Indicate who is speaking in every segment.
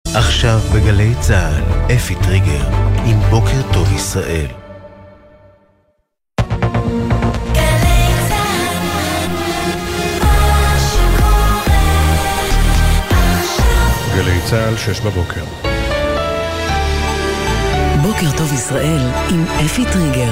Speaker 1: עכשיו בגלי צה"ל, אפי טריגר, עם בוקר טוב ישראל.
Speaker 2: גלי צה"ל 6 בבוקר.
Speaker 3: בוקר טוב ישראל עם אפי טריגר.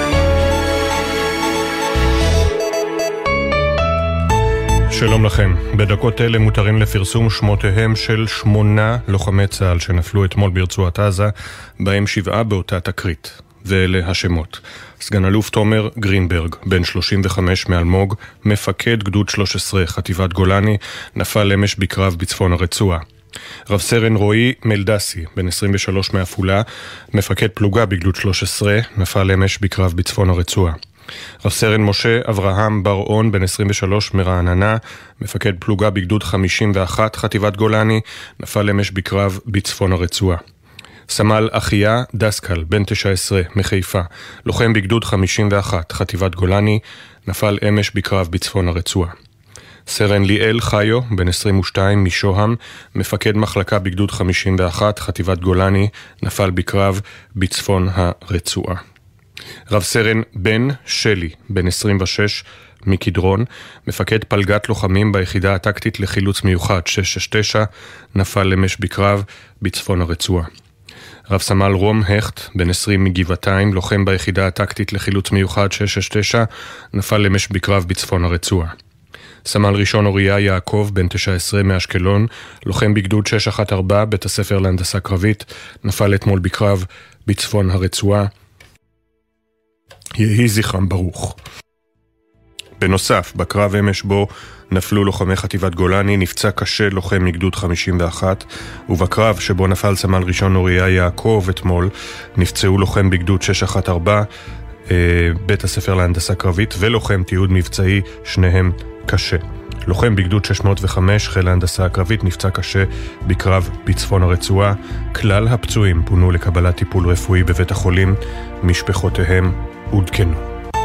Speaker 2: שלום לכם. בדקות אלה מותרים לפרסום שמותיהם של 8 לוחמי צה"ל שנפלו אתמול ברצועת עזה, בהם 7 באותה תקרית. ואלה השמות: סגן אלוף תומר גרינברג, בן 35 מאלמוג, מפקד גדוד 13 חטיבת גולני, נפל אמש בקרב בצפון הרצועה. רב סרן רועי מלדסי, בן 23 מעפולה, מפקד פלוגה בגדוד 13, נפל אמש בקרב בצפון הרצועה. רב סרן משה אברהם בר-און, בן 23 מרעננה, מפקד פלוגה בגדוד 51 חטיבת גולני, נפל אמש בקרב בצפון הרצועה. סמל אחיה דסקל, בן 19 מחיפה, לוחם בגדוד 51 חטיבת גולני, נפל אמש בקרב בצפון הרצועה. סרן ליאל חיו, בן 22 משוהם, מפקד מחלקה בגדוד 51 חטיבת גולני, נפל בקרב בצפון הרצועה. רב סרן בן שלי, בן 26 מקדרון, מפקד פלגת לוחמים ביחידה הטקטית לחילוץ מיוחד 669, נפל אמש בקרב בצפון הרצועה. רב סמל רום הכט, בן 20 מגבעתיים, לוחם ביחידה הטקטית לחילוץ מיוחד 669, נפל אמש בקרב בצפון הרצועה. סמל ראשון אוריה יעקב, בן 19 מאשקלון, לוחם בגדוד 614 בית הספר להנדסה קרבית, נפל אתמול בקרב בצפון הרצועה. יהי זכרם ברוך. בנוסף, בקרב אמש בו נפלו לוחמי חטיבת גולני, נפצע קשה לוחם מגדוד 51, ובקרב שבו נפל סמל ראשון אוריה יעקב אתמול, נפצעו לוחם בגדוד 614 בית הספר להנדסה קרבית ולוחם תיעוד מבצעי, שניהם קשה. לוחם בגדוד 605 חיל ההנדסה הקרבית נפצע קשה בקרב בצפון הרצועה. כלל הפצועים פונו לקבלת טיפול רפואי בבית החולים, משפחותיהם עודכנו.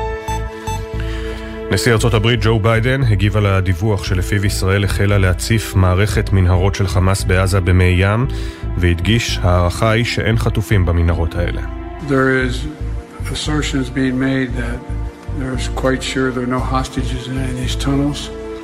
Speaker 2: נשיא ארצות הברית ג'ו ביידן הגיב על הדיווח שלפיו ישראל החלה להציף מערכת מנהרות של חמאס בעזה במי ים, והדגיש הערכה היא שאין חטופים במנהרות האלה.
Speaker 4: There is assertions being made that there's quite sure there are no hostages in any of these tunnels,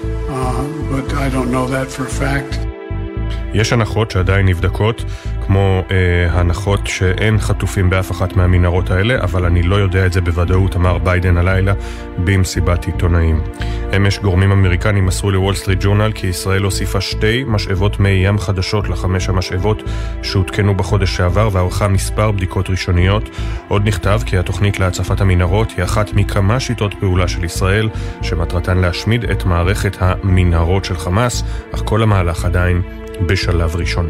Speaker 4: but I don't know that for a fact.
Speaker 2: יש הנחות שעדיין נבדקות, כמו הנחות שאין חטופים באף אחת מהמנהרות האלה, אבל אני לא יודע את זה בוודאות, אמר ביידן הלילה במסיבת עיתונאים. אמש גורמים אמריקנים מסרו לוול סטריט ג'ורנל כי ישראל הוסיפה 2 משאבות מי ים חדשות ל5 המשאבות שהותקנו בחודש שעבר, וערכה מספר בדיקות ראשוניות. עוד נכתב כי התוכנית להצפת המנהרות היא אחת מכמה שיטות פעולה של ישראל שמטרתן להשמיד את מערכת המנהרות של חמאס, אך כל המהלך עדיין בשלב ראשוני.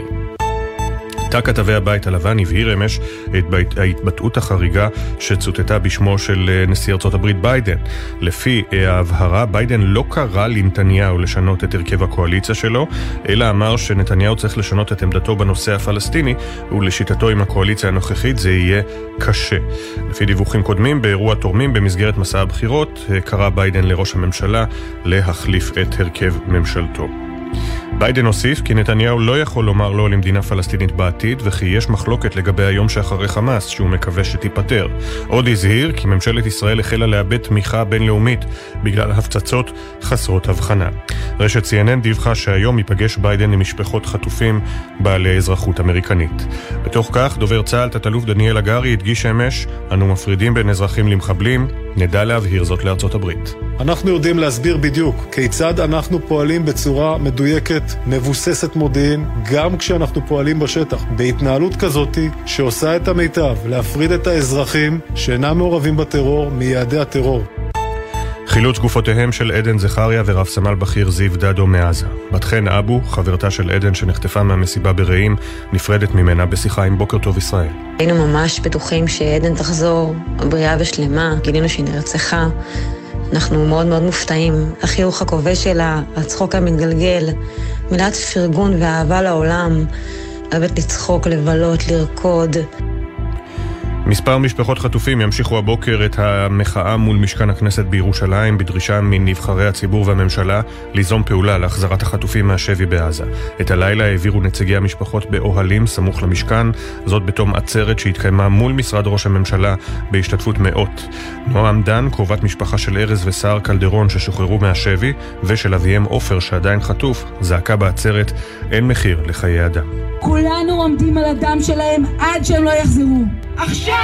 Speaker 2: תא כתבי הבית הלבן הבהיר אמש את ההתבטאות החריגה שצוטטה בשמו של נשיא ארצות הברית ביידן. לפי ההבהרה, ביידן לא קרא לנתניהו לשנות את הרכב הקואליציה שלו, אלא אמר שנתניהו צריך לשנות את עמדתו בנושא הפלסטיני, ולשיטתו עם הקואליציה הנוכחית זה יהיה קשה. לפי דיווחים קודמים, באירוע תורמים במסגרת מסע הבחירות, קרא ביידן לראש הממשלה להחליף את הרכב ממשלתו. ביידן הוסיף כי נתניהו לא יכול לומר לא למדינה פלסטינית בעתיד, וכי יש מחלוקת לגבי היום שאחרי חמאס שהוא מקווה שתיפטר. עוד הזהיר כי ממשלת ישראל החלה לאבד תמיכה בינלאומית בגלל הפצצות חסרות הבחנה. רשת CNN דיווחה שהיום ייפגש ביידן עם משפחות חטופים בעלי אזרחות אמריקנית. בתוך כך, דובר צה"ל תת-אלוף דניאל הגרי הדגיש אמש: אנו מפרידים בין אזרחים למחבלים, נדע להבהיר זאת לארצות הברית.
Speaker 5: אנחנו יודעים להסביר בדיוק כיצד אנחנו פועלים בצורה מדויקת, מבוססת מודיעין, גם כשאנחנו פועלים בשטח, בהתנהלות כזאת שעושה את המיטב להפריד את האזרחים שאינם מעורבים בטרור מיעדי הטרור.
Speaker 2: חילוץ גופותיהם של עדן זכריה ורב סמל בכיר זיו דדו מעזה. בת חן אבו, חברתה של עדן שנחטפה מהמסיבה ברעים, נפרדת ממנה בשיחה עם בוקר טוב ישראל.
Speaker 6: היינו ממש בטוחים שעדן תחזור בריאה ושלמה, גילינו שהיא נרצחה. אנחנו מאוד מאוד מופתעים. החיוך הכובש שלה, הצחוק המתגלגל, מילת פרגון ואהבה לעולם, אוהבת לצחוק, לבלות, לרקוד.
Speaker 2: מספר משפחות חטופים ימשיכו הבוקר את המחאה מול משכן הכנסת בירושלים בדרישה מנבחרי הציבור והממשלה ליזום פעולה להחזרת החטופים מהשבי בעזה. את הלילה העבירו נציגי המשפחות באוהלים סמוך למשכן, זאת בתום עצרת שהתקיימה מול משרד ראש הממשלה בהשתתפות מאות. נועם דן, קרובת משפחה של ארז וסער קלדרון ששוחררו מהשבי ושל אביהם עופר שעדיין חטוף, זעקה בעצרת אין מחיר לחיי אדם.
Speaker 7: כולנו עומדים על הדם שלהם עד שהם לא יחזרו. עכשיו!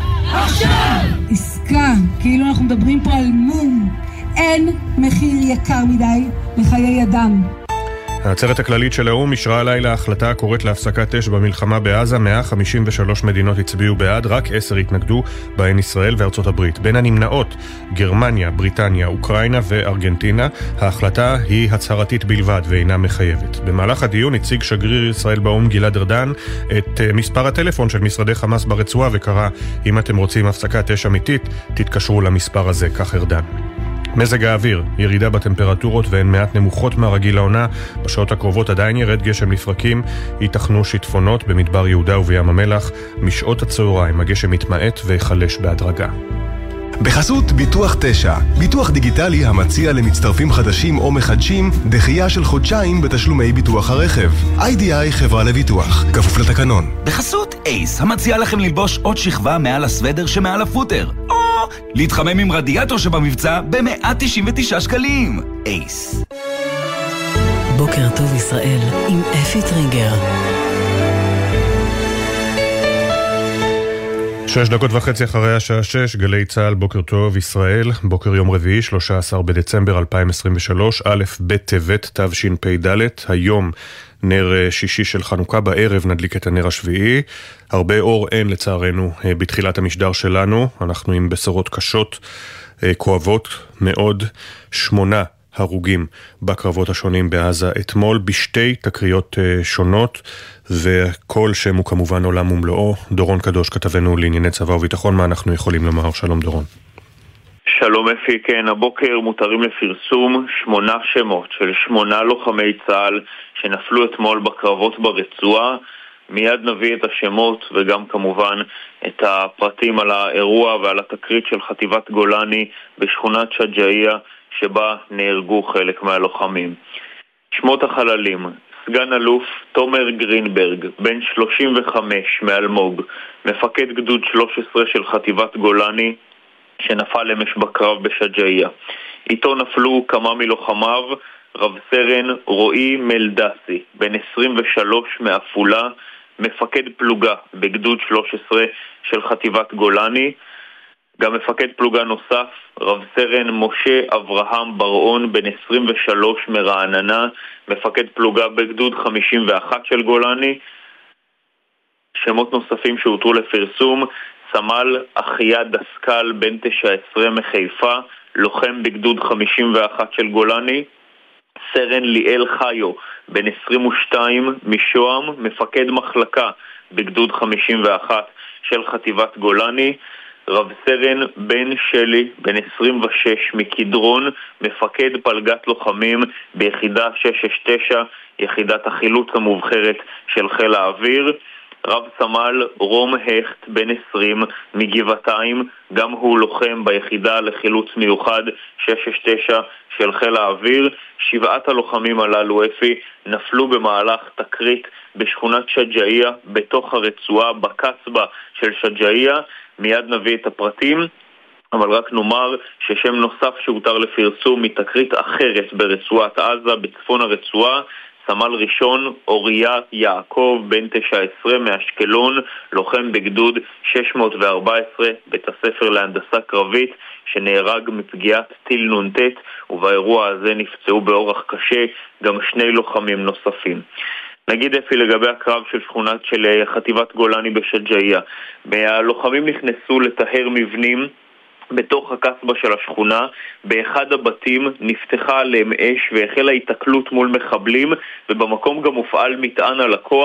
Speaker 7: עסקה, כאילו אנחנו מדברים פה על מום. אין מחיר יקר מדי לחיי אדם.
Speaker 2: העצרת הכללית של האו"ם אישרה הלילה החלטה הקוראת להפסקת אש במלחמה בעזה. 153 מדינות הצביעו בעד, רק 10 התנגדו, בהן ישראל וארצות הברית. בין הנמנעות, גרמניה, בריטניה, אוקראינה וארגנטינה. ההחלטה היא הצהרתית בלבד ואינה מחייבת. במהלך הדיון הציג שגריר ישראל באו"ם גלעד ארדן את מספר הטלפון של משרדי חמאס ברצועה וקרא, אם אתם רוצים הפסקת אש אמיתית, תתקשרו למספר הזה, כך ארדן. מזג האוויר, ירידה בטמפרטורות והן מעט נמוכות מהרגיל לעונה. בשעות הקרובות עדיין ירד גשם לפרקים, ייתכנו שיטפונות במדבר יהודה ובים המלח. משעות הצהריים הגשם מתמעט ויחלש בהדרגה.
Speaker 8: בחסות ביטוח 9, ביטוח דיגיטלי המציע למצטרפים חדשים או מחדשים דחייה של חודשיים בתשלומי ביטוח הרכב. IDI חברה לביטוח, כפוף לתקנון.
Speaker 9: בחסות אייס, המציע לכם ללבוש עוד שכבה מעל הסוודר שמעל הפוטר, או להתחמם עם רדיאטור שבמבצע ב-199 שקלים. אייס.
Speaker 3: בוקר טוב ישראל עם אפי טריגר.
Speaker 2: 6:30 אחרי השעה 6, גלי צהל, בוקר טוב ישראל, בוקר יום רביעי, 13 בדצמבר 2023, א' בטבת תשפ"ד. היום נר שישי של חנוכה, בערב נדליק את הנר השביעי. הרבה אור אין לצערנו בתחילת המשדר שלנו, אנחנו עם בשורות קשות, כואבות מאוד. 8 הרוגים בקרבות השונים בעזה אתמול בשתי תקריות שונות, וכל שם הוא כמובן עולם ומלואו. דורון קדוש, כתבנו לענייני צבא וביטחון, מה אנחנו יכולים לומר? שלום דורון.
Speaker 10: שלום אפי, כן, הבוקר מותרים לפרסום 8 שמות של 8 לוחמי צה"ל שנפלו אתמול בקרבות ברצועה. מיד נביא את השמות וגם כמובן את הפרטים על האירוע ועל התקרית של חטיבת גולני בשכונת שג'אעיה שבה נהרגו חלק מהלוחמים. שמות החללים: סגן אלוף תומר גרינברג, בן 35 מאלמוג, מפקד גדוד 13 של חטיבת גולני שנפל אמש בקרב בשג'אעיה. איתו נפלו כמה מלוחמיו: רב סרן רועי מלדסי, בן 23 מעפולה, מפקד פלוגה בגדוד 13 של חטיבת גולני. גם מפקד פלוגה נוסף, רב סרן משה אברהם ברעון, בן 23 מרעננה, מפקד פלוגה בגדוד 51 של גולני. שמות נוספים שהותרו לפרסום: סמל אחיה דסקל, בן 19 מחיפה, לוחם בגדוד 51 של גולני. סרן ליאל חיו, בן 22 משוהם, מפקד מחלקה בגדוד 51 של חטיבת גולני. רב סרן בן שלי, בן 26 מקדרון, מפקד פלגת לוחמים ביחידה 669, יחידת החילוץ המובחרת של חיל האוויר. רב סמל רום הכט, בן 20 מגבעתיים, גם הוא לוחם ביחידה לחילוץ מיוחד 669 של חיל האוויר. 7 הלוחמים הללו אפי נפלו במהלך תקרית בשכונת שג'אעיה בתוך הרצועה בקסבה של שג'אעיה. מיד נביא את הפרטים, אבל רק נאמר ששם נוסף שהותר לפרסום מתקרית אחרת ברצועת עזה בצפון הרצועה: סמל ראשון אוריה יעקב, בן 19 מאשקלון, לוחם בגדוד 614 בית הספר להנדסה קרבית, שנהרג מפגיעת טיל נ"ט, ובאירוע הזה נפצעו באורח קשה גם 2 לוחמים נוספים. נגיד אפי לגבי הקרב של שכונת של חטיבת גולני בשג'אעיה, הלוחמים נכנסו לטהר מבנים בתוך הקסבה של השכונה. באחד הבתים נפתחה עליהם אש והחלה התקלות מול מחבלים, ובמקום גם הופעל מטען על הכוח.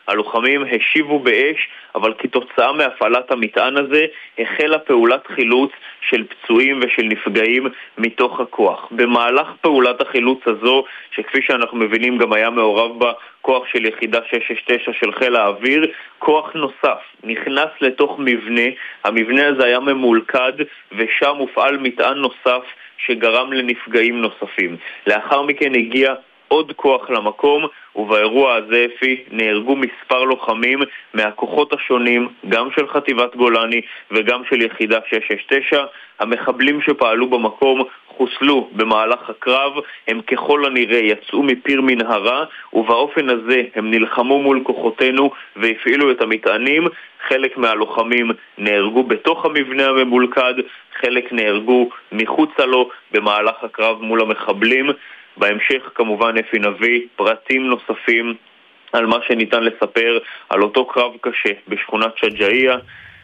Speaker 10: הלוחמים השיבו באש, אבל כתוצאה מהפעלת המטען הזה החלה פעולת חילוץ של פצועים ושל נפגעים מתוך הכוח. במהלך פעולת החילוץ הזו, שכפי שאנחנו מבינים גם היה מעורב בה כוח של יחידה 669 של חיל האוויר, כוח נוסף נכנס לתוך מבנה. המבנה הזה היה ממולכד ושם הופעל מטען נוסף שגרם לנפגעים נוספים. לאחר מכן הגיע עוד כוח למקום, ובאירוע הזה נהרגו מספר לוחמים מהכוחות השונים, גם של חטיבת גולני וגם של יחידה 669. המחבלים שפעלו במקום חוסלו במהלך הקרב, הם ככל הנראה יצאו מפיר מנהרה, ובאופן הזה הם נלחמו מול כוחותינו והפעילו את המטענים. חלק מהלוחמים נהרגו בתוך המבנה הממולכד, חלק נהרגו מחוצה לו במהלך הקרב מול המחבלים. בהמשך כמובן אפי נביא פרטים נוספים על מה שניתן לספר על אותו קרב קשה בשכונת שג'אעיה,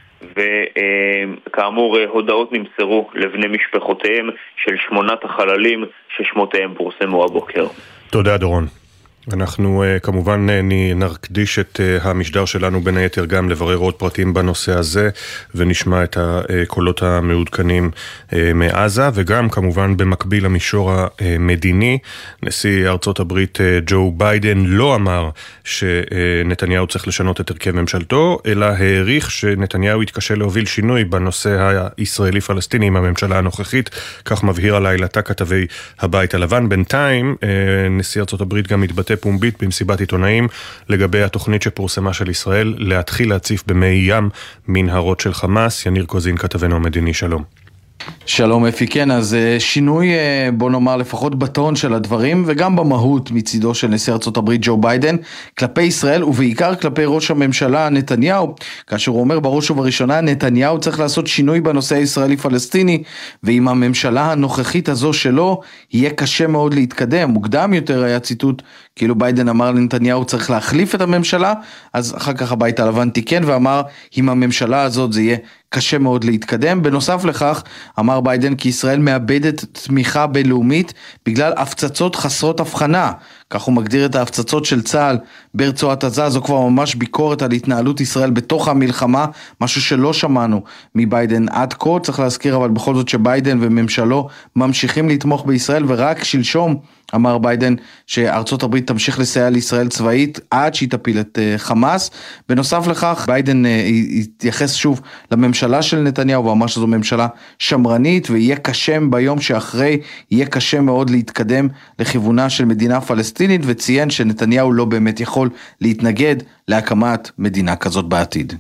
Speaker 10: וכאמור הודעות נמסרו לבני משפחותיהם של 8 החללים ששמותיהם פורסמו הבוקר.
Speaker 2: תודה דורון. אנחנו כמובן נקדיש את המשדר שלנו בין היתר גם לברר עוד פרטים בנושא הזה, ונשמע את הקולות המעודכנים מעזה, וגם כמובן במקביל למישור המדיני. נשיא ארצות הברית ג'ו ביידן לא אמר שנתניהו צריך לשנות את הרכב ממשלתו, אלא העריך שנתניהו יתקשה להוביל שינוי בנושא הישראלי-פלסטיני עם הממשלה הנוכחית. כך מבהיר הלילה כתבי הבית הלבן. בינתיים נשיא ארצות הברית גם מתבטא פומבית במסיבת עיתונאים לגבי התוכנית שפורסמה של ישראל להתחיל להציף במי ים מנהרות של חמאס. יניר קוזין כתבנו המדיני, שלום.
Speaker 11: שלום אפי, כן, אז שינוי בוא נאמר לפחות בטון של הדברים וגם במהות מצידו של נשיא ארצות הברית ג'ו ביידן כלפי ישראל ובעיקר כלפי ראש הממשלה נתניהו, כאשר הוא אומר בראש ובראשונה נתניהו צריך לעשות שינוי בנושא הישראלי-פלסטיני, ועם הממשלה הנוכחית הזו שלו יהיה קשה מאוד להתקדם. מוקדם יותר היה ציטוט כאילו ביידן אמר לנתניהו צריך להחליף את הממשלה, אז אחר כך הבית הלבן תיקן ואמר עם הממשלה הזאת זה יהיה קשה מאוד להתקדם. בנוסף לכך אמר ביידן כי ישראל מאבדת תמיכה בינלאומית בגלל הפצצות חסרות הבחנה, כך הוא מגדיר את ההפצצות של צה"ל ברצועת עזה. זו כבר ממש ביקורת על התנהלות ישראל בתוך המלחמה, משהו שלא שמענו מביידן עד כה. צריך להזכיר אבל בכל זאת שביידן וממשלו ממשיכים לתמוך בישראל, ורק שלשום אמר ביידן שארצות הברית תמשיך לסייע לישראל צבאית עד שהיא תפיל את חמאס. בנוסף לכך ביידן התייחס שוב לממשלה של נתניהו ואמר שזו ממשלה שמרנית ויהיה קשה ביום שאחרי, יהיה קשה מאוד להתקדם לכיוונה של מדינה פלסטינית, וציין שנתניהו לא באמת יכול להתנגד להקמת מדינה כזאת בעתיד.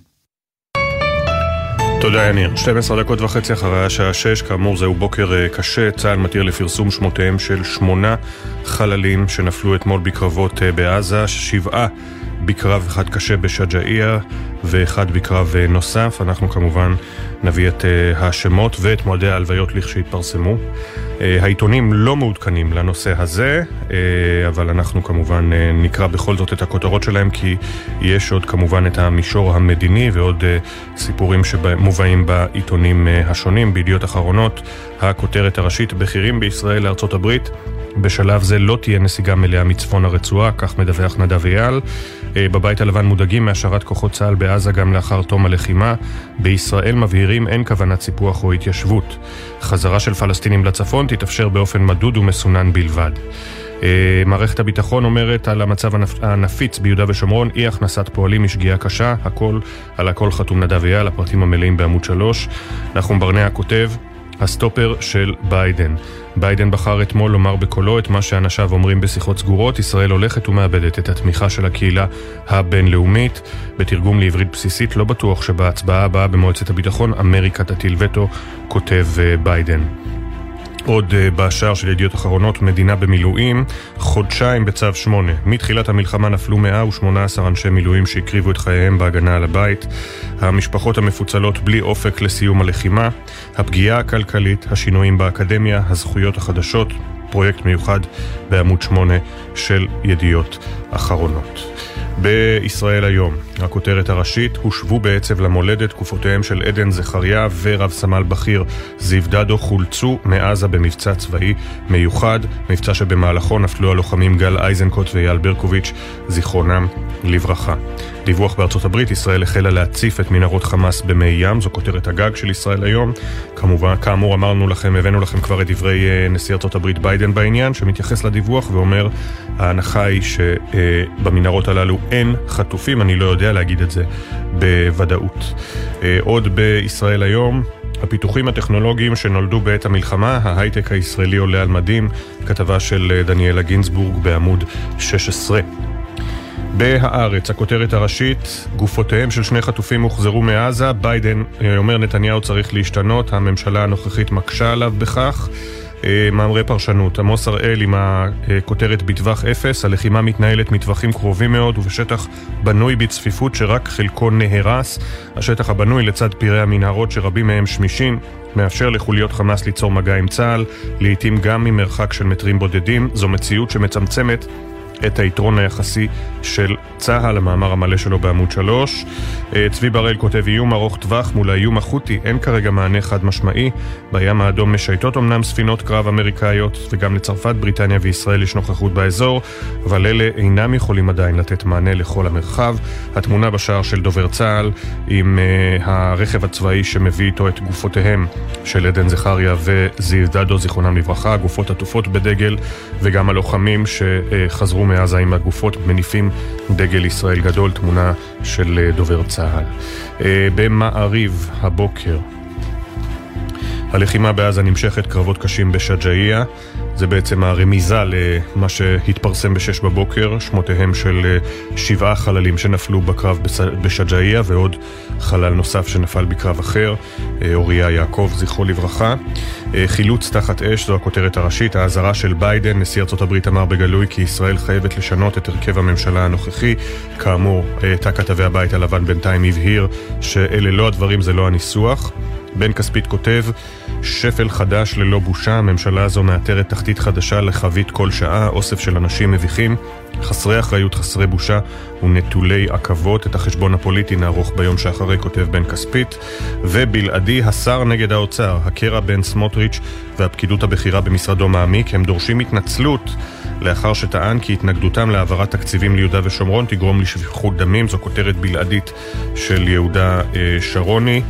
Speaker 2: תודה יניר. 12:30 אחרי השעה 6, כאמור זהו בוקר קשה. צה"ל מתיר לפרסום שמותיהם של 8 חללים שנפלו אתמול בקרבות בעזה, 7 בקרב אחד קשה בשג'אעיה ואחד בקרב נוסף. אנחנו כמובן נביא את השמות ואת מועדי ההלוויות לכשהתפרסמו. העיתונים לא מעודכנים לנושא הזה, אבל אנחנו כמובן נקרא בכל זאת את הכותרות שלהם, כי יש עוד כמובן את המישור המדיני ועוד סיפורים שמובאים בעיתונים השונים. בידיעות אחרונות הכותרת הראשית: בכירים בישראל לארצות הברית, בשלב זה לא תהיה נסיגה מלאה מצפון הרצועה, כך מדווח נדב אייל. בבית הלבן מודאגים מהשארת כוחות צה"ל בעזה גם לאחר תום הלחימה. בישראל מבהירים אין כוונת סיפוח או התיישבות. חזרה של פלסטינים לצפון תתאפשר באופן מדוד ומסונן בלבד. מערכת הביטחון אומרת על המצב הנפיץ ביהודה ושומרון, אי הכנסת פועלים משגיאה קשה. על הכל חתום נדב אייל, הפרטים המלאים בעמוד 3. נחום ברנע כותב: הסטופר של ביידן. ביידן בחר אתמול לומר בקולו את מה שאנשיו אומרים בשיחות סגורות: ישראל הולכת ומאבדת את התמיכה של הקהילה הבינלאומית. בתרגום לעברית בסיסית: לא בטוח שבהצבעה הבאה במועצת הביטחון אמריקה תטיל וטו, כותב ביידן. עוד בשער של ידיעות אחרונות: מדינה במילואים, חודשיים בצו 8. מתחילת המלחמה נפלו 118 אנשי מילואים שהקריבו את חייהם בהגנה על הבית. המשפחות המפוצלות בלי אופק לסיום הלחימה, הפגיעה הכלכלית, השינויים באקדמיה, הזכויות החדשות. פרויקט מיוחד בעמוד 8 של ידיעות אחרונות. בישראל היום, הכותרת הראשית, הושבו בעצב למולדת גופותיהם של עדן זכריה ורב סמל בכיר זיו דדו חולצו מעזה במבצע צבאי מיוחד, מבצע שבמהלכו נפלו הלוחמים גל איזנקוט ואייל ברקוביץ' זיכרונם לברכה. דיווח בארצות הברית, ישראל החלה להציף את מנהרות חמאס במי ים, זו כותרת הגג של ישראל היום. כמובן, כאמור הבאנו לכם כבר את דברי נשיא ארצות הברית ביידן בעניין, שמתייחס לדיווח ואומר, ההנחה היא שבמנהרות הללו אין חטופים, אני לא יודע להגיד את זה בוודאות. עוד בישראל היום, הפיתוחים הטכנולוגיים שנולדו בעת המלחמה, ההייטק הישראלי עולה על מדים, כתבה של דניאלה גינסבורג בעמוד 16. בהארץ, הכותרת הראשית, גופותיהם של 2 חטופים הוחזרו מעזה, ביידן אומר נתניהו צריך להשתנות, הממשלה הנוכחית מקשה עליו בכך. מאמרי פרשנות, עמוס הראל עם הכותרת בטווח 0, הלחימה מתנהלת מטווחים קרובים מאוד ובשטח בנוי בצפיפות שרק חלקו נהרס. השטח הבנוי לצד פירי המנהרות שרבים מהם שמישים מאפשר לחוליות חמאס ליצור מגע עם צה"ל, לעתים גם ממרחק של מטרים בודדים. זו מציאות שמצמצמת את היתרון היחסי של צה"ל, המאמר המלא שלו בעמוד 3. צבי בראל כותב, איום ארוך טווח מול האיום החותי, אין כרגע מענה חד משמעי. בים האדום משייטות אמנם ספינות קרב אמריקאיות, וגם לצרפת, בריטניה וישראל יש נוכחות באזור, אבל אלה אינם יכולים עדיין לתת מענה לכל המרחב. התמונה בשער של דובר צה"ל עם הרכב הצבאי שמביא איתו את גופותיהם של עדן זכריה וזיו דדו זיכרונם לברכה, גופות עטופות בדגל, וגם הלוחמים שחזרו מעזה עם הגופות מניפים דגל ישראל גדול, תמונה של דובר צה"ל. במעריב הבוקר, הלחימה בעזה נמשכת, קרבות קשים בשג'אעיה, זה בעצם הרמיזה למה שהתפרסם ב-6 בבוקר, שמותיהם של 7 חללים שנפלו בקרב בשג'אעיה ועוד חלל נוסף שנפל בקרב אחר, אוריה יעקב זכרו לברכה. חילוץ תחת אש, זו הכותרת הראשית, ההזרה של ביידן, נשיא ארצות הברית אמר בגלוי כי ישראל חייבת לשנות את הרכב הממשלה הנוכחי. כאמור, תא כתבי הבית הלבן בינתיים הבהיר שאלה לא הדברים, זה לא הניסוח. בן כספית כותב, שפל חדש ללא בושה, הממשלה הזו מאתרת תחתית חדשה לחבית כל שעה, אוסף של אנשים מביכים, חסרי אחריות, חסרי בושה ונטולי עקבות. את החשבון הפוליטי נערוך ביום שאחרי, כותב בן כספית. ובלעדי, השר נגד האוצר, הקרע בין סמוטריץ' והפקידות הבכירה במשרדו מעמיק, הם דורשים התנצלות לאחר שטען כי התנגדותם להעברת תקציבים ליהודה ושומרון תגרום לשפיכות דמים, זו כותרת בלעדית של יהודה שרוני.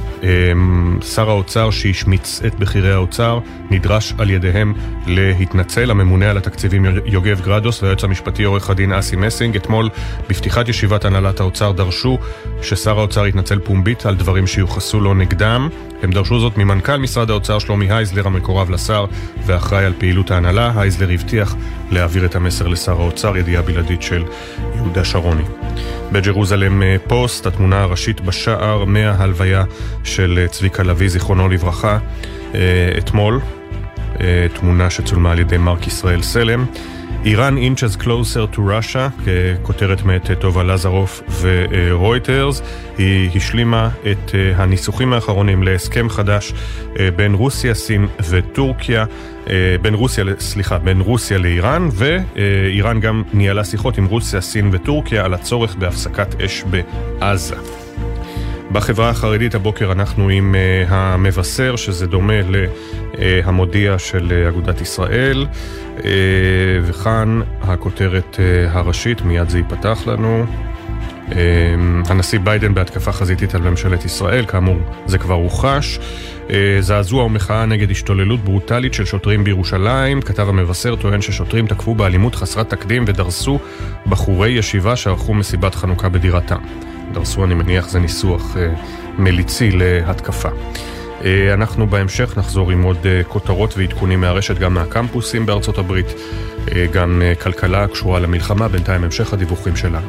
Speaker 2: שר האוצר שהשמיץ את בכירי האוצר נדרש על ידיהם להתנצל. הממונה על התקציבים יוגב גרדוס והיועץ המשפטי עורך הדין אסי מסינג אתמול בפתיחת ישיבת הנהלת האוצר דרשו ששר האוצר יתנצל פומבית על דברים שיוחסו לו נגדם. הם דרשו זאת ממנכ"ל משרד האוצר שלומי הייזלר המקורב לשר ואחראי על פעילות ההנהלה. הייזלר הבטיח להעביר את המסר לשר האוצר, ידיעה בלעדית של יהודה שרוני. בג'רוזלם פוסט, התמונה הראשית בשער מההלוויה של צביקה לוי זיכרונו לברכה אתמול, תמונה שצולמה על ידי מרק ישראל סלם. איראן inches closer to Russia, כותרת מאת טובה לזרוף ורויטרס. היא השלימה את הניסוחים האחרונים להסכם חדש בין רוסיה, סין וטורקיה, בין רוסיה לאיראן, ואיראן גם ניהלה שיחות עם רוסיה, סין וטורקיה על הצורך בהפסקת אש בעזה. בחברה החרדית הבוקר אנחנו עם המבשר, שזה דומה להמודיע של אגודת ישראל, וכאן הכותרת הראשית, מיד זה ייפתח לנו. הנשיא ביידן בהתקפה חזיתית על ממשלת ישראל, כאמור זה כבר הוכח. זעזוע ומחאה נגד השתוללות ברוטלית של שוטרים בירושלים. כתב המבשר טוען ששוטרים תקפו באלימות חסרת תקדים ודרסו בחורי ישיבה שערכו מסיבת חנוכה בדירתם. דרסו, אני מניח, זה ניסוח מליצי להתקפה. אנחנו בהמשך נחזור עם עוד כותרות ועדכונים מהרשת, גם מהקמפוסים בארצות הברית, גם כלכלה קשורה למלחמה. בינתיים המשך הדיווחים שלנו.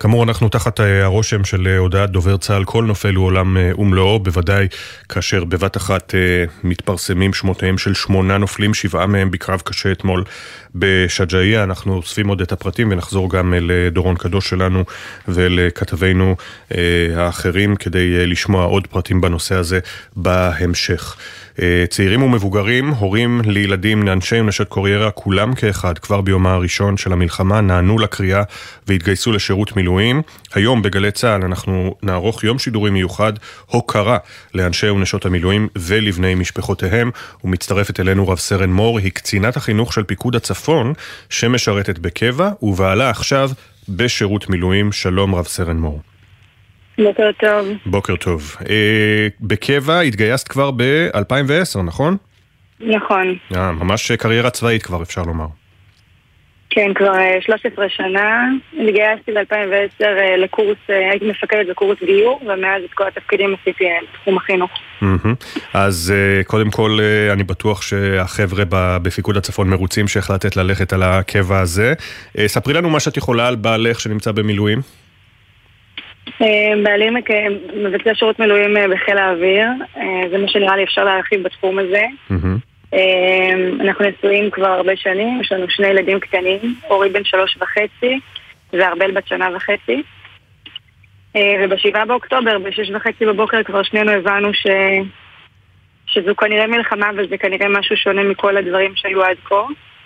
Speaker 2: כאמור, אנחנו תחת הרושם של הודעת דובר צה"ל, כל נופל הוא עולם ומלואו, בוודאי כאשר בבת אחת מתפרסמים שמותיהם של 8 נופלים, 7 מהם בקרב קשה אתמול בשג'אעיה. אנחנו אוספים עוד את הפרטים ונחזור גם לדורון קדוש שלנו ולכתבינו האחרים כדי לשמוע עוד פרטים בנושא הזה בהמשך. צעירים ומבוגרים, הורים לילדים, לאנשי ונשות קוריירה, כולם כאחד כבר ביומה הראשון של המלחמה נענו לקריאה והתגייסו לשירות מילואים. היום בגלי צה"ל אנחנו נערוך יום שידורי מיוחד הוקרה לאנשי ונשות המילואים ולבני משפחותיהם, ומצטרפת אלינו רב סרן מור, היא קצינת החינוך של פיקוד הצפון שמשרתת בקבע ובעלה עכשיו בשירות מילואים. שלום רב סרן מור.
Speaker 12: בוקר טוב.
Speaker 2: בוקר טוב. בקבע התגייסת כבר ב-2010, נכון?
Speaker 12: נכון.
Speaker 2: ממש קריירה צבאית כבר, אפשר לומר.
Speaker 12: כן, כבר 13 שנה. התגייסתי ב-2010 לקורס, הייתי מפקדת בקורס גיור, ומאז את כל התפקידים עשיתי בתחום החינוך.
Speaker 2: אז קודם כל, אני בטוח שהחבר'ה בפיקוד הצפון מרוצים שהחלטת ללכת על הקבע הזה. ספרי לנו מה שאת יכולה על בעלך שנמצא במילואים.
Speaker 12: בעלי מבצע שירות מילואים בחיל האוויר, זה מה שנראה לי אפשר להרחיב בתחום הזה. אנחנו נשואים כבר הרבה שנים, יש לנו 2 ילדים קטנים, אורי בן 3.5 וארבל בת 1.5 שנה. וב7 באוקטובר, ב6:30 בבוקר כבר שנינו הבנו שזו כנראה מלחמה, וזה כנראה משהו שונה מכל הדברים שהיו עד כה.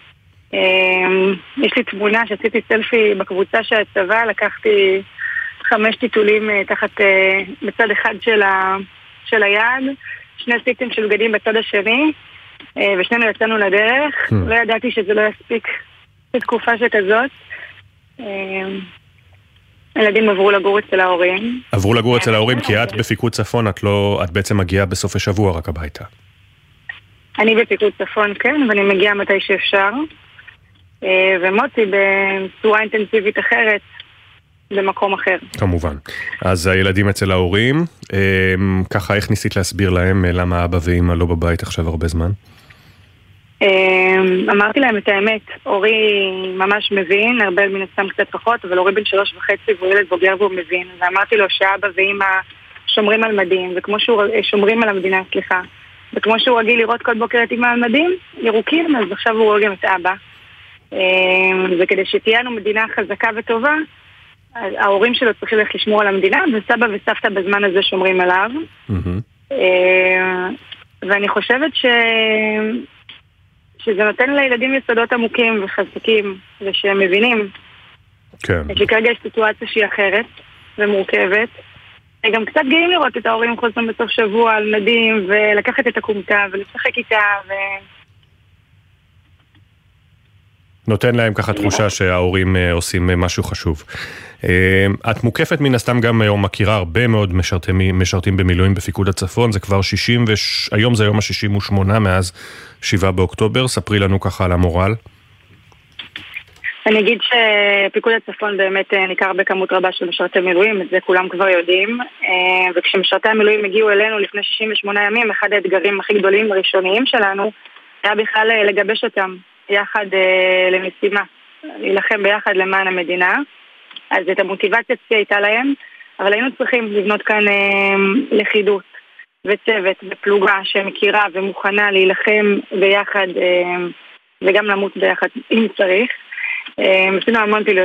Speaker 12: יש לי תמונה שעשיתי סלפי בקבוצה של הצבא, לקחתי 5 טיטולים תחת בצד אחד של היד, 2 סטים של בגדים בצד השני, ושנינו יצאנו לדרך. לא ידעתי שזה לא יספיק בתקופה שכזאת. הילדים עברו לגור אצל ההורים.
Speaker 2: עברו לגור אצל ההורים כי את בפיקוד צפון, את בעצם מגיעה בסוף השבוע רק הביתה.
Speaker 12: אני בפיקוד צפון, כן, ואני מגיעה מתי שאפשר. ומוציא בצורה אינטנסיבית אחרת במקום אחר.
Speaker 2: כמובן. אז הילדים אצל ההורים, ככה איך ניסית להסביר להם למה אבא ואמא לא בבית עכשיו הרבה זמן?
Speaker 12: אמרתי להם את האמת, אורי ממש מבין, ארבל מן הסתם קצת פחות, אבל אורי בן 3.5 והוא ילד בוגר והוא מבין. ואמרתי לו שאבא ואמא שומרים על מדים, שומרים על המדינה, סליחה. וכמו שהוא רגיל לראות כל בוקר את אמא על מדים, ירוקים, אז עכשיו הוא רואה גם את אבא. וכדי שתהיה לנו מדינה חזקה וטובה, ההורים שלו צריכים לשמור על המדינה, וסבא וסבתא בזמן הזה שומרים עליו. ואני חושבת שזה נותן לילדים יסודות עמוקים וחזקים, ושהם מבינים.
Speaker 2: כן.
Speaker 12: שכרגע יש סיטואציה שהיא אחרת ומורכבת. גם קצת גאים לראות את ההורים חוזרים בסוף שבוע על מדים, ולקחת את הקומטה ולשחק איתה,
Speaker 2: נותן להם ככה תחושה שההורים עושים משהו חשוב. את מוקפת מן הסתם גם היום, מכירה הרבה מאוד משרתים במילואים בפיקוד הצפון, זה כבר היום זה היום ה-68 מאז 7 באוקטובר, ספרי לנו ככה על המורל.
Speaker 12: אני אגיד שפיקוד הצפון באמת ניכר בכמות רבה של משרתי מילואים, את זה כולם כבר יודעים, וכשמשרתי המילואים הגיעו אלינו לפני 68 ימים, אחד האתגרים הכי גדולים הראשוניים שלנו, היה בכלל לגבש אותם יחד למשימה, להילחם ביחד למען המדינה. אז את המוטיבציה הייתה להם, אבל היינו צריכים לבנות כאן לכידות וצוות ופלוגה שמכירה ומוכנה להילחם ביחד וגם למות ביחד אם צריך. עשינו המון פעילויות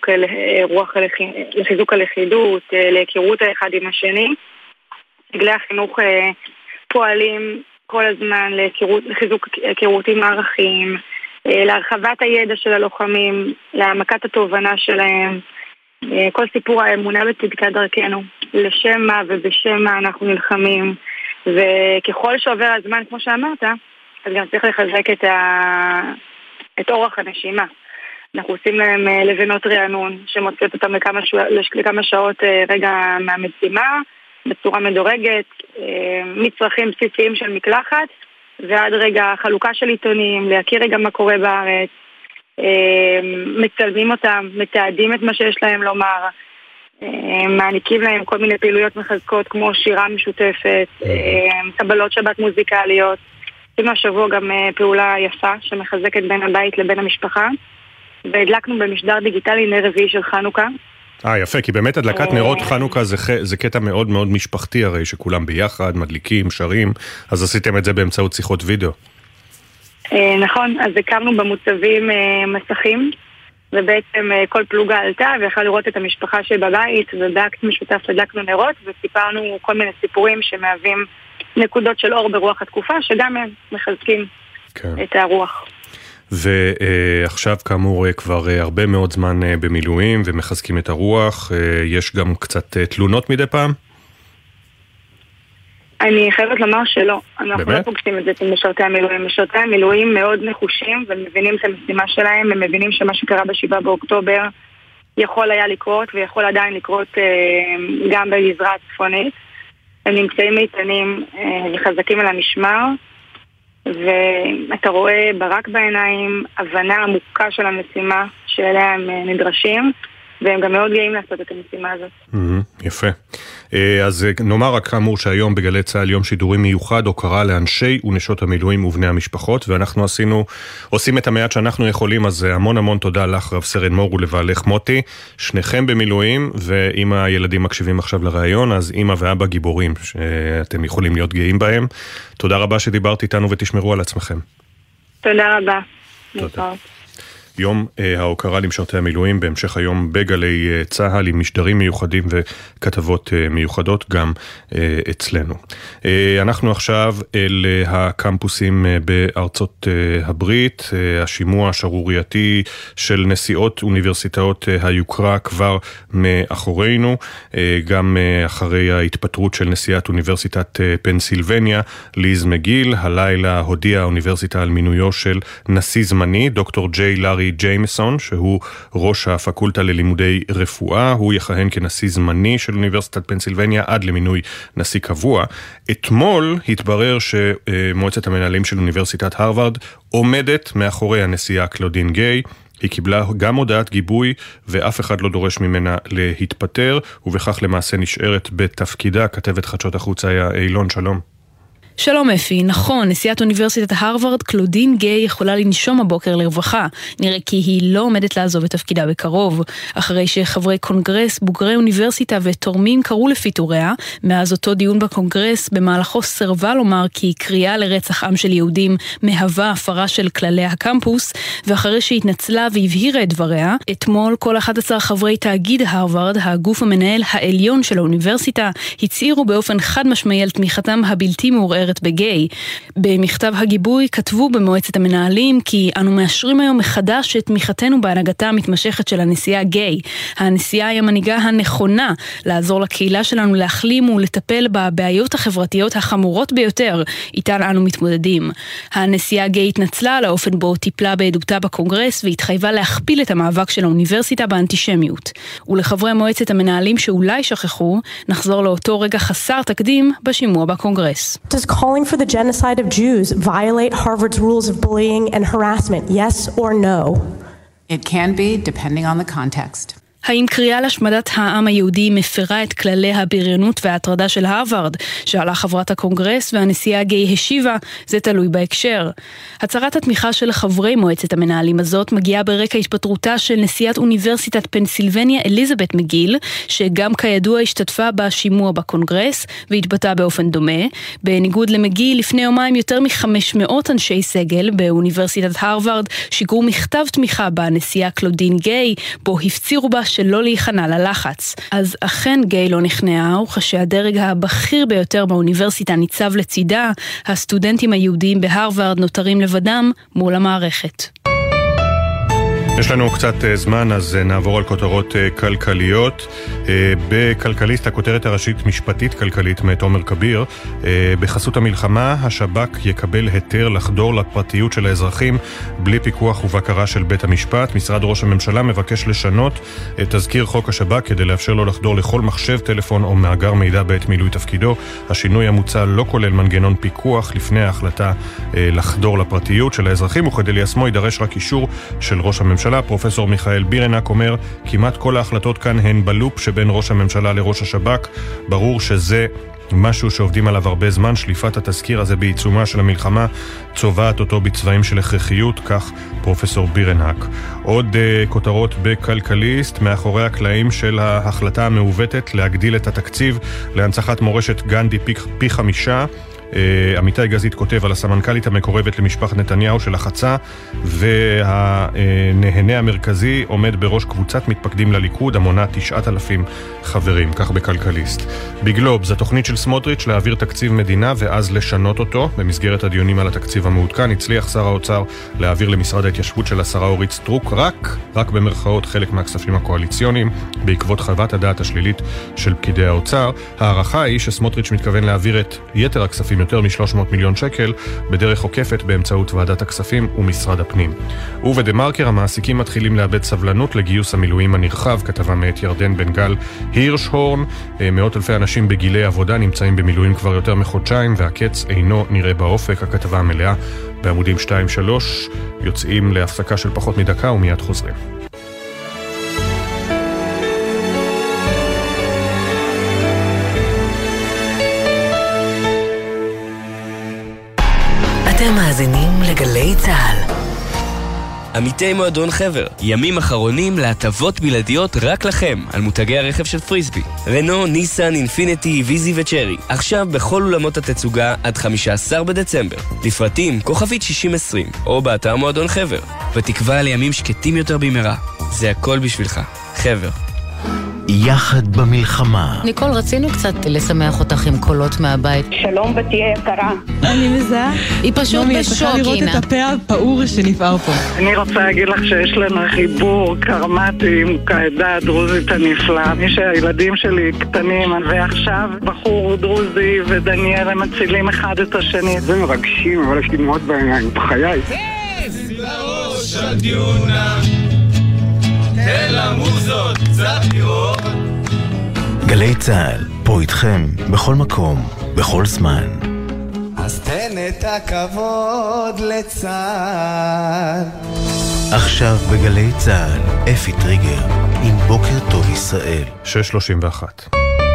Speaker 12: לחיזוק הלכידות, להיכרות האחד עם השני. סגלי החינוך פועלים כל הזמן לחיזוק היכרות עם הערכים, להרחבת הידע של הלוחמים, להעמקת התובנה שלהם, כל סיפור האמונה בצדקת דרכנו, לשם מה ובשם מה אנחנו נלחמים, וככל שעובר הזמן, כמו שאמרת, אז גם צריך לחזק את אורח הנשימה. אנחנו עושים להם לבנות רענון, שמוצאת אותם לכמה שעות רגע מהמשימה, בצורה מדורגת, מצרכים בסיסיים של מקלחת, ועד רגע חלוקה של עיתונים, להכיר רגע מה קורה בארץ, מצלמים אותם, מתעדים את מה שיש להם לומר, מעניקים להם כל מיני פעילויות מחזקות כמו שירה משותפת, קבלות שבת מוזיקליות. עשינו השבוע גם פעולה יפה שמחזקת בין הבית לבין המשפחה, והדלקנו במשדר דיגיטלי נר רביעי של חנוכה,
Speaker 2: יפה, כי באמת הדלקת נרות חנוכה זה קטע מאוד מאוד משפחתי הרי, שכולם ביחד, מדליקים, שרים, אז עשיתם את זה באמצעות שיחות וידאו.
Speaker 12: נכון, אז הקמנו במוצבים מסכים, ובעצם כל פלוגה עלתה ויכלה לראות את המשפחה שבבית, ובאקט משותף הדלקנו נרות וסיפרנו כל מיני סיפורים שמהווים נקודות של אור ברוח התקופה, שגם הם מחזקים את הרוח.
Speaker 2: ועכשיו כאמור כבר הרבה מאוד זמן במילואים ומחזקים את הרוח, יש גם קצת תלונות מדי פעם?
Speaker 12: אני חייבת לומר שלא, אנחנו לא פוגשים את זה עם משרתי המילואים. משרתי המילואים מאוד נחושים ומבינים את המשימה שלהם, הם מבינים שמה שקרה ב7 באוקטובר יכול היה לקרות ויכול עדיין לקרות גם בגזרה הצפונית. הם נמצאים איתנים וחזקים על המשמר, ואתה רואה ברק בעיניים, הבנה עמוקה של המשימה שאליה הם נדרשים, והם גם מאוד גאים לעשות את המשימה הזאת.
Speaker 2: יפה. אז נאמר רק כאמור שהיום בגלי צהל יום שידורים מיוחד, הוקרה לאנשי ונשות המילואים ובני המשפחות, ואנחנו עושים את המעט שאנחנו יכולים, אז המון המון תודה לך רב סרן מור ולבעלך מוטי, שניכם במילואים, ואם הילדים מקשיבים עכשיו לראיון, אז אמא ואבא גיבורים, שאתם יכולים להיות גאים בהם. תודה רבה שדיברת איתנו ותשמרו על עצמכם.
Speaker 12: תודה רבה.
Speaker 2: תודה. יום ההוקרה למשרתי המילואים בהמשך היום בגלי צהל עם משדרים מיוחדים וכתבות מיוחדות גם אצלנו. אנחנו עכשיו אל הקמפוסים בארצות הברית. השימוע השערורייתי של נשיאות אוניברסיטאות היוקרה כבר מאחורינו, גם אחרי ההתפטרות של נשיאת אוניברסיטת פנסילבניה ליז מגיל. הלילה הודיעה האוניברסיטה על מינויו של נשיא זמני, דוקטור ג'יי לארי ג'יימסון, שהוא ראש הפקולטה ללימודי רפואה. הוא יכהן כנשיא זמני של אוניברסיטת פנסילבניה עד למינוי נשיא קבוע. אתמול התברר שמועצת המנהלים של אוניברסיטת הרווארד עומדת מאחורי הנשיאה קלודין גיי. היא קיבלה גם הודעת גיבוי ואף אחד לא דורש ממנה להתפטר, ובכך למעשה נשארת בתפקידה. כתבת חדשות החוץ היה אילון, שלום.
Speaker 13: שלום אפי, נכון, נשיאת אוניברסיטת הרווארד קלודין גיי יכולה לנשום הבוקר לרווחה. נראה כי היא לא עומדת לעזוב את תפקידה בקרוב. אחרי שחברי קונגרס, בוגרי אוניברסיטה ותורמים קראו לפיטוריה, מאז אותו דיון בקונגרס במהלכו סרבה לומר כי קריאה לרצח עם של יהודים מהווה הפרה של כללי הקמפוס, ואחרי שהתנצלה והבהירה את דבריה, אתמול כל 11 חברי תאגיד הרווארד, הגוף המנהל העליון של האוניברסיטה, הצהירו באופן חד משמעי על תמיכתם הבלתי מעורערת בגיי. במכתב הגיבוי כתבו במועצת המנהלים כי אנו מאשרים היום מחדש את תמיכתנו בהנהגתה המתמשכת של הנשיאה גיי. הנשיאה היא המנהיגה הנכונה לעזור לקהילה שלנו להחלים ולטפל בבעיות החברתיות החמורות ביותר איתן אנו מתמודדים. הנשיאה גיי התנצלה על האופן בו טיפלה בעדותה בקונגרס והתחייבה להכפיל את המאבק של האוניברסיטה באנטישמיות. ולחברי מועצת המנהלים שאולי שכחו, נחזור לאותו רגע חסר תקדים בשימוע בקונגרס.
Speaker 14: Calling for the genocide of Jews violate Harvard's rules of bullying and harassment, yes or no?
Speaker 15: It can be, depending on the context.
Speaker 13: האם קריאה להשמדת העם היהודי מפרה את כללי הבריונות וההטרדה של הרווארד? שאלה חברת הקונגרס והנשיאה גיי השיבה, זה תלוי בהקשר. הצהרת התמיכה של חברי מועצת המנהלים הזאת מגיעה ברקע התפטרותה של נשיאת אוניברסיטת פנסילבניה אליזבת מגיל, שגם כידוע השתתפה בשימוע בקונגרס והתבטאה באופן דומה. בניגוד למגיל, לפני יומיים יותר מ-500 אנשי סגל באוניברסיטת הרווארד שיגרו מכתב תמיכה בנשיאה קלודין גיי, בו הפצירו בה שלא להיכנע ללחץ. אז אכן גיי לא נכנעה, וכשהדרג הבכיר ביותר באוניברסיטה ניצב לצידה, הסטודנטים היהודים בהרווארד נותרים לבדם מול המערכת.
Speaker 2: יש לנו קצת זמן, אז נעבור על כותרות כלכליות. בכלכליסט, הכותרת הראשית משפטית כלכלית מתומר כביר. בחסות המלחמה, השב"כ יקבל היתר לחדור לפרטיות של האזרחים בלי פיקוח ובקרה של בית המשפט. משרד ראש הממשלה מבקש לשנות את תזכיר חוק השב"כ כדי לאפשר לו לחדור לכל מחשב, טלפון או מאגר מידע בעת מילוי תפקידו. השינוי המוצע לא כולל מנגנון פיקוח לפני ההחלטה לחדור לפרטיות של האזרחים, וכדי ליישמו יידרש רק אישור של ראש הממשלה. פרופסור מיכאל בירנק אומר, כמעט כל ההחלטות כאן הן בלופ שבין ראש הממשלה לראש השב"כ. ברור שזה משהו שעובדים עליו הרבה זמן. שליפת התזכיר הזה בעיצומה של המלחמה צובעת אותו בצבעים של הכרחיות, כך פרופסור בירנהק. עוד כותרות בכלכליסט, מאחורי הקלעים של ההחלטה המעוותת להגדיל את התקציב להנצחת מורשת גנדי פי 5. עמיתי גזית כותב על הסמנכ"לית המקורבת למשפחת נתניהו שלחצה, והנהנה המרכזי עומד בראש קבוצת מתפקדים לליכוד המונה 9,000 חברים, כך בכלכליסט. בגלובס, התוכנית של סמוטריץ' להעביר תקציב מדינה ואז לשנות אותו. במסגרת הדיונים על התקציב המעודכן הצליח שר האוצר להעביר למשרד ההתיישבות של השרה אורית סטרוק רק במרכאות חלק מהכספים הקואליציוניים, בעקבות חוות הדעת השלילית של פקידי האוצר. הערכה היא שסמוטריץ' מתכוון להעביר את יתר הכספים, יותר מ-300 מיליון שקל, בדרך עוקפת באמצעות ועדת הכספים ומשרד הפנים. ובדמרקר, המעסיקים מתחילים לאבד סבלנות לגיוס המילואים הנרחב, כתבה מאת ירדן בן גל הירשהורן. מאות אלפי אנשים בגילי עבודה נמצאים במילואים כבר יותר מחודשיים, והקץ אינו נראה באופק. הכתבה המלאה בעמודים 2-3. יוצאים להפסקה של פחות מדקה ומיד חוזרים.
Speaker 3: אתם מאזינים לגלי צהל.
Speaker 16: עמיתי מועדון חבר, ימים אחרונים להטבות בלעדיות רק לכם על מותגי הרכב של פריסבי. רנו, ניסן, אינפיניטי, ויזי וצ'רי. עכשיו בכל אולמות התצוגה עד 15 בדצמבר. לפרטים כוכבית 6020 או באתר מועדון חבר. ותקווה לימים שקטים יותר במהרה. זה הכל בשבילך. חבר.
Speaker 1: יחד במלחמה.
Speaker 17: ניקול, רצינו קצת לשמח אותך עם קולות מהבית.
Speaker 18: שלום בתיה יקרה.
Speaker 17: אני מזהה. היא פשוט בשוק,
Speaker 18: הנה.
Speaker 17: לראות את הפה הפעור שנפער פה.
Speaker 18: אני רוצה להגיד לך שיש לנו חיבור קרמטי עם העדה הדרוזית הנפלאה. מי שהילדים שלי קטנים, ועכשיו בחור דרוזי ודניאל הם מצילים אחד את השני.
Speaker 19: זה מרגשים, אבל יש לי מאוד בעיניים. בחיי.
Speaker 20: לראש הדיונה אל המוזות קצת לראות.
Speaker 1: גלי צהל, פה איתכם, בכל מקום, בכל זמן.
Speaker 20: אז תן את הכבוד לצהל.
Speaker 1: עכשיו בגלי צהל, אפי טריגר, עם בוקר טוב ישראל.
Speaker 2: 6:31.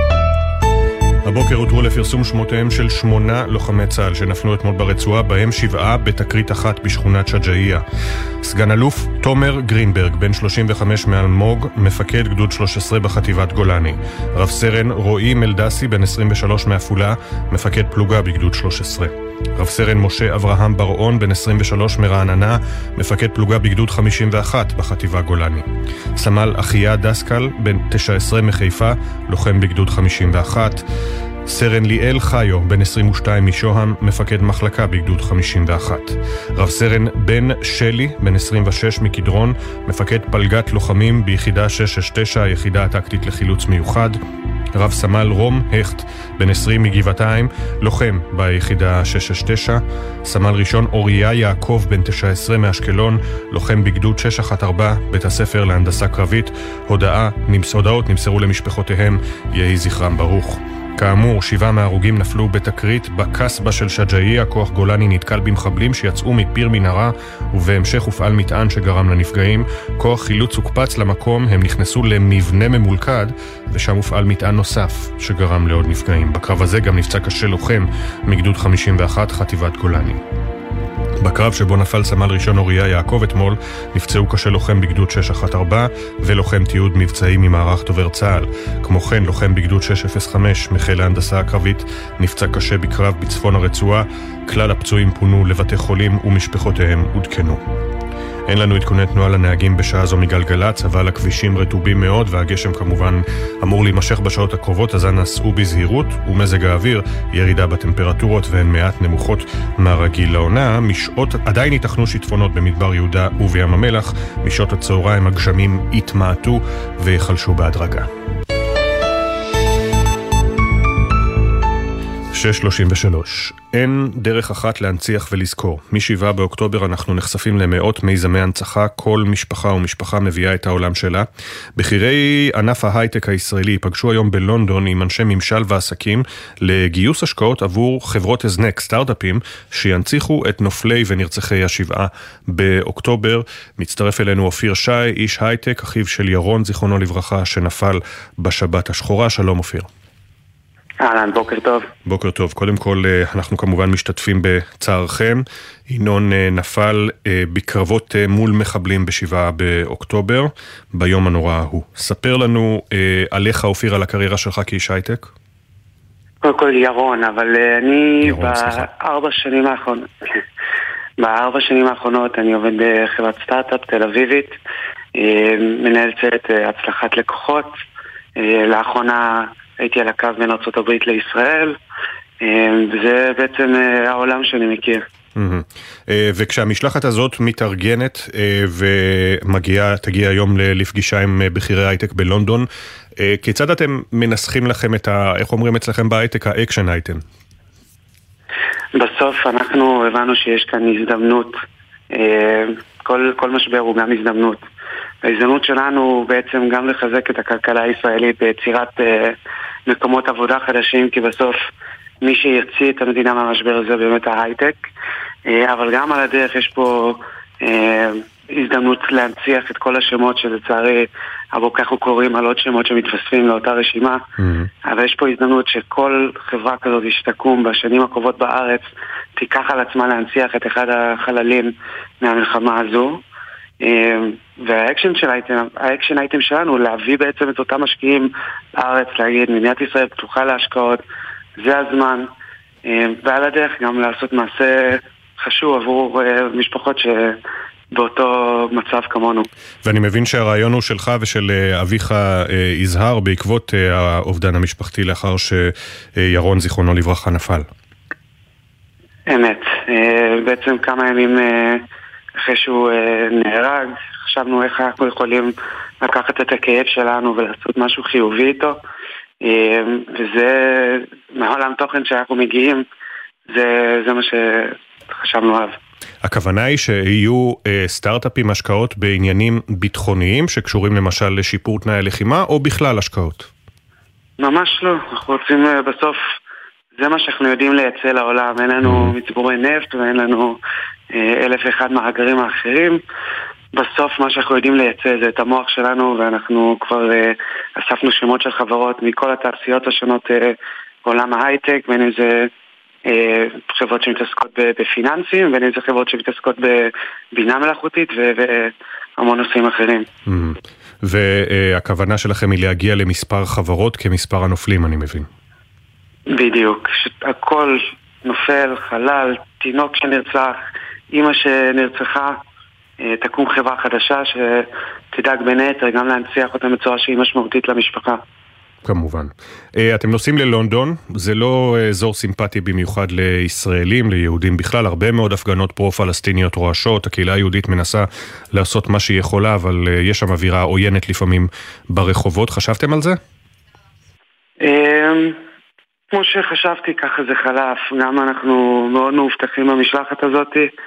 Speaker 2: הבוקר הותרו לפרסום שמותיהם של 8 לוחמי צה"ל שנפלו אתמול ברצועה, בהם 7 בתקרית אחת בשכונת שג'אעיה. סגן אלוף תומר גרינברג, בן 35 מאלמוג, מפקד גדוד 13 בחטיבת גולני. רב סרן רועי מלדסי, בן 23 מעפולה, מפקד פלוגה בגדוד 13. רב סרן משה אברהם ברעון, בן 23 מרעננה, מפקד פלוגה בגדוד 51 בחטיבה גולני. סמל אחיה דסקל, בן 19 מחיפה, לוחם בגדוד 51. סרן ליאל חיו, בן 22 משוהם, מפקד מחלקה בגדוד 51. רב סרן בן שלי, בן 26 מקדרון, מפקד פלגת לוחמים ביחידה 669, היחידה הטקטית לחילוץ מיוחד. רב סמל רום הכט, בן 20 מגבעתיים, לוחם ביחידה 669. סמל ראשון אוריה יעקב, בן 19 מאשקלון, לוחם בגדוד 614, בית הספר להנדסה קרבית. הודעות נמסרו למשפחותיהם, יהי זכרם ברוך. כאמור, 7 מההרוגים נפלו בתקרית בקסבה של שג'אעיה. כוח גולני נתקל במחבלים שיצאו מפיר מנהרה, ובהמשך הופעל מטען שגרם לנפגעים. כוח חילוץ הוקפץ למקום, הם נכנסו למבנה ממולכד, ושם הופעל מטען נוסף שגרם לעוד נפגעים. בקרב הזה גם נפצע קשה לוחם מגדוד 51 חטיבת גולני. בקרב שבו נפל סמל ראשון אוריה יעקב אתמול, נפצעו קשה לוחם בגדוד 614 ולוחם תיעוד מבצעי ממערך דובר צה"ל. כמו כן, לוחם בגדוד 605 מחיל ההנדסה הקרבית נפצע קשה בקרב בצפון הרצועה. כלל הפצועים פונו לבתי חולים ומשפחותיהם עודכנו. אין לנו עדכוני תנועה לנהגים בשעה זו מגלגלצ, אבל הכבישים רטובים מאוד והגשם כמובן אמור להימשך בשעות הקרובות, אז נסעו בזהירות. ומזג האוויר, ירידה בטמפרטורות והן מעט נמוכות מהרגיל לעונה. עדיין ייתכנו שיטפונות במדבר יהודה ובים המלח. משעות הצהריים הגשמים יתמעטו ויחלשו בהדרגה. 6:33. אין דרך אחת להנציח ולזכור. מ-7 באוקטובר אנחנו נחשפים למאות מיזמי הנצחה. כל משפחה ומשפחה מביאה את העולם שלה. בכירי ענף ההייטק הישראלי פגשו היום בלונדון עם אנשי ממשל ועסקים לגיוס השקעות עבור חברות הזנק, סטארט-אפים, שינציחו את נופלי ונרצחי 7 באוקטובר. מצטרף אלינו אופיר שי, איש הייטק, אחיו של ירון זיכרונו לברכה, שנפל בשבת השחורה. שלום אופיר.
Speaker 21: אהלן, בוקר טוב.
Speaker 2: בוקר טוב. קודם כל, אנחנו כמובן משתתפים בצערכם. ינון נפל בקרבות מול מחבלים ב7 באוקטובר, ביום הנורא ההוא. ספר לנו עליך, אופיר, על הקריירה שלך כאיש הייטק.
Speaker 21: קודם כל ירון, אבל אני בארבע שנים האחרונות אני עובד בחברת סטארט-אפ תל אביבית, מנהל צוות הצלחת לקוחות. לאחרונה הייתי על הקו בין ארצות הברית לישראל, וזה בעצם העולם שאני מכיר.
Speaker 2: וכשהמשלחת הזאת מתארגנת תגיע היום לפגישה עם בכירי הייטק בלונדון, כיצד אתם מנסחים לכם את איך אומרים אצלכם בהייטק, האקשן אייטם?
Speaker 21: בסוף אנחנו הבנו שיש כאן הזדמנות, כל משבר הוא גם הזדמנות. ההזדמנות שלנו בעצם גם לחזק את הכלכלה הישראלית ביצירת מקומות עבודה חדשים, כי בסוף מי שיוציא את המדינה מהמשבר הזה באמת ההייטק, אבל גם על הדרך יש פה הזדמנות להנציח את כל השמות שלצערי עבור כך קוראים על עוד שמות שמתווספים לאותה רשימה, אבל יש פה הזדמנות שכל חברה כזאת שתקום בשנים הקרובות בארץ תיקח על עצמה להנציח את אחד החללים מהמלחמה הזו, והאקשן אייטם שלנו להביא בעצם את אותם משקיעים לארץ, להגיד מדינת ישראל פתוחה להשקעות, זה הזמן, ועל הדרך גם לעשות מעשה חשוב עבור משפחות שבאותו מצב כמונו.
Speaker 2: ואני מבין שהרעיון הוא שלך ושל אביך יזהר בעקבות האובדן המשפחתי לאחר שירון זיכרונו לברכה נפל.
Speaker 21: אמת, בעצם כמה ימים אחרי שהוא נהרג, חשבנו איך אנחנו יכולים לקחת את הכאב שלנו ולעשות משהו חיובי איתו, וזה מעולם תוכן שאנחנו מגיעים, זה מה שחשבנו עליו.
Speaker 2: הכוונה היא שיהיו סטארט-אפים, השקעות בעניינים ביטחוניים שקשורים למשל לשיפור תנאי הלחימה, או בכלל השקעות?
Speaker 21: ממש לא, אנחנו רוצים בסוף, זה מה שאנחנו יודעים לייצא לעולם, אין לנו מצבורי נפט ואין לנו 1,001 מאגרים האחרים. בסוף מה שאנחנו יודעים לייצא זה את המוח שלנו, ואנחנו כבר אספנו שמות של חברות מכל התעשיות השונות בעולם ההייטק, בין איזה חברות שמתעסקות בפיננסים, בין איזה חברות שמתעסקות בבינה מלאכותית והמון נושאים אחרים.
Speaker 2: והכוונה שלכם היא להגיע למספר חברות כמספר הנופלים, אני מבין.
Speaker 21: בדיוק, הכל נופל, חלל, תינוק שנרצח, אמא שנרצחה, תקום חברה חדשה שתדאג בין היתר גם להנציח אותם בצורה שהיא משמעותית למשפחה.
Speaker 2: כמובן. אתם נוסעים ללונדון, זה לא אזור סימפטי במיוחד לישראלים, ליהודים בכלל, הרבה מאוד הפגנות פרו-פלסטיניות רועשות, הקהילה היהודית מנסה לעשות מה שהיא יכולה, אבל יש שם אווירה עוינת לפעמים ברחובות. חשבתם על זה?
Speaker 21: כמו שחשבתי, ככה זה חלף. גם אנחנו מאוד מאובטחים במשלחת הזאת,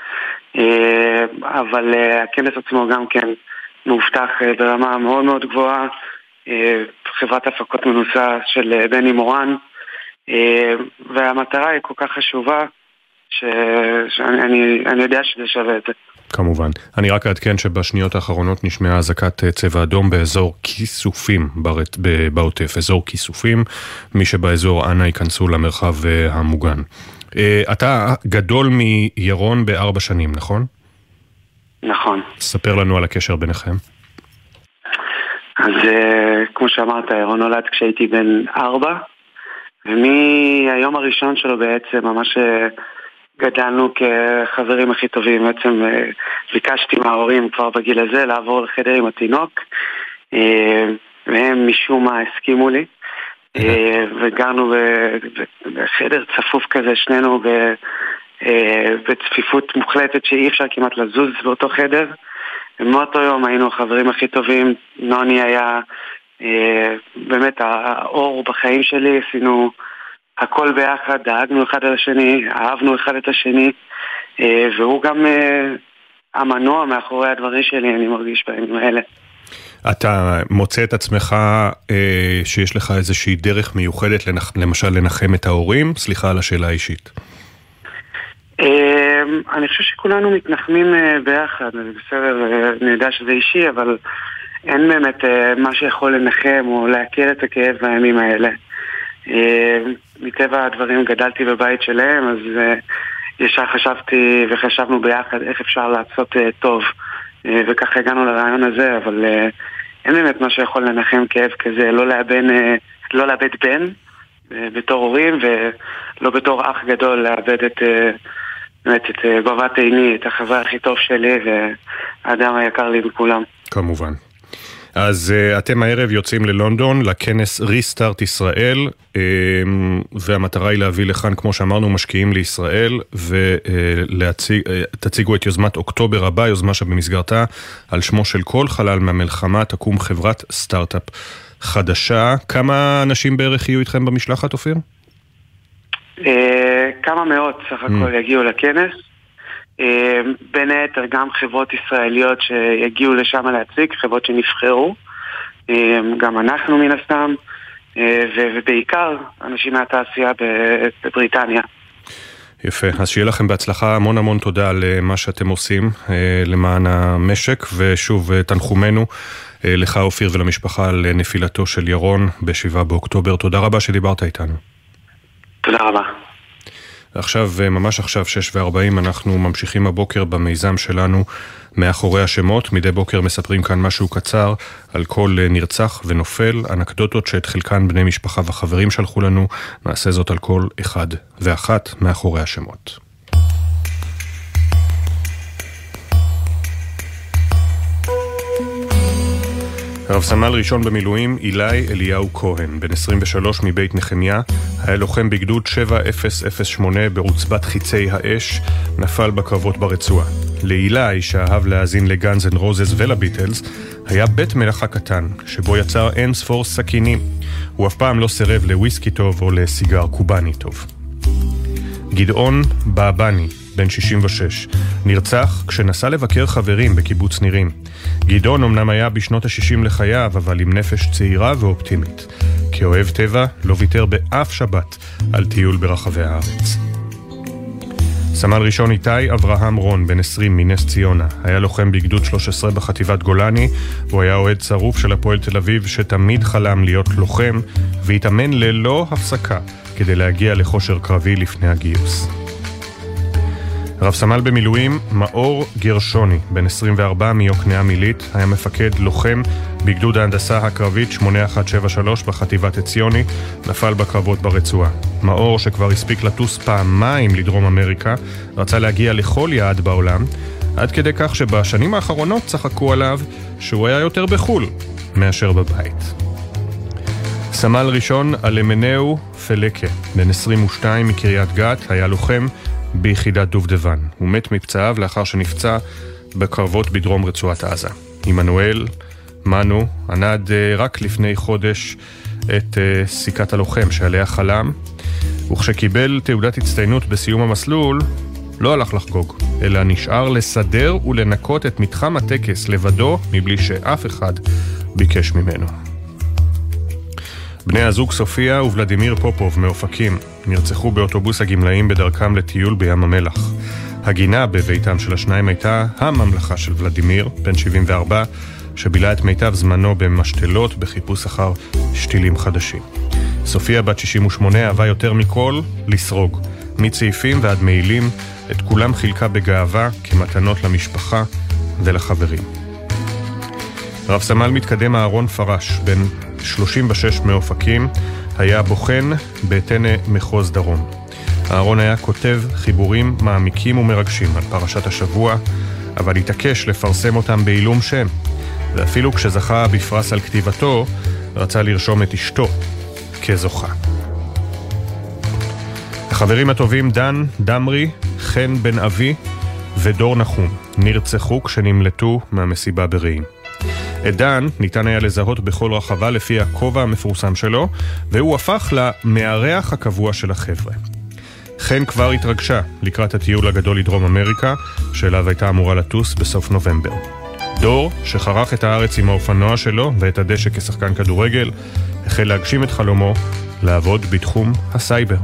Speaker 21: אבל הכנס עצמו גם כן מאובטח ברמה מאוד מאוד גבוהה. חברת הפקות מנוסה של בני מורן, והמטרה היא כל כך חשובה שאני יודע שזה שווה את זה.
Speaker 2: כמובן. אני רק אעדכן שבשניות האחרונות נשמעה אזעקת צבע אדום באזור כיסופים בעוטף, אזור כיסופים, מי שבאזור אנא ייכנסו למרחב המוגן. אתה גדול מירון ב4 שנים, נכון?
Speaker 21: נכון.
Speaker 2: ספר לנו על הקשר ביניכם.
Speaker 21: אז כמו שאמרת, ירון נולד כשהייתי בן 4, ומהיום הראשון שלו בעצם ממש גדלנו כחברים הכי טובים. בעצם ביקשתי מההורים כבר בגיל הזה לעבור לחדר עם התינוק, והם משום מה הסכימו לי, וגרנו בחדר צפוף כזה, שנינו בצפיפות מוחלטת שאי אפשר כמעט לזוז באותו חדר. ומאותו יום היינו החברים הכי טובים. נוני היה באמת האור בחיים שלי, עשינו הכל ביחד, דאגנו אחד על השני, אהבנו אחד את השני, והוא גם המנוע מאחורי הדברים שלי, אני מרגיש בימים האלה.
Speaker 2: אתה מוצא את עצמך שיש לך איזושהי דרך מיוחדת למשל לנחם את ההורים? סליחה על השאלה האישית.
Speaker 21: אני חושב שכולנו מתנחמים ביחד, בסדר, אני יודע שזה אישי, אבל אין באמת מה שיכול לנחם או להכיר את הכאב בימים האלה. מטבע הדברים גדלתי בבית שלהם, אז ישר חשבתי וחשבנו ביחד איך אפשר לעשות טוב, וככה הגענו לרעיון הזה, אבל אין באמת מה שיכול לנחם כאב כזה, לא לאבד בן בתור הורים, ולא בתור אח גדול לאבד את גובת עיני, את החבר הכי טוב שלי והאדם היקר לי בכולם.
Speaker 2: כמובן. אז אתם הערב יוצאים ללונדון לכנס ריסטארט ישראל, והמטרה היא להביא לכאן, כמו שאמרנו, משקיעים לישראל, ותציגו את יוזמת אוקטובר הבא, יוזמה שבמסגרתה על שמו של כל חלל מהמלחמה תקום חברת סטארט-אפ חדשה. כמה אנשים בערך יהיו איתכם במשלחת, אופיר?
Speaker 21: כמה מאות סך הכל יגיעו לכנס. בין היתר גם חברות ישראליות שיגיעו לשם להציג, חברות שנבחרו, גם אנחנו מן הסתם, ובעיקר אנשים מהתעשייה בבריטניה.
Speaker 2: יפה, אז שיהיה לכם בהצלחה, המון המון תודה על מה שאתם עושים למען המשק, ושוב תנחומנו לך אופיר ולמשפחה על נפילתו של ירון ב7 באוקטובר. תודה רבה שדיברת איתנו.
Speaker 21: תודה רבה.
Speaker 2: עכשיו, ממש עכשיו, 6:40, אנחנו ממשיכים הבוקר במיזם שלנו מאחורי השמות. מדי בוקר מספרים כאן משהו קצר על כל נרצח ונופל, אנקדוטות שאת חלקן בני משפחה וחברים שלחו לנו. נעשה זאת על כל אחד ואחת מאחורי השמות. רב סמל ראשון במילואים אילי אליהו כהן, בן 23 מבית נחמיה, היה לוחם בגדוד 7008 ברוצבת חיצי האש, נפל בקרבות ברצועה. לאילי, שאהב להאזין לגאנז אנד רוזס ולביטלס, היה בית מלאכה קטן, שבו יצר אין ספור סכינים. הוא אף פעם לא סירב לוויסקי טוב או לסיגר קובני טוב. גדעון באבני, בן 66, נרצח כשנסע לבקר חברים בקיבוץ נירים. גדעון אמנם היה בשנות ה-60 לחייו, אבל עם נפש צעירה ואופטימית. כאוהב טבע, לא ויתר באף שבת על טיול ברחבי הארץ. סמל ראשון איתי אברהם רון, בן 20 מנס ציונה, היה לוחם בגדוד 13 בחטיבת גולני, והוא היה אוהד צרוף של הפועל תל אביב שתמיד חלם להיות לוחם, והתאמן ללא הפסקה כדי להגיע לכושר קרבי לפני הגיוס. רב סמל במילואים מאור גרשוני, בן 24 מיוקנעם עילית, היה מפקד לוחם בגדוד ההנדסה הקרבית 8173 בחטיבת עציוני, נפל בקרבות ברצועה. מאור, שכבר הספיק לטוס פעמיים לדרום אמריקה, רצה להגיע לכל יעד בעולם, עד כדי כך שבשנים האחרונות צחקו עליו שהוא היה יותר בחול מאשר בבית. סמל ראשון אלמנאו פלקה, בן 22 מקריית גת, היה לוחם ביחידת דובדבן. הוא מת מפצעיו לאחר שנפצע בקרבות בדרום רצועת עזה. עמנואל מנו ענד רק לפני חודש את סיכת הלוחם שעליה חלם, וכשקיבל תעודת הצטיינות בסיום המסלול לא הלך לחגוג, אלא נשאר לסדר ולנקות את מתחם הטקס לבדו מבלי שאף אחד ביקש ממנו. בני הזוג סופיה וולדימיר פופוב מאופקים נרצחו באוטובוס הגמלאים בדרכם לטיול בים המלח. הגינה בביתם של השניים הייתה הממלכה של ולדימיר, בן 74, שבילה את מיטב זמנו במשתלות בחיפוש אחר שתילים חדשים. סופיה בת 68 אהבה יותר מכל לסרוג, מצעיפים ועד מעילים, את כולם חילקה בגאווה כמתנות למשפחה ולחברים. רב סמל מתקדם אהרון פרש, בן 36 מאופקים, היה בוחן בהתנה מחוז דרום. אהרון היה כותב חיבורים מעמיקים ומרגשים על פרשת השבוע, אבל התעקש לפרסם אותם בעילום שם, ואפילו כשזכה בפרס על כתיבתו, רצה לרשום את אשתו כזוכה. החברים הטובים דן דמרי, חן בן אבי ודור נחום נרצחו כשנמלטו מהמסיבה ברעים. את דן ניתן היה לזהות בכל רחבה לפי הכובע המפורסם שלו, והוא הפך למארח הקבוע של החבר'ה. חן כבר התרגשה לקראת הטיול הגדול לדרום אמריקה, שאליו הייתה אמורה לטוס בסוף נובמבר. דור, שחרך את הארץ עם האופנוע שלו ואת הדשא כשחקן כדורגל, החל להגשים את חלומו לעבוד בתחום הסייבר.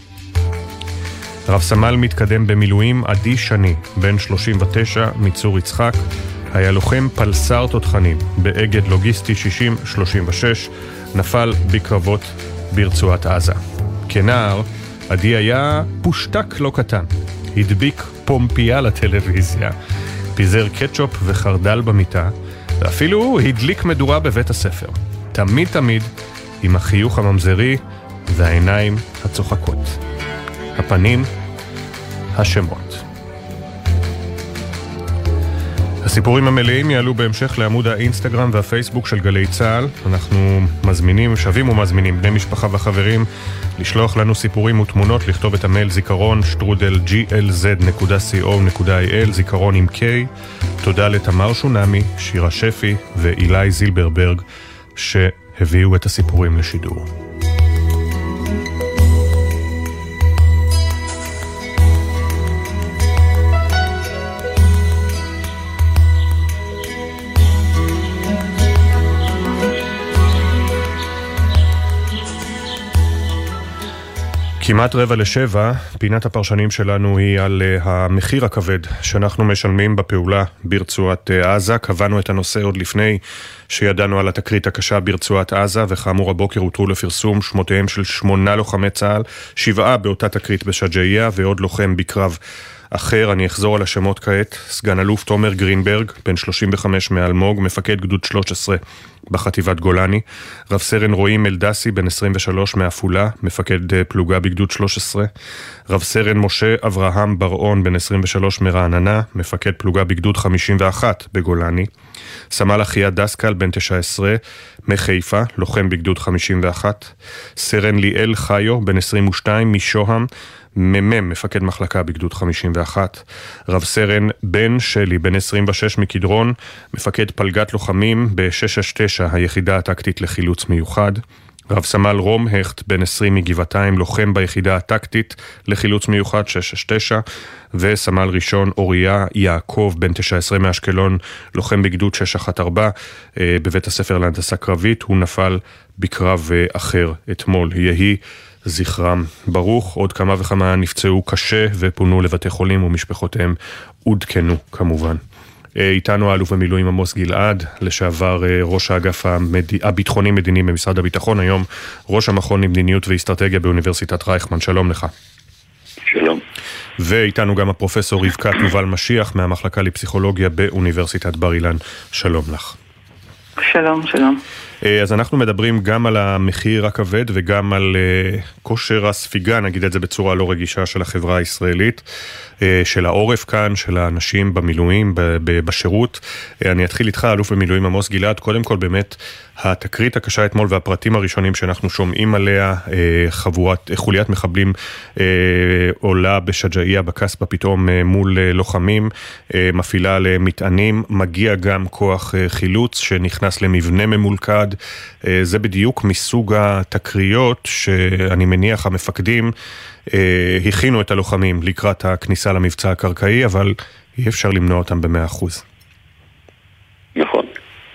Speaker 2: רב סמל מתקדם במילואים עדי שני, בן 39 מצור יצחק, היה לוחם פלסר תותחנים באגד לוגיסטי 60-36, נפל בקרבות ברצועת עזה. כנער, עדי היה פושטק לא קטן. הדביק פומפייה לטלוויזיה, פיזר קטשופ וחרדל במיטה, ואפילו הדליק מדורה בבית הספר. תמיד עם החיוך הממזרי והעיניים הצוחקות. הפנים, השמות. הסיפורים המלאים יעלו בהמשך לעמוד האינסטגרם והפייסבוק של גלי צהל. אנחנו שבים ומזמינים בני משפחה וחברים לשלוח לנו סיפורים ותמונות, לכתוב את המייל zikaron@glz.co.il, זיכרון עם K. תודה לתמר שונמי, שירה שפי ואילי זילברברג שהביאו את הסיפורים לשידור. כמעט 6:45, פינת הפרשנים שלנו היא על המחיר הכבד שאנחנו משלמים בפעולה ברצועת עזה. קבענו את הנושא עוד לפני שידענו על התקרית הקשה ברצועת עזה, וכאמור הבוקר הותרו לפרסום שמותיהם של 8 לוחמי צה"ל, 7 באותה תקרית בשג'אעיה ועוד לוחם בקרב אחר. אני אחזור על השמות כעת. סגן אלוף תומר גרינברג, בן 35 מאלמוג, מפקד גדוד 13 בחטיבת גולני. רב סרן רועי מלדסי, בן 23 מעפולה, מפקד פלוגה בגדוד 13. רב סרן משה אברהם ברעון, בן 23 מרעננה, מפקד פלוגה בגדוד 51 בגולני. סמל אחיה דסקל, בן 19 מחיפה, לוחם בגדוד 51. סרן ליאל חיו, בן 22 משוהם, מפקד מחלקה בגדוד 51. רב סרן בן שלי, בן 26 מקדרון, מפקד פלגת לוחמים ב-669, היחידה הטקטית לחילוץ מיוחד. רב סמל רום הכט, בן 20 מגבעתיים, לוחם ביחידה הטקטית לחילוץ מיוחד 669, וסמל ראשון אוריה יעקב, בן 19 מאשקלון, לוחם בגדוד 614 בבית הספר להנדסה קרבית. הוא נפל בקרב אחר אתמול. יהי זכרם ברוך. עוד כמה וכמה נפצעו קשה ופונו לבתי חולים, ומשפחותיהם עודכנו כמובן. איתנו האלוף במילואים עמוס גלעד, לשעבר ראש האגף הביטחוני מדיני במשרד הביטחון, היום ראש המכון למדיניות ואסטרטגיה באוניברסיטת רייכמן. שלום לך.
Speaker 4: שלום.
Speaker 2: ואיתנו גם הפרופסור רבקה תובל משיח מהמחלקה לפסיכולוגיה באוניברסיטת בר אילן. שלום לך.
Speaker 4: שלום, שלום.
Speaker 2: אז אנחנו מדברים גם על המחיר הכבד וגם על כושר הספיגה, נגיד את זה בצורה לא רגישה, של החברה הישראלית, של העורף כאן, של האנשים במילואים, בשירות. אני אתחיל איתך, אלוף במילואים עמוס גלעד. קודם כל באמת התקרית הקשה אתמול והפרטים הראשונים שאנחנו שומעים עליה, חוליית מחבלים עולה בשג'אעיה בקסבה פתאום מול לוחמים, מפעילה למטענים, מגיע גם כוח חילוץ שנכנס למבנה ממולכד. זה בדיוק מסוג התקריות שאני מניח המפקדים הכינו את הלוחמים לקראת הכניסה למבצע הקרקעי, אבל אי אפשר למנוע אותם ב100%.
Speaker 4: נכון.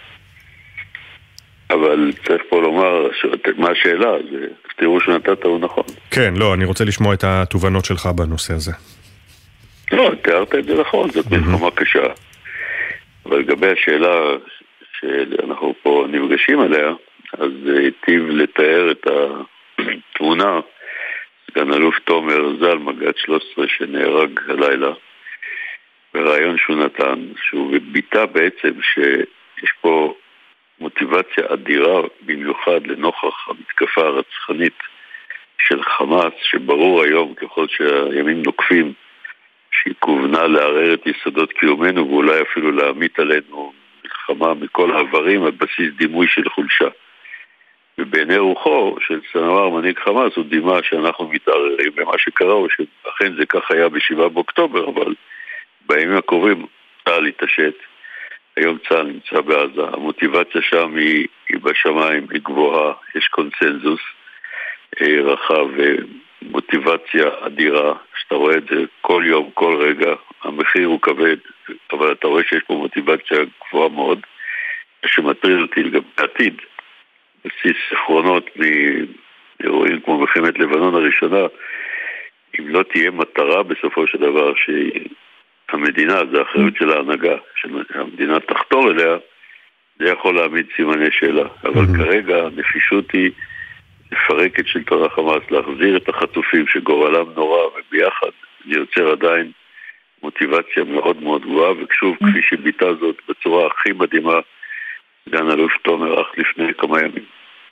Speaker 4: אבל צריך פה לומר, מה השאלה? תראו שנתת הוא נכון.
Speaker 2: כן, לא, אני רוצה לשמוע את התובנות שלך בנושא הזה.
Speaker 4: לא, תיארת את זה נכון, זאת מלחמה קשה. אבל לגבי השאלה שאנחנו פה נפגשים עליה, אז היטיב לתאר את התמונה סגן אלוף תומר ז"ל, מג"ד 13, שנהרג הלילה, ברעיון שהוא נתן, שהוא ביטא בעצם שיש פה מוטיבציה אדירה, במיוחד לנוכח המתקפה הרצחנית של חמאס, שברור היום ככל שהימים נוקפים שהיא כוונה לערער את יסודות קיומנו, ואולי אפילו להמיט עלינו מלחמה מכל העברים על בסיס דימוי של חולשה. ובעיני רוחו של סנוואר מנהיג חמאס הוא דימה שאנחנו מתערערים במה שקרה, או שאכן זה כך היה ב7 באוקטובר, אבל בימים הקרובים צה"ל התעשת. היום צה"ל נמצא בעזה, המוטיבציה שם היא בשמיים, היא גבוהה, יש קונצנזוס רחב ומוטיבציה אדירה, שאתה רואה את זה כל יום, כל רגע. המחיר הוא כבד, אבל אתה רואה שיש פה מוטיבציה גבוהה מאוד, שמטריד אותי לגבי העתיד. בסיס זיכרונות מאירועים כמו מלחמת לבנון הראשונה, אם לא תהיה מטרה בסופו של דבר שהמדינה, זה האחריות של ההנהגה, שהמדינה תחתור אליה, זה יכול להעמיד סימני שאלה. אבל כרגע הנחישות היא לפרק את שלטון החמאס, להחזיר את החטופים שגורלם נורא, וביחד זה יוצר עדיין מוטיבציה מאוד מאוד גבוהה, ושוב, כפי שביטא זאת בצורה הכי מדהימה, סגן אלוף תומר אך לפני כמה ימים.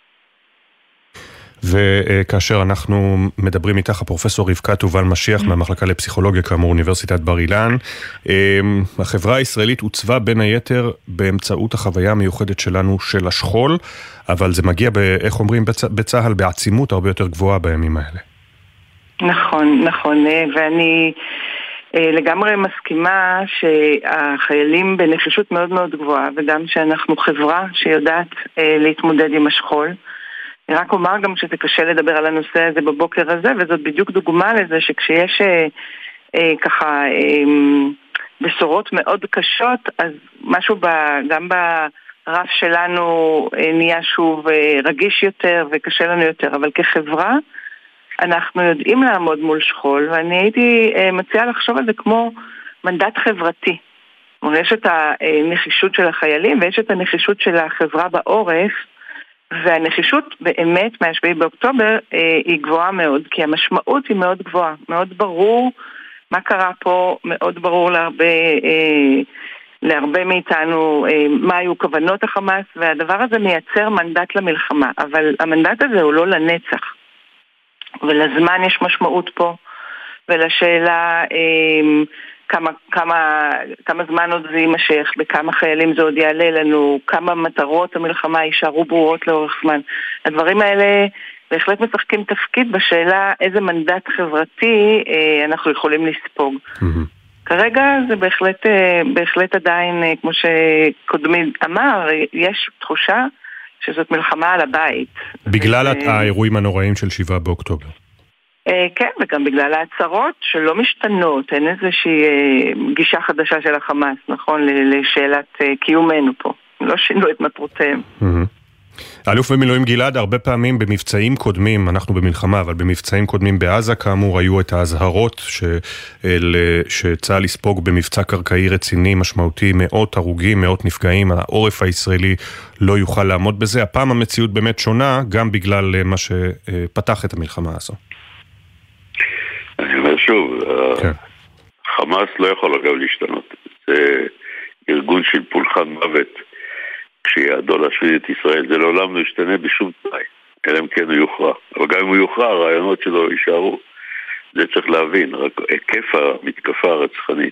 Speaker 2: וכאשר אנחנו מדברים איתך, הפרופסור רבקה תובל משיח מהמחלקה לפסיכולוגיה כאמור אוניברסיטת בר אילן, החברה הישראלית עוצבה בין היתר באמצעות החוויה המיוחדת שלנו של השכול, אבל זה מגיע, איך אומרים בצהל, בעצימות הרבה יותר גבוהה בימים האלה.
Speaker 5: נכון, נכון, ואני לגמרי מסכימה שהחיילים בנחישות מאוד מאוד גבוהה, וגם שאנחנו חברה שיודעת להתמודד עם השכול. אני רק אומר גם שזה קשה לדבר על הנושא הזה בבוקר הזה, וזאת בדיוק דוגמה לזה שכשיש ככה בשורות מאוד קשות, אז משהו גם ברף שלנו נהיה שוב רגיש יותר וקשה לנו יותר, אבל כחברה אנחנו יודעים לעמוד מול שכול, ואני הייתי מציעה לחשוב על זה כמו מנדט חברתי. יש את הנחישות של החיילים ויש את הנחישות של החברה בעורף, והנחישות באמת מה-7 באוקטובר היא גבוהה מאוד, כי המשמעות היא מאוד גבוהה, מאוד ברור מה קרה פה, מאוד ברור להרבה מאיתנו מה היו כוונות החמאס, והדבר הזה מייצר מנדט למלחמה, אבל המנדט הזה הוא לא לנצח, ולזמן יש משמעות פה, ולשאלה כמה זמן עוד זה יימשך, בכמה חיילים זה עוד יעלה לנו, כמה מטרות המלחמה יישארו ברורות לאורך זמן. הדברים האלה בהחלט משחקים תפקיד בשאלה איזה מנדט חברתי אנחנו יכולים לספוג. כרגע זה בהחלט עדיין, כמו שקודמי אמר, יש תחושה שזאת מלחמה על הבית.
Speaker 2: בגלל האירועים הנוראים של 7 באוקטובר.
Speaker 5: כן, וגם בגלל ההצהרות שלא משתנות, אין איזושהי גישה חדשה של החמאס, נכון, לשאלת קיומנו פה. לא שינו את מטרותיהם.
Speaker 2: אלוף במילואים גלעד, הרבה פעמים במבצעים קודמים, אנחנו במלחמה, אבל במבצעים קודמים בעזה, כאמור, היו את ההזהרות שצה"ל יספוג במבצע קרקעי רציני, משמעותי, מאות הרוגים, מאות נפגעים, העורף הישראלי לא יוכל לעמוד בזה. הפעם המציאות באמת שונה, גם בגלל מה שפתח את המלחמה הזו.
Speaker 4: אני אומר שוב, חמאס לא יכול אגב להשתנות. זה ארגון של פולחן מוות, כשיעדו להשמיד את ישראל. זה לעולם לא ישתנה בשום תנאי, אלא אם כן הוא יוכרע. אבל גם אם הוא יוכרע, הרעיונות שלו יישארו. זה צריך להבין, רק היקף המתקפה הרצחנית,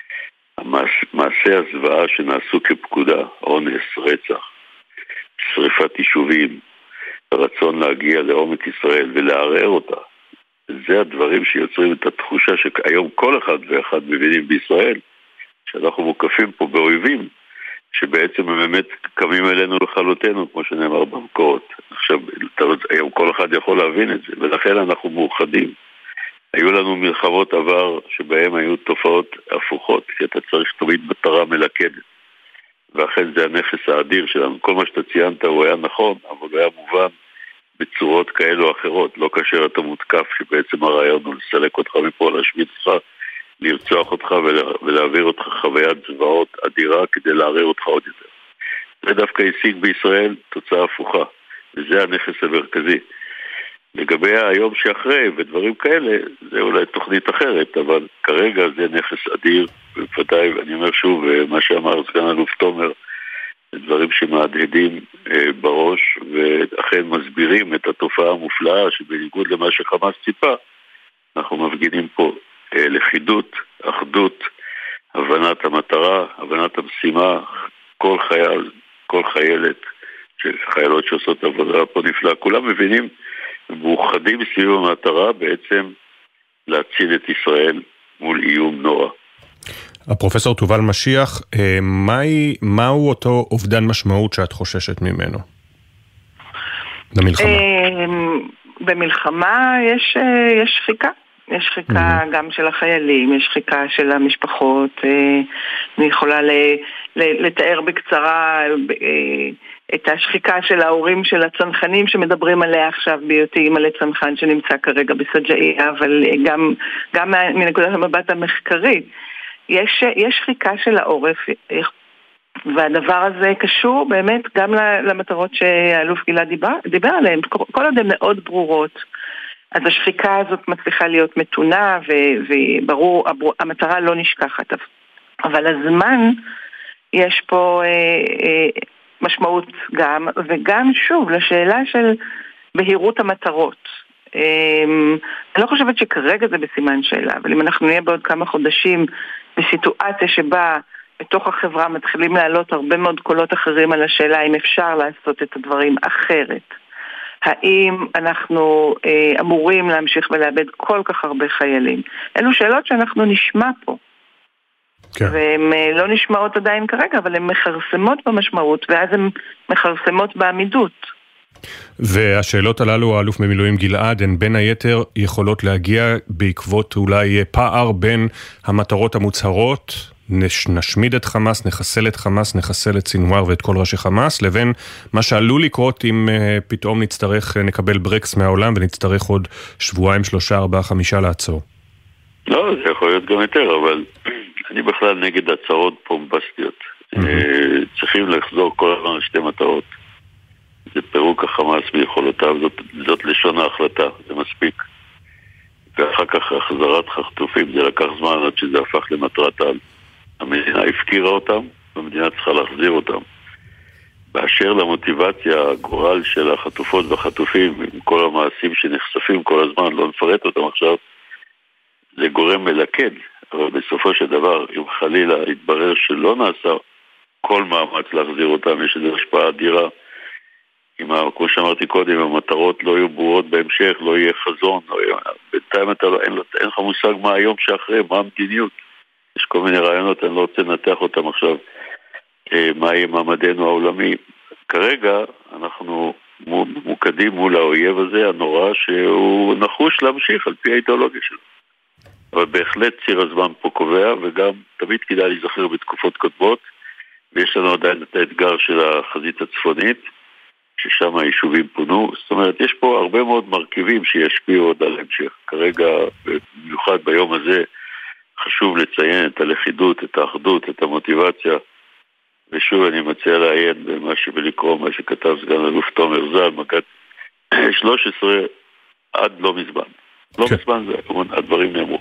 Speaker 4: מעשי הזוועה שנעשו כפקודה, אונס, רצח, שריפת יישובים, הרצון להגיע לעומק ישראל ולערער אותה, זה הדברים שיוצרים את התחושה שהיום כל אחד ואחד מבינים בישראל שאנחנו מוקפים פה באויבים שבעצם הם באמת קמים אלינו לכלותנו, כמו שנאמר במקורות. עכשיו, היום כל אחד יכול להבין את זה, ולכן אנחנו מאוחדים. היו לנו מלחמות עבר שבהם היו תופעות הפוכות, כי אתה צריך תמיד מטרה מלכדת. ואכן זה הנכס האדיר שלנו. כל מה שאתה ציינת הוא היה נכון, אבל הוא היה מובן בצורות כאלו או אחרות. לא כאשר אתה מותקף, שבעצם הרעיון הוא לסלק אותך מפה, להשמיד אותך, לרצוח אותך ולהעביר אותך חוויית זוועות אדירה כדי לערער אותך עוד יותר. זה דווקא השיג בישראל תוצאה הפוכה, וזה הנכס המרכזי. לגבי היום שאחרי ודברים כאלה, זה אולי תוכנית אחרת, אבל כרגע זה נכס אדיר, ובוודאי, ואני אומר שוב, מה שאמר סגן אלוף תומר, דברים שמהדהדים בראש, ואכן מסבירים את התופעה המופלאה, שבניגוד למה שחמאס ציפה, אנחנו מפגינים פה לכידות, אחדות, הבנת המטרה, הבנת המשימה, כל חייל, כל חיילת, חיילות שעושות עבודה פה נפלאה, כולם מבינים, מאוחדים סביב המטרה בעצם להציל את ישראל מול איום נורא.
Speaker 2: הפרופסור תובל משיח, מהו אותו אובדן משמעות שאת חוששת ממנו? במלחמה.
Speaker 5: במלחמה יש שחיקה. יש שחיקה גם של החיילים, יש שחיקה של המשפחות. אני יכולה לתאר בקצרה את השחיקה של ההורים של הצנחנים שמדברים עליה עכשיו בהיותי אימא לצנחן שנמצא כרגע בסג'איה, אבל גם מנקודת המבט המחקרית יש שחיקה של העורף. והדבר הזה קשור באמת גם למטרות שהאלוף גלעד דיבר עליהן. כל עוד הן מאוד ברורות, אז השחיקה הזאת מצליחה להיות מתונה, וברור, המטרה לא נשכחת. אבל הזמן, יש פה משמעות גם, וגם שוב, לשאלה של בהירות המטרות. אני לא חושבת שכרגע זה בסימן שאלה, אבל אם אנחנו נהיה בעוד כמה חודשים בסיטואציה שבה בתוך החברה מתחילים לעלות הרבה מאוד קולות אחרים על השאלה אם אפשר לעשות את הדברים אחרת. האם אנחנו אמורים להמשיך ולאבד כל כך הרבה חיילים? אלו שאלות שאנחנו נשמע פה. כן. והן לא נשמעות עדיין כרגע, אבל הן מחרסמות במשמעות, ואז הן מחרסמות בעמידות.
Speaker 2: והשאלות הללו, האלוף במילואים גלעד, הן בין היתר יכולות להגיע בעקבות אולי פער בין המטרות המוצהרות, נשמיד את חמאס, נחסל את חמאס, נחסל את סינואר ואת כל ראשי חמאס, לבין מה שעלול לקרות אם פתאום נקבל ברקס מהעולם ונצטרך עוד שבועיים, 3, 4, 5 לעצור.
Speaker 4: לא, זה יכול להיות גם יותר, אבל אני בכלל נגד הצהרות פומבסטיות. צריכים לחזור כל הזמן לשתי מטרות. זה פירוק החמאס ביכולותיו, זאת לשון ההחלטה, זה מספיק. ואחר כך החזרת חטופים, זה לקח זמן עד שזה הפך למטרת העל. המדינה הפקירה אותם, והמדינה צריכה להחזיר אותם. באשר למוטיבציה, הגורל של החטופות והחטופים, עם כל המעשים שנחשפים כל הזמן, לא נפרט אותם עכשיו, זה גורם מלכד. אבל בסופו של דבר, אם חלילה יתברר שלא נעשה כל מאמץ להחזיר אותם, יש איזו השפעה אדירה. כמו שאמרתי קודם, המטרות לא יהיו ברורות בהמשך, לא יהיה חזון, בינתיים אין לך מושג מה היום שאחרי, מה המדיניות. יש כל מיני רעיונות, אני לא רוצה לנתח אותם עכשיו, מה יהיה מעמדנו העולמי. כרגע אנחנו מוקדים מול האויב הזה, הנורא, שהוא נחוש להמשיך על פי האידיאולוגיה שלו. אבל בהחלט ציר הזמן פה קובע, וגם תמיד כדאי להיזכר בתקופות קודמות, ויש לנו עדיין את האתגר של החזית הצפונית, ששם היישובים פונו. זאת אומרת, יש פה הרבה מאוד מרכיבים שישפיעו עוד על המשך. כרגע, במיוחד ביום הזה, חשוב לציין את הלכידות, את האחדות, את המוטיבציה, ושוב אני מציע לעיין ולקרוא מה שכתב סגן אלוף תומר ז"ל, מג"ד 13 עד לא מזמן. לא מזמן זה, הדברים נאמרו.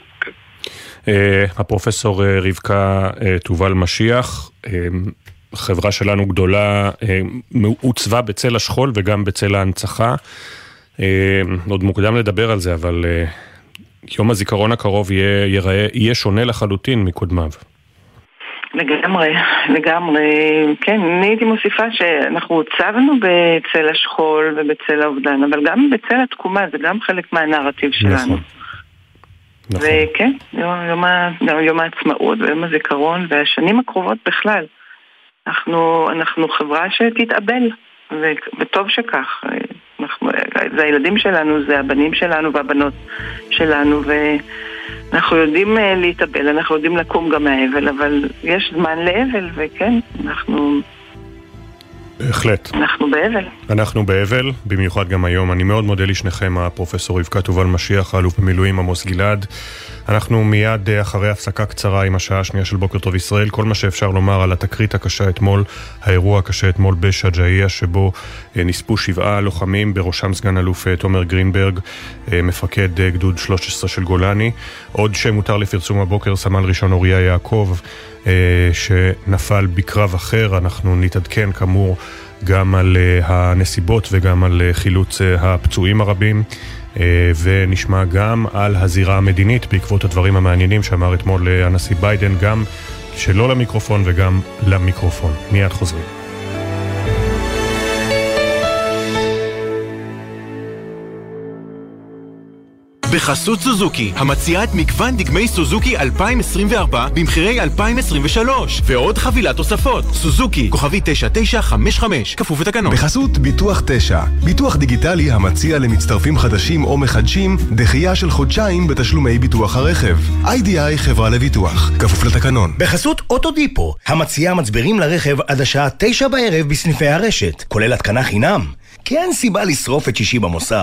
Speaker 2: הפרופסור רבקה תובל משיח, חברה שלנו גדולה, עוצבה בצל השכול וגם בצל ההנצחה. עוד מוקדם לדבר על זה, אבל יום הזיכרון הקרוב יהיה שונה לחלוטין מקודמיו.
Speaker 5: לגמרי, כן, אני הייתי מוסיפה שאנחנו הוצבנו בצל השכול ובצל האובדן, אבל גם בצל התקומה, זה גם חלק מהנרטיב שלנו. נכון. וכן, יום העצמאות ויום הזיכרון והשנים הקרובות בכלל. אנחנו חברה שתתאבל, וטוב שכך. זה הילדים שלנו, זה הבנים שלנו והבנות שלנו, ואנחנו יודעים להתאבל, אנחנו יודעים לקום גם מהאבל, אבל יש זמן לאבל, וכן,
Speaker 2: בהחלט. אנחנו באבל, במיוחד גם היום. אני מאוד מודה לשניכם, הפרופסור רבקה תובל משיח, האלוף במילואים עמוס גלעד. אנחנו מיד אחרי הפסקה קצרה עם השעה השנייה של בוקר טוב ישראל. כל מה שאפשר לומר על התקרית הקשה אתמול, האירוע הקשה אתמול בשג'אעיה, שבו נספו 7 לוחמים, בראשם סגן אלוף תומר גרינברג, מפקד גדוד 13 של גולני. עוד שמותר לפרסום הבוקר, סמל ראשון אוריה יעקב, שנפל בקרב אחר. אנחנו נתעדכן כאמור גם על הנסיבות וגם על חילוץ הפצועים הרבים, ונשמע גם על הזירה המדינית בעקבות הדברים המעניינים שאמר אתמול הנשיא ביידן, גם שלא למיקרופון וגם למיקרופון. מיד חוזרים.
Speaker 6: בחסות סוזוקי, המציעה את מגוון דגמי סוזוקי 2024 במחירי 2023 ועוד חבילת תוספות. סוזוקי, כוכבי 9955, כפוף לתקנון.
Speaker 8: בחסות ביטוח 9, ביטוח דיגיטלי המציע למצטרפים חדשים או מחדשים דחייה של חודשיים בתשלומי ביטוח הרכב. איי-די-איי חברה לביטוח, כפוף לתקנון.
Speaker 22: בחסות אוטודיפו, המציעה מצברים לרכב עד השעה 9 בערב בסניפי הרשת, כולל התקנה חינם. כי אין סיבה לשרוף את שישי במוסך.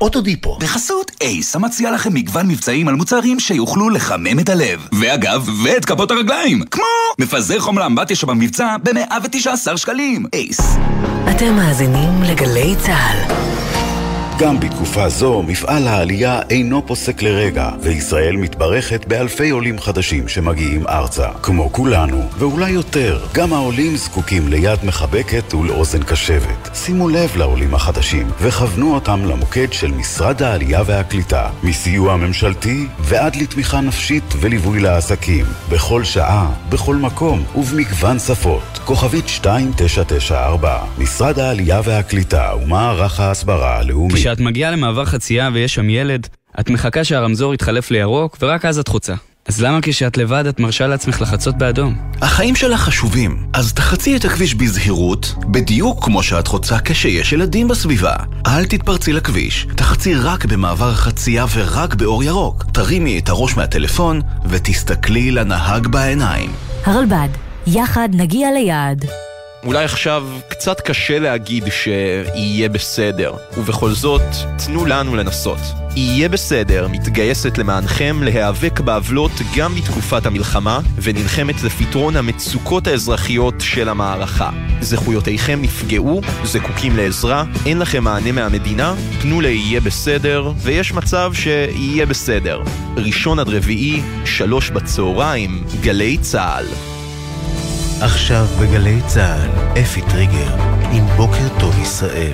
Speaker 22: אוטודיפו.
Speaker 7: בחסות אייס, המציע לכם מגוון מבצעים על מוצרים שיוכלו לחמם את הלב. ואגב, ואת כפות הרגליים. כמו מפזר חומר אמבטיה שבמבצע ב-119 שקלים. אייס.
Speaker 3: אתם מאזינים לגלי צהל.
Speaker 1: גם בתקופה זו מפעל העלייה אינו פוסק לרגע, וישראל מתברכת באלפי עולים חדשים שמגיעים ארצה. כמו כולנו, ואולי יותר, גם העולים זקוקים ליד מחבקת ולאוזן קשבת. שימו לב לעולים החדשים, וכוונו אותם למוקד של משרד העלייה והקליטה, מסיוע ממשלתי ועד לתמיכה נפשית וליווי לעסקים, בכל שעה, בכל מקום ובמגוון שפות. כוכבית 2994, משרד העלייה והקליטה ומערך ההסברה הלאומי.
Speaker 9: כשאת מגיעה למעבר חצייה ויש שם ילד, את מחכה שהרמזור יתחלף לירוק ורק אז את חוצה. אז למה כשאת לבד את מרשה לעצמך לחצות באדום?
Speaker 6: החיים שלך חשובים, אז תחצי את הכביש בזהירות, בדיוק כמו שאת חוצה כשיש ילדים בסביבה. אל תתפרצי לכביש, תחצי רק במעבר החצייה ורק באור ירוק. תרימי את הראש מהטלפון ותסתכלי לנהג בעיניים.
Speaker 3: הרלב"ד, יחד נגיע ליעד.
Speaker 23: אולי עכשיו קצת קשה להגיד שיהיה בסדר, ובכל זאת תנו לנו לנסות. יהיה בסדר מתגייסת למענכם להיאבק בעוולות גם בתקופת המלחמה, ונלחמת לפתרון המצוקות האזרחיות של המערכה. זכויותיכם נפגעו, זקוקים לעזרה, אין לכם מענה מהמדינה, תנו ליהיה בסדר, ויש מצב שיהיה בסדר. 1 עד 4, 3 בצהריים, גלי צהל.
Speaker 1: עכשיו בגלי צהל, אפי טריגר, עם בוקר טוב ישראל.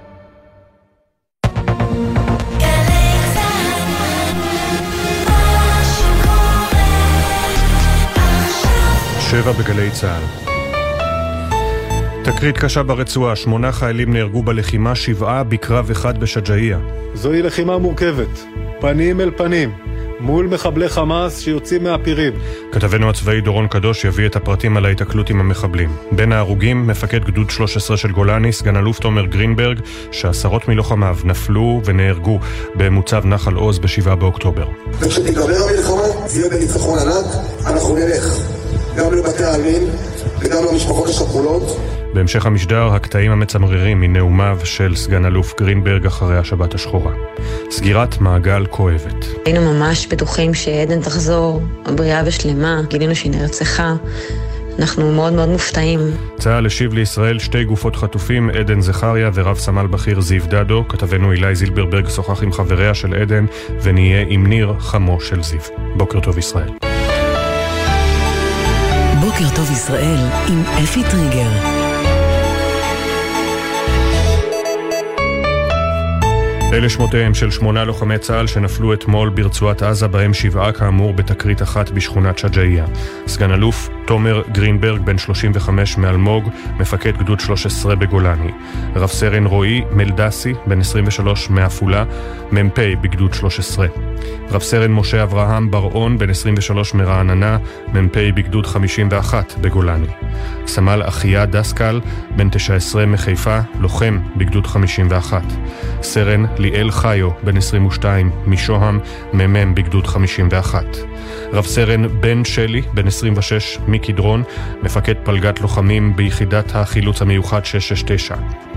Speaker 2: שבע בגלי צהל. תקרית קשה ברצועה, 8 חיילים נהרגו בלחימה, 7 בקרב אחד בשג'אעיה.
Speaker 24: זוהי לחימה מורכבת, פנים אל פנים, מול מחבלי חמאס שיוצאים מהפירים.
Speaker 2: כתבנו הצבאי דורון קדוש יביא את הפרטים על ההתקלות עם המחבלים. בין ההרוגים, מפקד גדוד 13 של גולני, סגן אלוף תומר גרינברג, שעשרות מלוחמיו נפלו ונהרגו במוצב נחל עוז ב7 באוקטובר.
Speaker 25: וכשתיגמר המלחמה, זה יהיה בניצחון ענק, אנחנו נלך גם לבתי העלמין וגם למשפחות השכולות.
Speaker 2: בהמשך המשדר, הקטעים המצמררים מנאומיו של סגן אלוף גרינברג אחרי השבת השחורה. סגירת מעגל כואבת.
Speaker 26: היינו ממש בטוחים שעדן תחזור, בריאה ושלמה, גילינו שהיא נרצחה. אנחנו מאוד מאוד מופתעים.
Speaker 2: צה"ל השיב לישראל 2 גופות חטופים, עדן זכריה ורב סמל בכיר זיו דדו. כתבנו אילי זילברברג שוחח עם חבריה של עדן, ונהיה עם ניר חמו של זיו. בוקר טוב ישראל.
Speaker 3: בוקר טוב ישראל עם אפי טריגר.
Speaker 2: אלה שמותיהם של 8 לוחמי צה"ל שנפלו אתמול ברצועת עזה, בהם 7 כאמור בתקרית אחת בשכונת שג'אעיה. סגן אלוף תומר גרינברג, בן 35 מאלמוג, מפקד גדוד 13 בגולני. רב סרן רועי מלדסי, בן 23 מעפולה, מ"פ בגדוד 13. רב סרן משה אברהם ברעון, בן 23 מרעננה, מ"פ בגדוד 51 בגולני. סמל אחיה דסקל, בן 19 מחיפה, לוחם בגדוד 51. סרן ליאל חיו, בן 22 משוהם, מ"מ בגדוד 51. רב סרן בן שלי, בן 26 מקדרון, מפקד פלגת לוחמים ביחידת החילוץ המיוחד 669.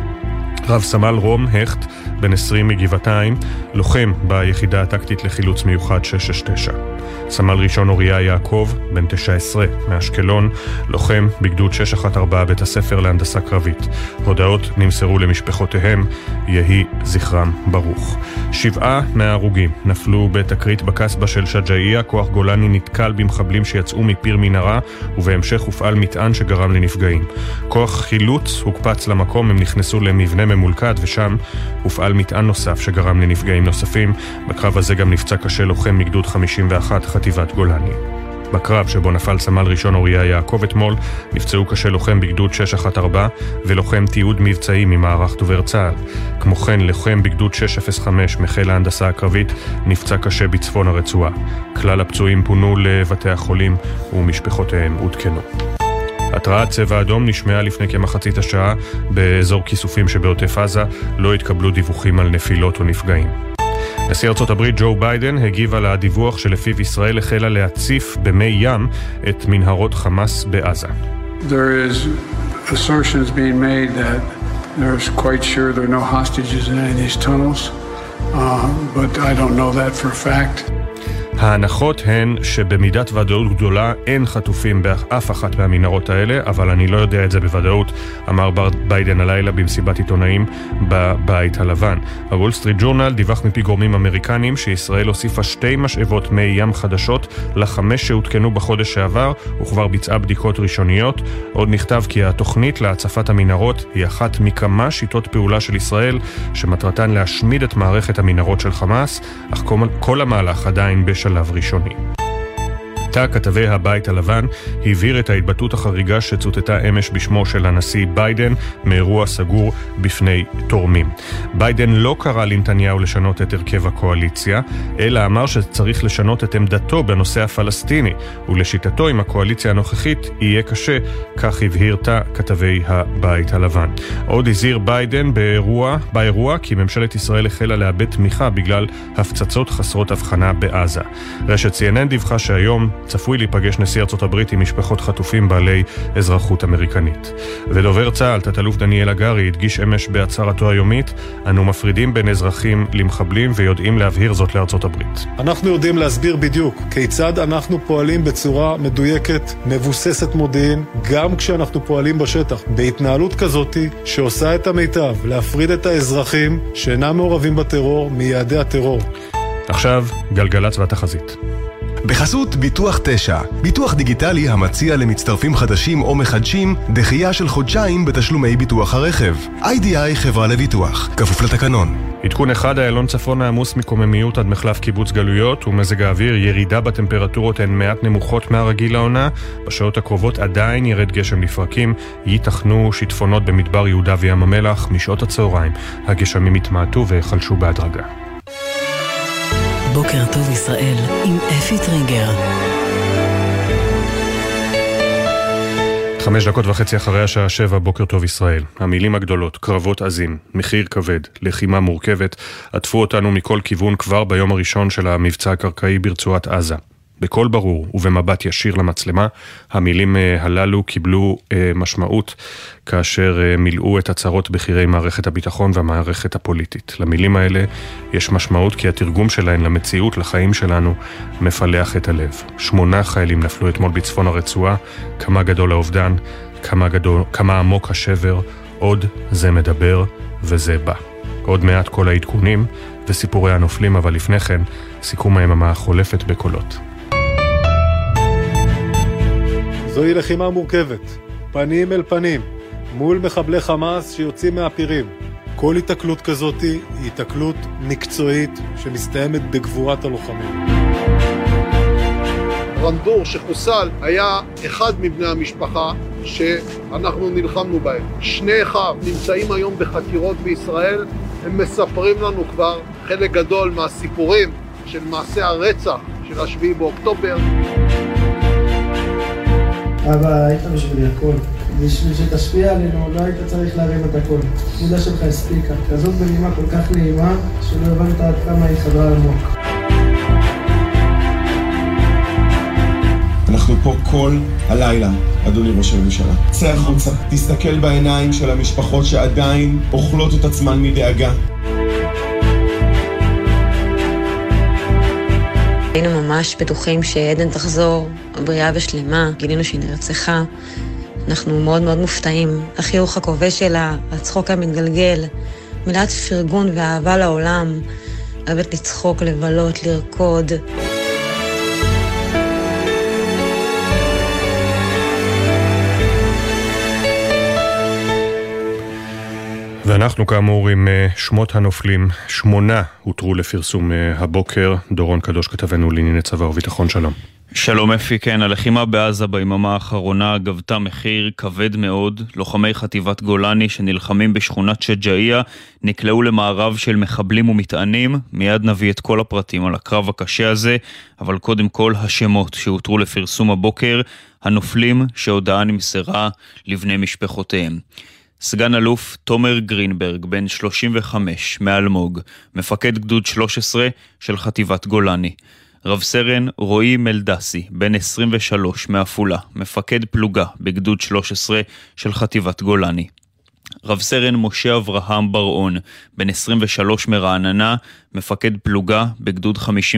Speaker 2: רב סמל רום הכט, בן 20 מגבעתיים, לוחם ביחידה הטקטית לחילוץ מיוחד 669. סמל ראשון אוריה יעקב, בן 19 מאשקלון, לוחם בגדוד 614 בית הספר להנדסה קרבית. הודעות נמסרו למשפחותיהם, יהי זכרם ברוך. 7 מההרוגים נפלו בתקרית בקסבה של שג'אעיה. כוח גולני נתקל במחבלים שיצאו מפיר מנהרה, ובהמשך הופעל מטען שגרם לנפגעים. כוח חילוץ הוקפץ למקום, הם נכנסו למבנה ממולכד, ושם הופעל מטען נוסף שגרם לנפגעים נוספים. בקרב הזה גם נפצע קשה לוחם מגדוד 51 חטיבת גולני. בקרב שבו נפל סמל ראשון אוריה יעקב אתמול, נפצעו קשה לוחם בגדוד 614 ולוחם תיעוד מבצעי ממערך דובר צה"ל. כמו כן, לוחם בגדוד 605 מחיל ההנדסה הקרבית נפצע קשה בצפון הרצועה. כלל הפצועים פונו לבתי החולים ומשפחותיהם עודכנו. התרעת צבע אדום נשמעה לפני כמחצית השעה באזור כיסופים שבעוטף עזה. לא התקבלו דיווחים על נפילות או נפגעים. נשיא ארצות הברית ג'ו ביידן הגיב על הדיווח שלפיו ישראל החלה להציף במי ים את מנהרות חמאס בעזה.
Speaker 27: There is assertions being made that there's quite sure there are no hostages in any of these tunnels.
Speaker 10: but I don't know that for a fact.
Speaker 2: ההנחות הן שבמידת ודאות גדולה אין חטופים באף אחת מהמנהרות האלה, אבל אני לא יודע את זה בוודאות, אמר ביידן הלילה במסיבת עיתונאים בבית הלבן. הוול סטריט ג'ורנל דיווח מפי גורמים אמריקנים שישראל הוסיפה 2 משאבות מי ים חדשות ל5 שהותקנו בחודש שעבר, וכבר ביצעה בדיקות ראשוניות. עוד נכתב כי התוכנית להצפת המנהרות היא אחת מכמה שיטות פעולה של ישראל שמטרתן להשמיד את מערכת המנהרות של חמאס, אך כל המהלך עדיין בשלב ראשוני. תא כתבי הבית הלבן הבהיר את ההתבטאות החריגה שצוטטה אמש בשמו של הנשיא ביידן מאירוע סגור בפני תורמים. ביידן לא קרא לנתניהו לשנות את הרכב הקואליציה, אלא אמר שצריך לשנות את עמדתו בנושא הפלסטיני, ולשיטתו עם הקואליציה הנוכחית יהיה קשה, כך הבהיר תא כתבי הבית הלבן. עוד הזהיר ביידן באירוע כי ממשלת ישראל החלה לאבד תמיכה בגלל הפצצות חסרות הבחנה בעזה. רשת CNN דיווחה שהיום צפוי להיפגש נשיא ארצות הברית עם משפחות חטופים בעלי אזרחות אמריקנית. ודובר צה"ל, תת-אלוף דניאל הגרי, הדגיש אמש בהצהרתו היומית, אנו מפרידים בין אזרחים למחבלים ויודעים להבהיר זאת לארצות הברית.
Speaker 24: אנחנו יודעים להסביר בדיוק כיצד אנחנו פועלים בצורה מדויקת, מבוססת מודיעין, גם כשאנחנו פועלים בשטח, בהתנהלות כזאת שעושה את המיטב להפריד את האזרחים שאינם מעורבים בטרור מיעדי הטרור.
Speaker 2: עכשיו, גלגלצ והתחזית.
Speaker 8: בחסות ביטוח 9, ביטוח דיגיטלי המציע למצטרפים חדשים או מחדשים דחייה של חודשיים בתשלומי ביטוח הרכב. IDI חברה לביטוח, כפוף לתקנון.
Speaker 2: עדכון אחד, איילון צפון העמוס מקוממיות עד מחלף קיבוץ גלויות ומזג האוויר, ירידה בטמפרטורות הן מעט נמוכות מהרגיל לעונה. בשעות הקרובות עדיין ירד גשם לפרקים, ייתכנו שיטפונות במדבר יהודה וים המלח. משעות הצהריים הגשמים יתמעטו והחלשו בהדרגה.
Speaker 3: בוקר טוב ישראל עם אפי טריגר.
Speaker 2: 5:30 אחרי השעה 7, בוקר טוב ישראל. המילים הגדולות, קרבות עזים, מחיר כבד, לחימה מורכבת, עטפו אותנו מכל כיוון כבר ביום הראשון של המבצע הקרקעי ברצועת עזה. בקול ברור ובמבט ישיר למצלמה, המילים הללו קיבלו משמעות כאשר מילאו את הצהרות בחירי מערכת הביטחון והמערכת הפוליטית. למילים האלה יש משמעות כי התרגום שלהן למציאות, לחיים שלנו, מפלח את הלב. 8 חיילים נפלו אתמול בצפון הרצועה, כמה גדול האובדן, כמה עמוק השבר, עוד זה מדבר וזה בא. עוד מעט כל העדכונים וסיפורי הנופלים, אבל לפני כן סיכום היממה החולפת בקולות.
Speaker 24: זוהי לחימה מורכבת, פנים אל פנים, מול מחבלי חמאס שיוצאים מהפירים. כל התקלות כזאת היא התקלות מקצועית שמסתיימת בגבורת הלוחמים.
Speaker 11: רנדור שחוסל היה אחד מבני המשפחה שאנחנו נלחמנו בהם. 2 אחיו נמצאים היום בחקירות בישראל, הם מספרים לנו כבר חלק גדול מהסיפורים של מעשה הרצח של 7 באוקטובר.
Speaker 12: אבא, היית בשבילי הכל. בשביל שתשפיע עלינו, לא היית צריך להרים את הכל. תודה שלך הספיקה. כזאת בנימה כל כך נעימה, שלא הבנת עד כמה היא חדרה עמוק.
Speaker 13: אנחנו פה כל הלילה, אדוני ראש הממשלה. צא החוצה, תסתכל בעיניים של המשפחות שעדיין אוכלות את עצמן מדאגה.
Speaker 26: היינו ממש בטוחים שעדן תחזור בריאה ושלמה, גילינו שהיא נרצחה. אנחנו מאוד מאוד מופתעים. החיוך הכובש שלה, הצחוק המתגלגל, מילת פרגון ואהבה לעולם, אוהבת לצחוק, לבלות, לרקוד.
Speaker 2: ואנחנו כאמור עם שמות הנופלים. 8 הותרו לפרסום הבוקר. דורון קדוש כתבנו לענייני צבא וביטחון, שלום.
Speaker 14: שלום אפי, כן, הלחימה בעזה ביממה האחרונה גבתה מחיר כבד מאוד. לוחמי חטיבת גולני שנלחמים בשכונת שג'איה נקלעו למערב של מחבלים ומטענים. מיד נביא את כל הפרטים על הקרב הקשה הזה, אבל קודם כל השמות שהותרו לפרסום הבוקר, הנופלים שהודעה נמסרה לבני משפחותיהם. סגן אלוף תומר גרינברג, בן 35, מאלמוג, מפקד גדוד 13 של חטיבת גולני. רב סרן רועי מלדסי, בן 23, מאפולה, מפקד פלוגה בגדוד 13 של חטיבת גולני. רב סרן משה אברהם בר-און, בן 23 מרעננה, מפקד פלוגה בגדוד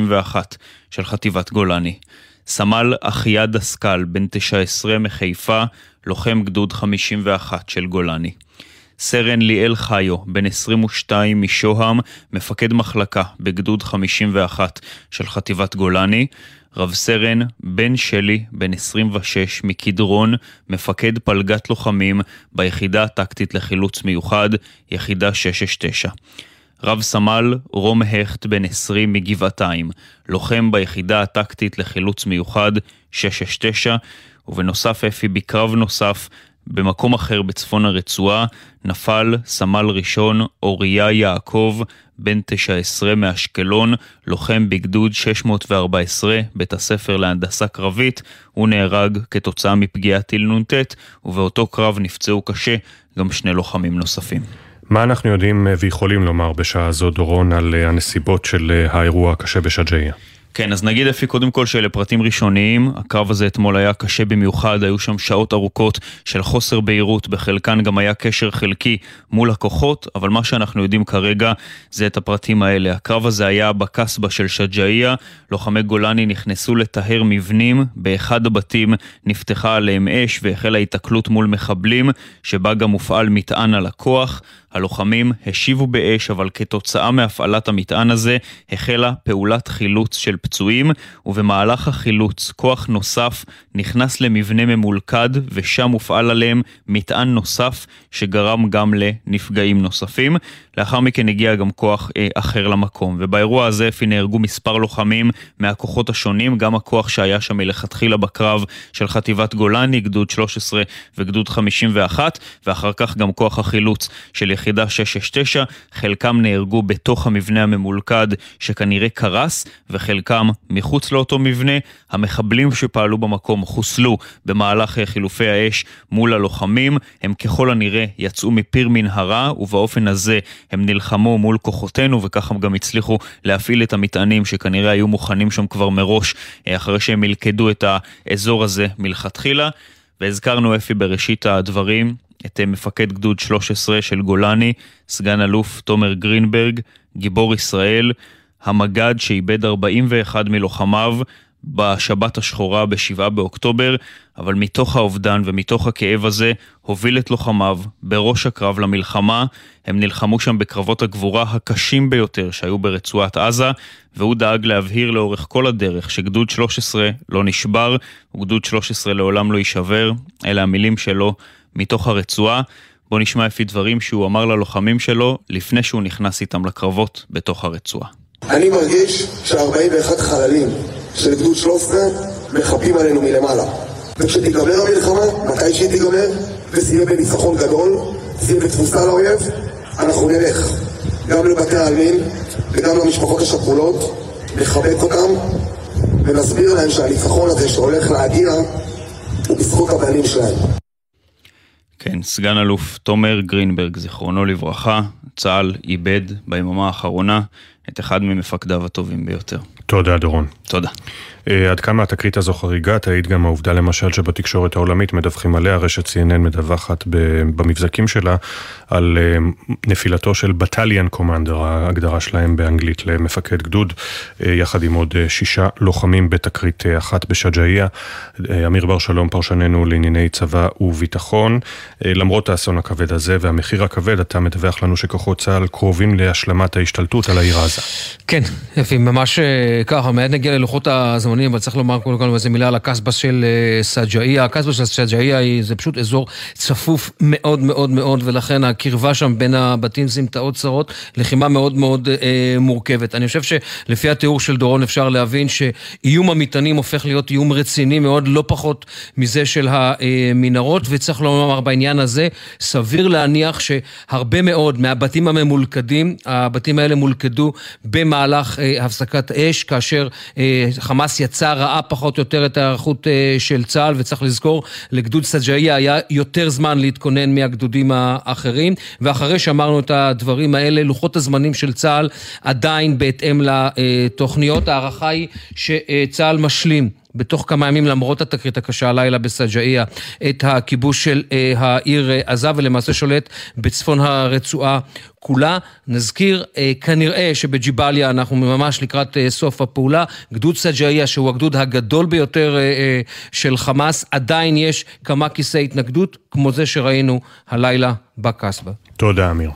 Speaker 14: 51 של חטיבת גולני. סמל אחיה דסקל, בן 19 מחיפה, לוחם גדוד 51 של גולני. סרן ליאל חיו, בן 22 משוהם, מפקד מחלקה בגדוד 51 של חטיבת גולני. רב סרן בן שלי, בן 26 מקדרון, מפקד פלגת לוחמים ביחידה הטקטית לחילוץ מיוחד, יחידה 669. רב סמל רום הכט, בן 20 מגבעתיים, לוחם ביחידה הטקטית לחילוץ מיוחד, 669, ובנוסף אפי בקרב נוסף, במקום אחר בצפון הרצועה, נפל סמל ראשון אוריה יעקב, בן 19 מאשקלון, לוחם בגדוד 614, בית הספר להנדסה קרבית. הוא נהרג כתוצאה מפגיעת טיל נ"ט, ובאותו קרב נפצעו קשה גם שני לוחמים נוספים.
Speaker 2: מה אנחנו יודעים ויכולים לומר בשעה זו, דורון, על הנסיבות של האירוע הקשה בשג'אעיה?
Speaker 14: כן, אז נגיד אפי קודם כל שאלה פרטים ראשוניים. הקרב הזה אתמול היה קשה במיוחד, היו שם שעות ארוכות של חוסר בהירות, בחלקן גם היה קשר חלקי מול הכוחות, אבל מה שאנחנו יודעים כרגע זה את הפרטים האלה. הקרב הזה היה בקסבה של שג'אעיה, לוחמי גולני נכנסו לטהר מבנים, באחד הבתים נפתחה עליהם אש והחלה התקלות מול מחבלים, שבה גם הופעל מטען על הכוח. הלוחמים השיבו באש, אבל כתוצאה מהפעלת המטען הזה החלה פעולת חילוץ של פצועים, ובמהלך החילוץ כוח נוסף נכנס למבנה ממולכד, ושם הופעל עליהם מטען נוסף שגרם גם לנפגעים נוספים. לאחר מכן הגיע גם כוח אחר למקום, ובאירוע הזה נהרגו מספר לוחמים מהכוחות השונים, גם הכוח שהיה שם מלכתחילה בקרב של חטיבת גולני, גדוד 13 וגדוד 51, ואחר כך גם כוח החילוץ של יחידה 669, חלקם נהרגו בתוך המבנה הממולכד שכנראה קרס, וחלקם מחוץ לאותו מבנה. המחבלים שפעלו במקום חוסלו במהלך חילופי האש מול הלוחמים, הם ככל הנראה יצאו מפיר מנהרה, ובאופן הזה הם נלחמו מול כוחותינו, וככה גם הצליחו להפעיל את המטענים שכנראה היו מוכנים שם כבר מראש, אחרי שהם מלכדו את האזור הזה מלכתחילה. והזכרנו אפי בראשית הדברים את מפקד גדוד 13 של גולני, סגן אלוף תומר גרינברג, גיבור ישראל, המגד שאיבד 41 מלוחמיו בשבת השחורה ב7 באוקטובר, אבל מתוך האובדן ומתוך הכאב הזה הוביל את לוחמיו בראש הקרב למלחמה. הם נלחמו שם בקרבות הגבורה הקשים ביותר שהיו ברצועת עזה, והוא דאג להבהיר לאורך כל הדרך שגדוד 13 לא נשבר, וגדוד 13 לעולם לא יישבר. אלה המילים שלו מתוך הרצועה. בוא נשמע לפי דברים שהוא אמר ללוחמים שלו לפני שהוא נכנס איתם לקרבות בתוך הרצועה.
Speaker 25: אני מרגיש ש41 חללים של גדוד 13 מחפים עלינו מלמעלה, וכשתיגמר המלחמה, מתי שהיא תיגמר, וזה יהיה בניצחון גדול, זה יהיה בתבוסה לאויב, אנחנו נלך גם לבתי העלמין וגם למשפחות השכולות, נחבק אותם ונסביר להם שהניצחון הזה שהולך להגיע הוא בזכות הבעלים שלהם.
Speaker 14: כן, סגן אלוף תומר גרינברג, זיכרונו לברכה. צה"ל איבד ביממה האחרונה את אחד ממפקדיו הטובים ביותר.
Speaker 2: תודה דורון.
Speaker 14: תודה.
Speaker 2: עד כמה התקרית הזו חריגה, תעיד גם העובדה למשל שבתקשורת העולמית מדווחים עליה, רשת CNN מדווחת במבזקים שלה על נפילתו של בטליאן קומנדר, ההגדרה שלהם באנגלית למפקד גדוד, יחד עם עוד 6 לוחמים בתקרית אחת בשג'אעיה. אמיר בר שלום, פרשננו לענייני צבא וביטחון. למרות האסון הכבד הזה והמחיר הכבד, אתה מדווח לנו שכוחות צה"ל קרובים להשלמת ההשתלטות על העיר עזה.
Speaker 15: כן, יפי, ממש ככה, מיד נגיע ללוחות הזמנים, אבל צריך לומר קודם כל איזה מילה על הקסבה של שג'אעיה. הקסבה של שג'אעיה זה פשוט אזור צפוף מאוד מאוד מאוד, ולכן הקרבה שם בין הבתים סמטאות צרות, לחימה מאוד מאוד מורכבת. אני חושב שלפי התיאור של דורון אפשר להבין שאיום המטענים הופך להיות איום רציני מאוד, לא פחות מזה של המנהרות, וצריך לומר בעניין הזה, סביר להניח שהרבה מאוד מהבתים הממולכדים, הבתים האלה מולכדו במהלך הפסקת אש, כאשר חמאס יצא ראה פחות או יותר את הערכות של צה"ל, וצריך לזכור, לגדוד שג'אעיה היה יותר זמן להתכונן מהגדודים האחרים, ואחרי שאמרנו את הדברים האלה, לוחות הזמנים של צה"ל עדיין בהתאם לתוכניות. הערכה היא שצה"ל משלים בתוך כמה ימים, למרות התקרית הקשה הלילה בסג'איה, את הכיבוש של העיר עזה, ולמעשה שולט בצפון הרצועה כולה. נזכיר, כנראה שבג'יבליה אנחנו ממש לקראת סוף הפעולה. גדוד סג'איה, שהוא הגדוד הגדול ביותר של חמאס, עדיין יש כמה כיסי התנגדות, כמו זה שראינו הלילה בקסבה.
Speaker 2: תודה, אמיר.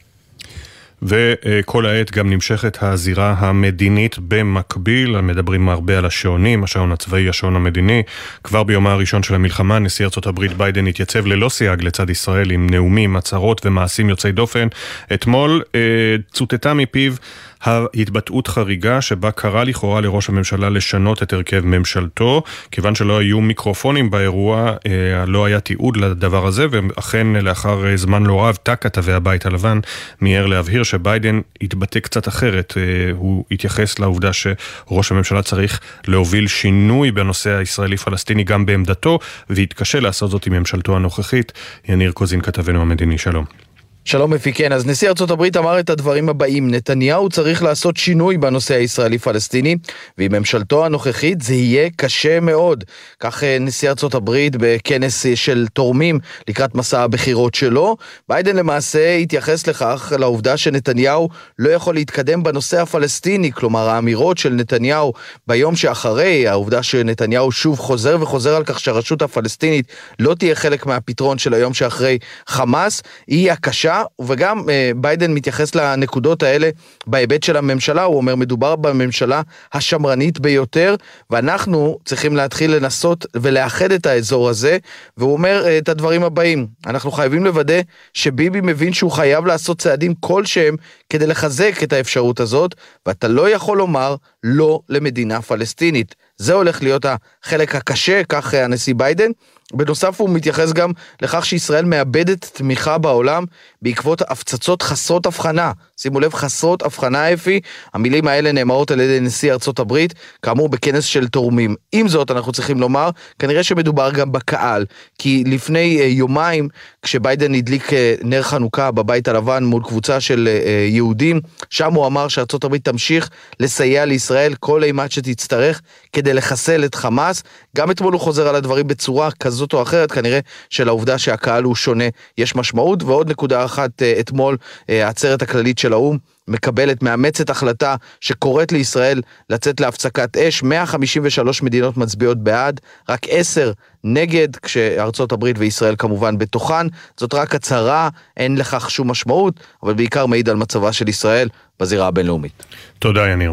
Speaker 2: וכל העת גם נמשכת הזירה המדינית במקביל, מדברים הרבה על השעונים, השעון הצבאי, השעון המדיני. כבר ביומה הראשון של המלחמה, נשיא ארצות הברית ביידן התייצב ללא סייג לצד ישראל עם נאומים, הצהרות ומעשים יוצאי דופן. אתמול צוטטה מפיו ההתבטאות חריגה שבה קרא לכאורה לראש הממשלה לשנות את הרכב ממשלתו, כיוון שלא היו מיקרופונים באירוע, לא היה תיעוד לדבר הזה, ואכן לאחר זמן לא רב, תא כתבי הבית הלבן מיהר להבהיר שביידן התבטא קצת אחרת. הוא התייחס לעובדה שראש הממשלה צריך להוביל שינוי בנושא הישראלי-פלסטיני גם בעמדתו, והתקשה לעשות זאת עם ממשלתו הנוכחית. יניר קוזין כתבנו המדיני, שלום.
Speaker 16: שלום מפיקן, אז נשיא ארצות הברית אמר את הדברים הבאים: נתניהו צריך לעשות שינוי בנושא הישראלי-פלסטיני, ועם ממשלתו הנוכחית זה יהיה קשה מאוד. כך נשיא ארצות הברית בכנס של תורמים לקראת מסע הבחירות שלו. ביידן למעשה התייחס לכך, לעובדה שנתניהו לא יכול להתקדם בנושא הפלסטיני, כלומר האמירות של נתניהו ביום שאחרי, העובדה שנתניהו שוב חוזר וחוזר על כך שהרשות הפלסטינית לא תהיה חלק מהפתרון של היום שאחרי חמאס, היא הקשה. וגם ביידן מתייחס לנקודות האלה בהיבט של הממשלה. הוא אומר, מדובר בממשלה השמרנית ביותר, ואנחנו צריכים להתחיל לנסות ולאחד את האזור הזה. והוא אומר את הדברים הבאים: אנחנו חייבים לוודא שביבי מבין שהוא חייב לעשות צעדים כלשהם כדי לחזק את האפשרות הזאת, ואתה לא יכול לומר לא למדינה פלסטינית. זה הולך להיות החלק הקשה, כך הנשיא ביידן. בנוסף הוא מתייחס גם לכך שישראל מאבדת תמיכה בעולם בעקבות הפצצות חסרות הבחנה. שימו לב, חסרות הבחנה, אפי. המילים האלה נאמרות על ידי נשיא ארצות הברית, כאמור בכנס של תורמים. עם זאת, אנחנו צריכים לומר, כנראה שמדובר גם בקהל, כי לפני יומיים, כשביידן הדליק נר חנוכה בבית הלבן מול קבוצה של יהודים, שם הוא אמר שארצות הברית תמשיך לסייע לישראל כל אימת שתצטרך כדי לחסל את חמאס. גם אתמול הוא חוזר על הדברים בצורה כזאת או אחרת, כנראה שלעובדה שהקהל הוא שונה יש משמעות. ועוד נקודה אחת, אתמול העצרת הכללית של האו"ם מקבלת, מאמצת החלטה שקוראת לישראל לצאת להפסקת אש. 153 מדינות מצביעות בעד, רק 10 נגד, כשארצות הברית וישראל כמובן בתוכן. זאת רק הצהרה, אין לכך שום משמעות, אבל בעיקר מעיד על מצבה של ישראל בזירה הבינלאומית.
Speaker 2: תודה יניר.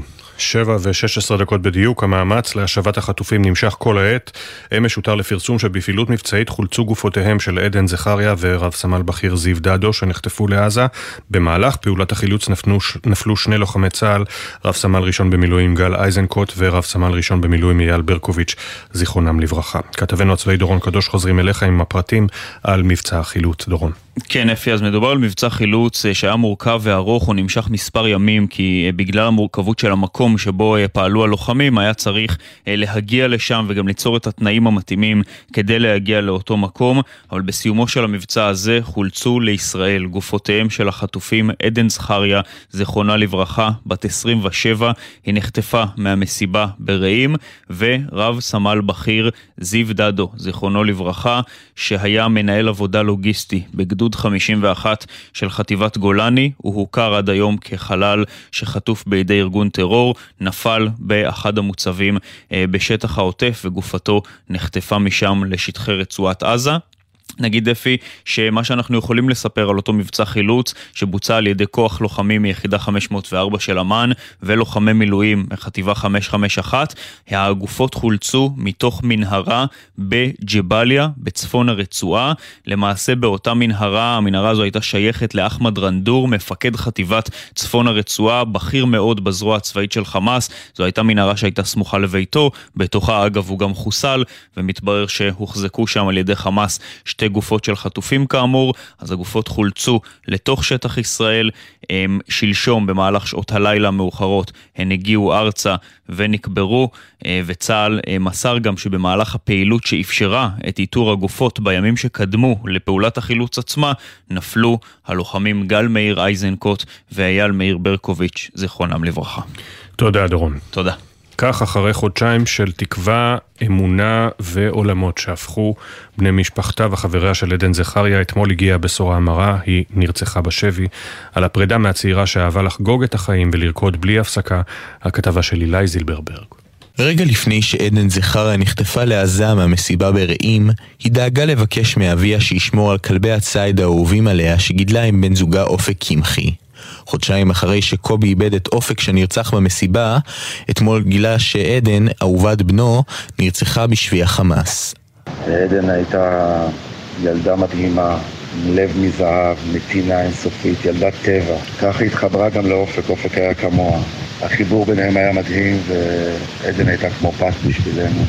Speaker 2: 7:16 בדיוק, המאמץ להשבת החטופים נמשך כל העת. אמש הותר לפרסום שבפעילות מבצעית חולצו גופותיהם של עדן זכריה ורב סמל בכיר זיו דדו שנחטפו לעזה. במהלך פעולת החילוץ נפלו 2 לוחמי צה"ל, רב סמל ראשון במילואים גל אייזנקוט ורב סמל ראשון במילואים אייל ברקוביץ', זיכרונם לברכה. כתבנו הצבאי דורון קדוש חוזרים אליך עם הפרטים על מבצע החילוץ. דורון.
Speaker 14: כן, אפי, אז מדובר על מבצע חילוץ שהיה מורכב וארוך, הוא נמשך מספר ימים, כי בגלל המורכבות של המקום שבו פעלו הלוחמים, היה צריך להגיע לשם וגם ליצור את התנאים המתאימים כדי להגיע לאותו מקום. אבל בסיומו של המבצע הזה חולצו לישראל גופותיהם של החטופים עדן זכריה, זיכרונה לברכה, בת 27, היא נחטפה מהמסיבה ברעים, ורב סמל בכיר זיו דדו, זיכרונו לברכה, שהיה מנהל עבודה לוגיסטי בגדוד 51 של חטיבת גולני. הוא הוכר עד היום כחלל שחטוף בידי ארגון טרור, נפל באחד המוצבים בשטח העוטף וגופתו נחטפה משם לשטחי רצועת עזה. נגיד אפי שמה שאנחנו יכולים לספר על אותו מבצע חילוץ שבוצע על ידי כוח לוחמים מיחידה 504 של אמן ולוחמי מילואים מחטיבה 551, הגופות חולצו מתוך מנהרה בג'בליה בצפון הרצועה. למעשה באותה מנהרה, המנהרה הזו הייתה שייכת לאחמד רנדור, מפקד חטיבת צפון הרצועה, בכיר מאוד בזרוע הצבאית של חמאס. זו הייתה מנהרה שהייתה סמוכה לביתו, בתוכה אגב הוא גם חוסל, ומתברר שהוחזקו שם על ידי חמאס 2 גופות של חטופים כאמור. אז הגופות חולצו לתוך שטח ישראל. שלשום במהלך שעות הלילה המאוחרות הן הגיעו ארצה ונקברו, וצה"ל מסר גם שבמהלך הפעילות שאפשרה את איתור הגופות בימים שקדמו לפעולת החילוץ עצמה, נפלו הלוחמים גל מאיר אייזנקוט ואייל מאיר ברקוביץ', זיכרונם לברכה.
Speaker 2: תודה דורון.
Speaker 14: תודה.
Speaker 2: כך אחרי חודשיים של תקווה, אמונה ועולמות שהפכו בני משפחתה וחבריה של עדן זכריה, אתמול הגיעה בשורה המרה, היא נרצחה בשבי. על הפרידה מהצעירה שאהבה לחגוג את החיים ולרקוד בלי הפסקה, הכתבה של אילי זילברברג.
Speaker 23: רגע לפני שעדן זכריה נחטפה לעזה מהמסיבה ברעים, היא דאגה לבקש מאביה שישמור על כלבי הציד האהובים עליה שגידלה עם בן זוגה אופק קמחי. חודשיים אחרי שקובי איבד את אופק שנרצח במסיבה, אתמול גילה שעדן, אהובת בנו, נרצחה בשבי החמאס.
Speaker 4: עדן הייתה ילדה מדהימה, עם לב מזהב, נתינה אינסופית, ילדת טבע. ככה התחברה גם לאופק, אופק היה כמוה. החיבור ביניהם היה מדהים, ועדן הייתה כמו פת בשבילנו.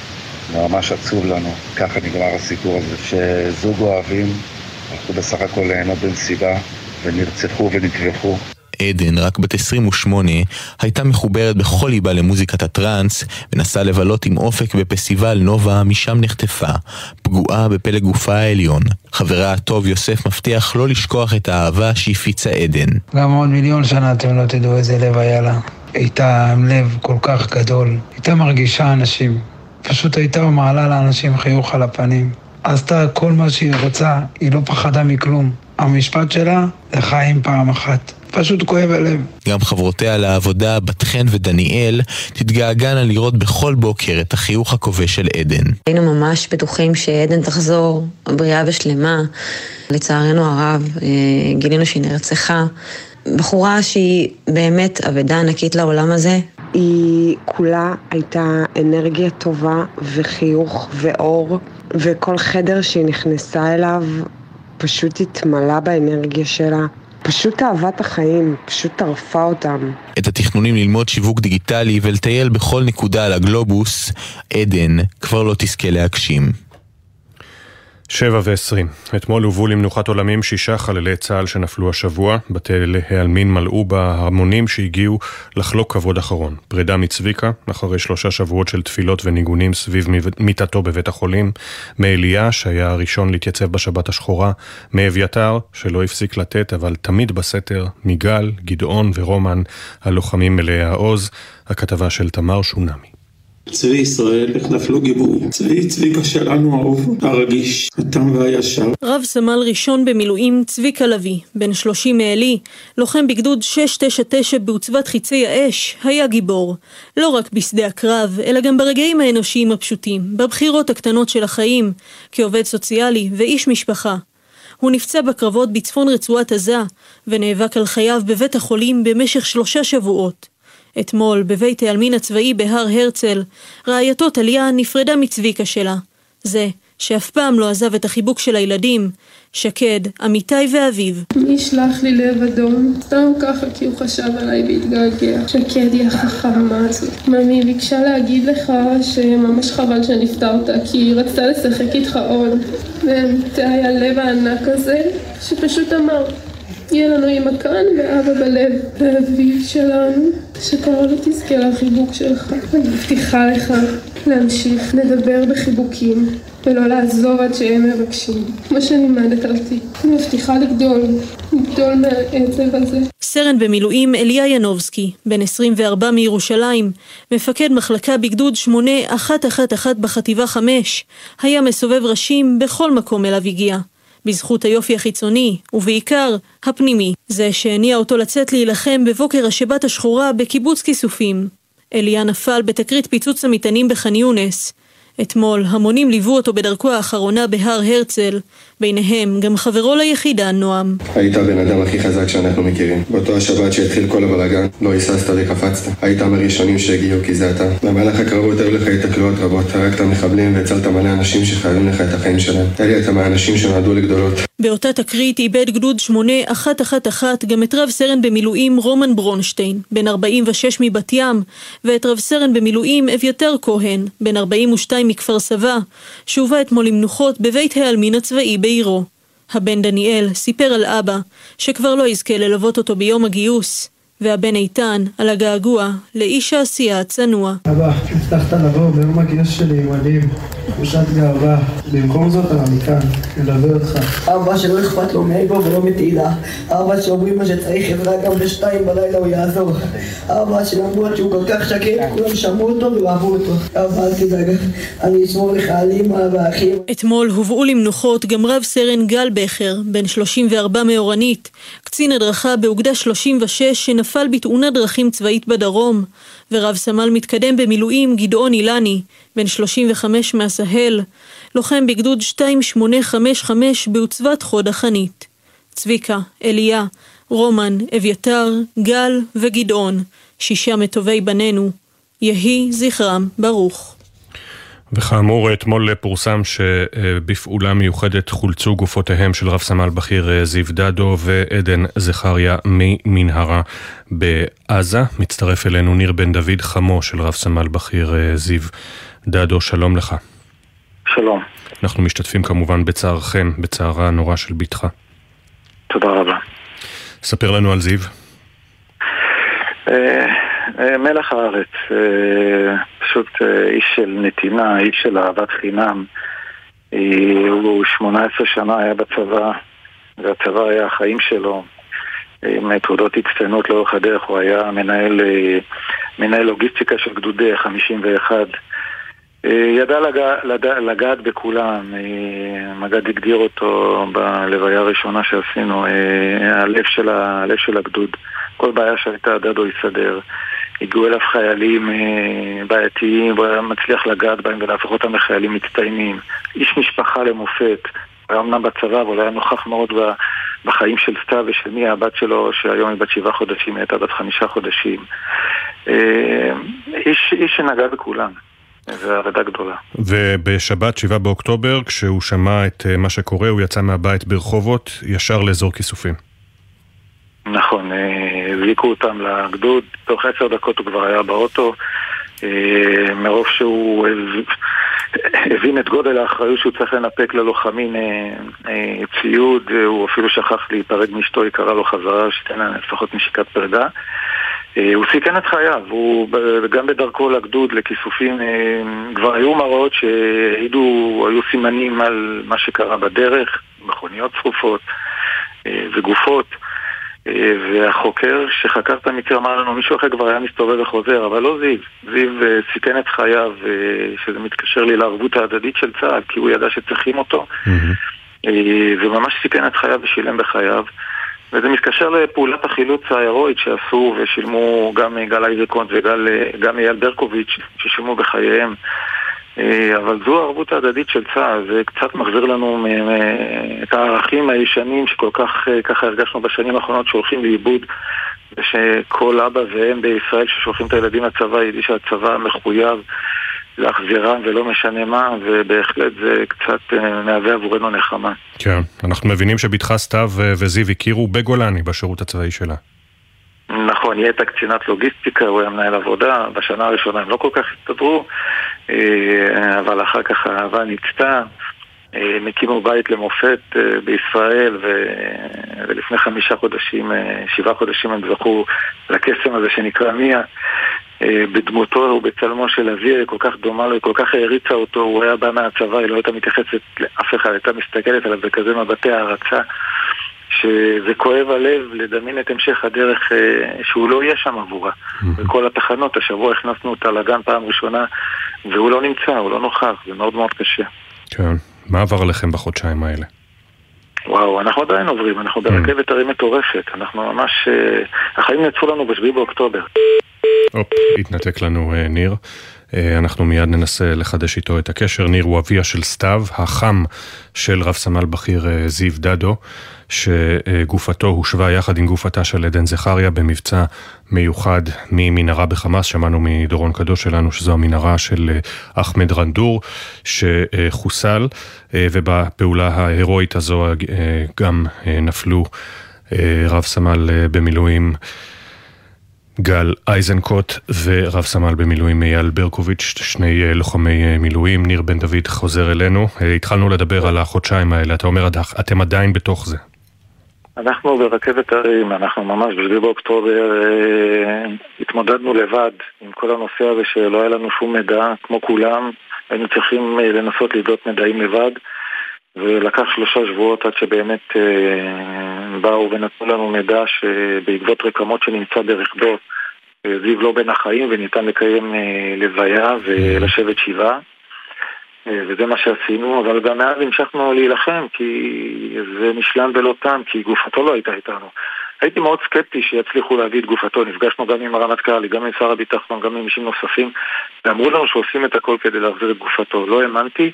Speaker 4: ממש עצוב לנו. ככה נגמר הסיפור הזה, שזוג אוהבים, הלכו בסך הכל ליהנות במסיבה, ונרצחו ונטבחו.
Speaker 23: עדן, רק בת 28, הייתה מחוברת בכל ליבה למוזיקת הטרנס, ונסעה לבלות עם אופק בפסטיבל נובה, משם נחטפה, פגועה בפלג גופה העליון. חברה הטוב יוסף מבטיח לא לשכוח את האהבה שהפיצה עדן.
Speaker 12: גם עוד מיליון שנה אתם לא תדעו איזה לב היה לה. הייתה עם לב כל כך גדול. הייתה מרגישה אנשים. פשוט הייתה מעלה לאנשים חיוך על הפנים. עשתה כל מה שהיא רוצה, היא לא פחדה מכלום. המשפט שלה, לחיים פעם אחת. פשוט כואב הלב.
Speaker 23: גם חברותיה לעבודה, בת חן ודניאל, תתגעגענה לראות בכל בוקר את החיוך הכובש של עדן.
Speaker 26: היינו ממש בטוחים שעדן תחזור בריאה ושלמה. לצערנו הרב, גילינו שהיא נרצחה. בחורה שהיא באמת אבדה ענקית לעולם הזה.
Speaker 17: היא כולה הייתה אנרגיה טובה וחיוך ואור, וכל חדר שהיא נכנסה אליו פשוט התמלא באנרגיה שלה. פשוט אהבת החיים, פשוט טרפה אותם.
Speaker 23: את התכנונים ללמוד שיווק דיגיטלי ולטייל בכל נקודה על הגלובוס, עדן כבר לא תזכה להגשים.
Speaker 2: 7:20. אתמול הובאו למנוחת עולמים 6 חללי צה"ל שנפלו השבוע. בתי העלמין מלאו בהמונים שהגיעו לחלוק כבוד אחרון. פרידה מצביקה, אחרי 3 שבועות של תפילות וניגונים סביב מיטתו בבית החולים. מאליה, שהיה הראשון להתייצב בשבת השחורה. מאביתר, שלא הפסיק לתת, אבל תמיד בסתר. מגל, גדעון ורומן, הלוחמים מלאי העוז. הכתבה של תמר שונמי.
Speaker 10: צבי ישראל, איך נפלו גיבורים. צביקה שלנו האהוב, הרגיש, התם והישר.
Speaker 18: רב סמל ראשון במילואים צביקה לוי, בן 30 מעלי, לוחם בגדוד 699 בעוצבת חיצי האש, היה גיבור. לא רק בשדה הקרב, אלא גם ברגעים האנושיים הפשוטים, בבחירות הקטנות של החיים, כעובד סוציאלי ואיש משפחה. הוא נפצע בקרבות בצפון רצועת עזה, ונאבק על חייו בבית החולים במשך 3 שבועות. אתמול, בבית העלמין הצבאי בהר הרצל, רעייתו טליה נפרדה מצביקה שלה. זה שאף פעם לא עזב את החיבוק של הילדים, שקד, אמיתי ואביו.
Speaker 19: מי ישלח לי לב אדום? סתם ככה כי הוא חשב עליי והתגעגע. שקד היא החכמה הזאת. ממי ביקשה להגיד לך שממש חבל שנפטרת, כי היא רצתה לשחק איתך עוד. ואמיתי היה לב הענק הזה, שפשוט אמר, יהיה לנו אמא כאן ואבא בלב, ואביב שלנו, שכבר לא תזכה לחיבוק שלך. אני מבטיחה לך להמשיך לדבר בחיבוקים, ולא לעזוב עד שהם מבקשים, כמו שלימדת אותי. אני מבטיחה לגדול מהעצב הזה.
Speaker 18: סרן במילואים אליה ינובסקי, בן 24 מירושלים, מפקד מחלקה בגדוד 8111 בחטיבה 5, היה מסובב ראשים בכל מקום אליו הגיע. בזכות היופי החיצוני, ובעיקר הפנימי, זה שהניע אותו לצאת להילחם בבוקר השבת השחורה בקיבוץ כיסופים. אליה נפל בתקרית פיצוץ המטענים בח'אן יונס. אתמול המונים ליוו אותו בדרכו האחרונה בהר הרצל, ביניהם גם חברו ליחידה נועם.
Speaker 20: היית הבן אדם הכי חזק שאנחנו מכירים. באותו השבת שהתחיל כל הבלגן, לא היססת וקפצת. היית מהראשונים שהגיעו כי זה אתה. במהלך הקרבות היו לך התקלויות רבות, הרגת מחבלים והצלת מלא אנשים שחייבים לך את החיים שלהם. אלי, אתה מהאנשים שנועדו לגדולות. באותה
Speaker 18: תקרית איבד גדוד 8111 גם את רב סרן במילואים רומן ברונשטיין, בן 46 מבת ים, ואת רב סרן במילואים אביתר כהן, בן 42 מכפר סבא, שהובא אתמול למנוחות בבית העלמין הצבאי בעירו. הבן דניאל סיפר על אבא, שכבר לא יזכה ללוות אותו ביום הגיוס. והבן איתן על הגעגוע לאיש העשייה הצנוע.
Speaker 5: אבא, הבטחת לבוא ביום הגיוס שלי עם עלים, תחושת גאווה. במקום זאת אני כאן, מלווה אותך.
Speaker 6: אבא שלא אכפת לו מאגו ולא מתהילה. אבא שאומרים מה שצריך עזרה גם ב2 בלילה הוא יעזור. אבא שלמרות שהוא כל כך שקט, כולם שמעו אותו ואהבו אותו. אבא אל תדאג, אני אשמור לך על אמא ואחים.
Speaker 18: אתמול הובאו למנוחות גם רב סרן גל בכר, בן 34 מאורנית, קצין הדרכה באוגדה 36 שנפל בתאונת דרכים צבאית בדרום, ורב סמל מתקדם במילואים גדעון אילני, בן 35 מהסהל, לוחם בגדוד 2855 בעוצבת חוד החנית. צביקה, אליה, רומן, אביתר, גל וגדעון, 6 מטובי בנינו, יהי זכרם ברוך.
Speaker 2: וכאמור, אתמול פורסם שבפעולה מיוחדת חולצו גופותיהם של רב סמל בכיר זיו דדו ועדן זכריה ממנהרה בעזה. מצטרף אלינו ניר בן דוד, חמו של רב סמל בכיר זיו דדו. שלום לך.
Speaker 7: שלום.
Speaker 2: אנחנו משתתפים כמובן בצערכם, בצערה הנורא של בתך.
Speaker 7: תודה רבה.
Speaker 2: ספר לנו על זיו.
Speaker 7: מלך הארץ, פשוט איש של נתינה, איש של אהבת חינם. הוא 18 שנה היה בצבא, והצבא היה החיים שלו, עם תעודות הצטיינות לאורך הדרך. הוא היה מנהל לוגיסטיקה של גדודי 51. ידע לגעת בכולם. מגד הגדיר אותו בלוויה הראשונה שעשינו, הלב של הגדוד. כל בעיה שהייתה דדו יסדר. הגיעו אליו חיילים בעייתיים, הוא היה מצליח לגעת בהם ולהפוך אותם לחיילים מצטיינים. איש משפחה למופת. היה אמנם בצבא, אבל היה נוכח מאוד בחיים של סתיו ושל מי, הבת שלו, שהיום היא בת 7 חודשים, היא הייתה בת 5 חודשים. איש שנגע בכולם. זו עבודה גדולה.
Speaker 2: ובשבת 7 באוקטובר, כשהוא שמע את מה שקורה, הוא יצא מהבית ברחובות, ישר לאזור כיסופים.
Speaker 7: נכון, הביקו אותם לגדוד, תוך 10 דקות הוא כבר היה באוטו, מרוב שהוא הבין את גודל האחריות שהוא צריך לנפק ללוחמים ציוד, הוא אפילו שכח להיפרד מאשתו, היא קרא לו חזרה, שתן לה לפחות נשיקת פרדה. הוא סיכן את חייו, הוא גם בדרכו לגדוד, לכיסופים, כבר היו מראות שהיו סימנים על מה שקרה בדרך, מכוניות צרופות וגופות. והחוקר שחקר את המקרה אמר לנו, מישהו אחר כבר היה מסתובב וחוזר, אבל לא זיו. זיו סיכן את חייו, שזה מתקשר לי לערבות ההדדית של צה"ל, כי הוא ידע שצריכים אותו, וממש סיכן את חייו ושילם בחייו. וזה מתקשר לפעולת החילוץ ההירואית שעשו ושילמו גם גל אייזקונט וגם אייל ברקוביץ' ששילמו בחייהם. אבל זו הערבות ההדדית של צה"ל, זה קצת מחזיר לנו את הערכים הישנים שכל כך ככה הרגשנו בשנים האחרונות שהולכים לאיבוד, ושכל אבא ואם בישראל ששולחים את הילדים לצבא ידעי שהצבא מחויב להחזירם ולא משנה מה, ובהחלט זה קצת מהווה עבורנו נחמה.
Speaker 2: כן, אנחנו מבינים שבתך סתיו וזיו הכירו בגולני בשירות הצבאי שלה.
Speaker 7: נכון, היא הייתה קצינת לוגיסטיקה, הוא היה מנהל עבודה, בשנה הראשונה הם לא כל כך הסתדרו, אבל אחר כך האהבה ניצתה, הם הקימו בית למופת בישראל, ולפני 5 חודשים, 7 חודשים הם זכו לקסם הזה שנקרא מיה, בדמותו ובצלמו של אביה, כל כך דומה לו, כל כך העריצה אותו, הוא היה בא מהצבא, היא לא הייתה מתייחסת לאף אחד, הייתה מסתכלת עליו בכזה מבטי הערצה, שזה כואב הלב לדמיין את המשך הדרך שהוא לא יהיה שם עבורה. בכל התחנות, השבוע הכנסנו אותה לגן פעם ראשונה, והוא לא נמצא, הוא לא נוכח, זה מאוד מאוד קשה.
Speaker 2: כן, מה עבר עליכם בחודשיים האלה?
Speaker 7: וואו, אנחנו עדיין עוברים, אנחנו ברכבת הרי מטורפת, אנחנו ממש, החיים נעצרו לנו ב7 באוקטובר.
Speaker 2: התנתק לנו ניר. אנחנו מיד ננסה לחדש איתו את הקשר. ניר הוא אביה של סתיו, החם של רב סמל בכיר זיו דדו, שגופתו הושבה יחד עם גופתה של עדן זכריה במבצע מיוחד ממנהרה בחמאס. שמענו מדורון קדוש שלנו שזו המנהרה של אחמד רנדור שחוסל, ובפעולה ההירואית הזו גם נפלו רב סמל במילואים גל אייזנקוט ורב סמל במילואים אייל ברקוביץ', 2 לוחמי מילואים. ניר בן דוד חוזר אלינו. התחלנו לדבר על החודשיים האלה, אתה אומר אתם עדיין בתוך זה.
Speaker 7: אנחנו ברכבת הרים, אנחנו ממש ב7 באוקטובר התמודדנו לבד עם כל הנושא הזה שלא היה לנו שום מידע, כמו כולם, היינו צריכים לנסות לדעות מידעים לבד, ולקח 3 שבועות עד שבאמת באו ונתנו לנו מידע שבעקבות רקמות שנמצא ברכבו, זיו לא בין החיים וניתן לקיים לוויה ולשבת שבעה. וזה מה שעשינו, אבל גם מאז המשכנו להילחם, כי זה נשלם ולא תם, כי גופתו לא הייתה איתנו. הייתי מאוד סקפטי שיצליחו להביא את גופתו, נפגשנו גם עם הרמטכ"ל, גם עם שר הביטחון, גם עם אנשים נוספים, ואמרו לנו שעושים את הכל כדי להחזיר את גופתו. לא האמנתי,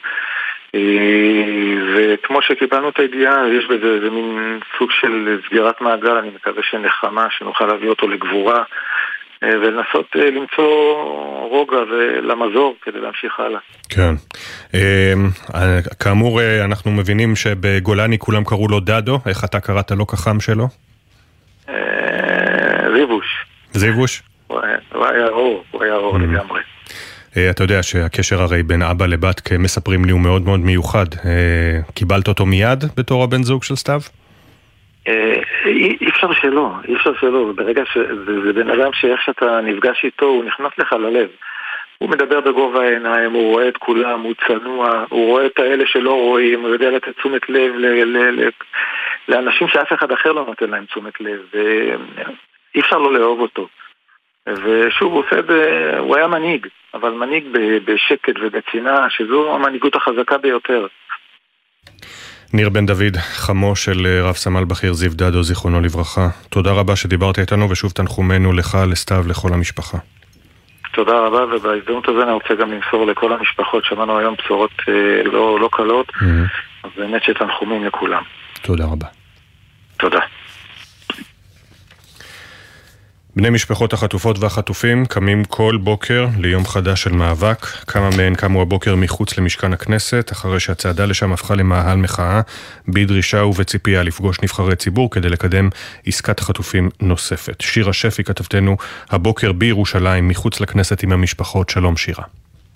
Speaker 7: וכמו שקיבלנו את הידיעה, יש בזה מין סוג של סגירת מעגל, אני מקווה שנחמה, שנוכל להביא אותו לגבורה, ולנסות למצוא רוגע ולמזור כדי להמשיך הלאה.
Speaker 2: כן. כאמור, אנחנו מבינים שבגולני כולם קראו לו דדו. איך אתה קראת לו כחם שלו?
Speaker 7: זיבוש.
Speaker 2: זיבוש?
Speaker 7: הוא היה אור לגמרי.
Speaker 2: אתה יודע שהקשר הרי בין אבא לבת, כמספרים לי, הוא מאוד מאוד מיוחד. קיבלת אותו מיד בתור הבן זוג של סתיו?
Speaker 7: אי אפשר שלא, ברגע שזה בן אדם שאיך שאתה נפגש איתו הוא נכנס לך ללב, הוא מדבר בגובה העיניים, הוא רואה את כולם, הוא צנוע, הוא רואה את האלה שלא רואים, הוא יודע לתת תשומת לב לאנשים שאף אחד אחר לא נותן להם תשומת לב, ואי אפשר לא לאהוב אותו. ושוב הוא היה מנהיג, אבל מנהיג בשקט ובצינה, שזו המנהיגות החזקה ביותר.
Speaker 2: ניר בן דוד, חמו של רב סמל בכיר זיו דדו, זיכרונו לברכה. תודה רבה שדיברת איתנו, ושוב תנחומנו לך, לסתיו, לכל המשפחה.
Speaker 7: תודה רבה, ובהזדמנות הזה אני רוצה גם למסור לכל המשפחות, שמענו היום בשורות לא קלות, אז באמת שתנחומים לכולם.
Speaker 2: תודה רבה.
Speaker 7: תודה.
Speaker 2: בני משפחות החטופות והחטופים קמים כל בוקר ליום חדש של מאבק. כמה מהן קמו הבוקר מחוץ למשכן הכנסת, אחרי שהצעדה לשם הפכה למאהל מחאה, בדרישה ובציפייה לפגוש נבחרי ציבור כדי לקדם עסקת חטופים נוספת. שירה שפי כתבתנו הבוקר בירושלים מחוץ לכנסת עם המשפחות. שלום שירה.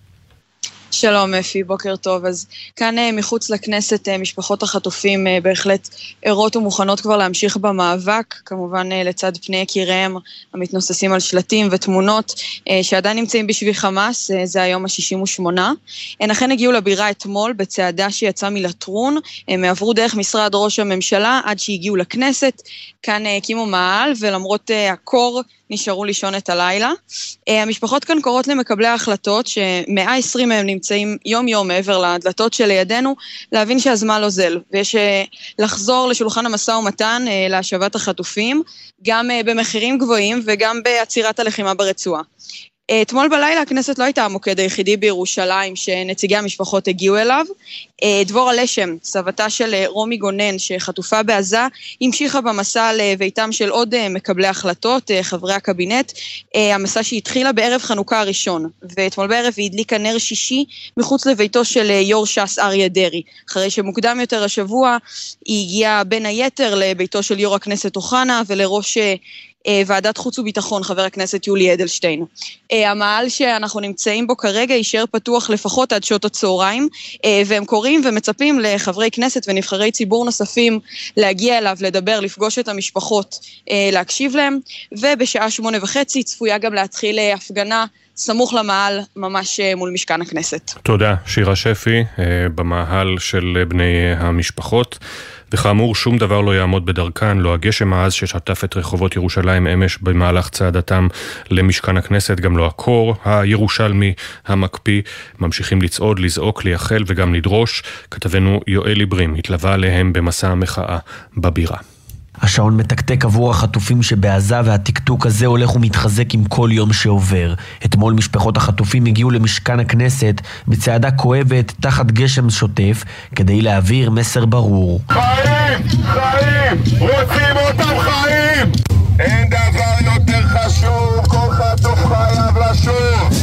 Speaker 1: שלום אפי, בוקר טוב. אז כאן מחוץ לכנסת משפחות החטופים בהחלט ערות ומוכנות כבר להמשיך במאבק, כמובן לצד פני יקיריהם המתנוססים על שלטים ותמונות שעדיין נמצאים בשבי חמאס, זה היום ה-68. הן אכן הגיעו לבירה אתמול בצעדה שיצאה מלטרון, הם עברו דרך משרד ראש הממשלה עד שהגיעו לכנסת, כאן הקימו מאהל ולמרות הקור נשארו לישון את הלילה. המשפחות כאן קוראות למקבלי ההחלטות, ש120 מהם נמצאים יום יום מעבר לדלתות שלידינו, להבין שהזמן לא זל, ויש לחזור לשולחן המשא ומתן להשבת החטופים, גם במחירים גבוהים וגם בעצירת הלחימה ברצועה. אתמול בלילה הכנסת לא הייתה המוקד היחידי בירושלים שנציגי המשפחות הגיעו אליו. דבורה לשם, סבתה של רומי גונן שחטופה בעזה, המשיכה במסע לביתם של עוד מקבלי החלטות, חברי הקבינט, המסע שהתחילה בערב חנוכה הראשון, ואתמול בערב היא הדליקה נר שישי מחוץ לביתו של יו"ר ש"ס אריה דרעי, אחרי שמוקדם יותר השבוע היא הגיעה בין היתר לביתו של יו"ר הכנסת אוחנה ולראש ועדת חוץ וביטחון, חבר הכנסת יולי אדלשטיין. המאהל שאנחנו נמצאים בו כרגע יישאר פתוח לפחות עד שעות הצהריים, והם קוראים ומצפים לחברי כנסת ונבחרי ציבור נוספים להגיע אליו, לדבר, לפגוש את המשפחות, להקשיב להם, ובשעה 8:30 צפויה גם להתחיל הפגנה סמוך למאהל, ממש מול משכן הכנסת.
Speaker 2: תודה, שירה שפי, במאהל של בני המשפחות. וכאמור, שום דבר לא יעמוד בדרכן, לא הגשם העז ששטף את רחובות ירושלים אמש במהלך צעדתם למשכן הכנסת, גם לא הקור הירושלמי המקפיא. ממשיכים לצעוד, לזעוק, לייחל וגם לדרוש. כתבנו יואל איברים התלווה עליהם במסע המחאה בבירה.
Speaker 3: השעון מתקתק עבור החטופים שבעזה, והתקתוק הזה הולך ומתחזק עם כל יום שעובר. אתמול משפחות החטופים הגיעו למשכן הכנסת בצעדה כואבת תחת גשם שוטף כדי להעביר מסר ברור.
Speaker 8: חיים! חיים! רוצים אותם חיים! אין דבר יותר חשוב, כל חטוף חייב לשוב!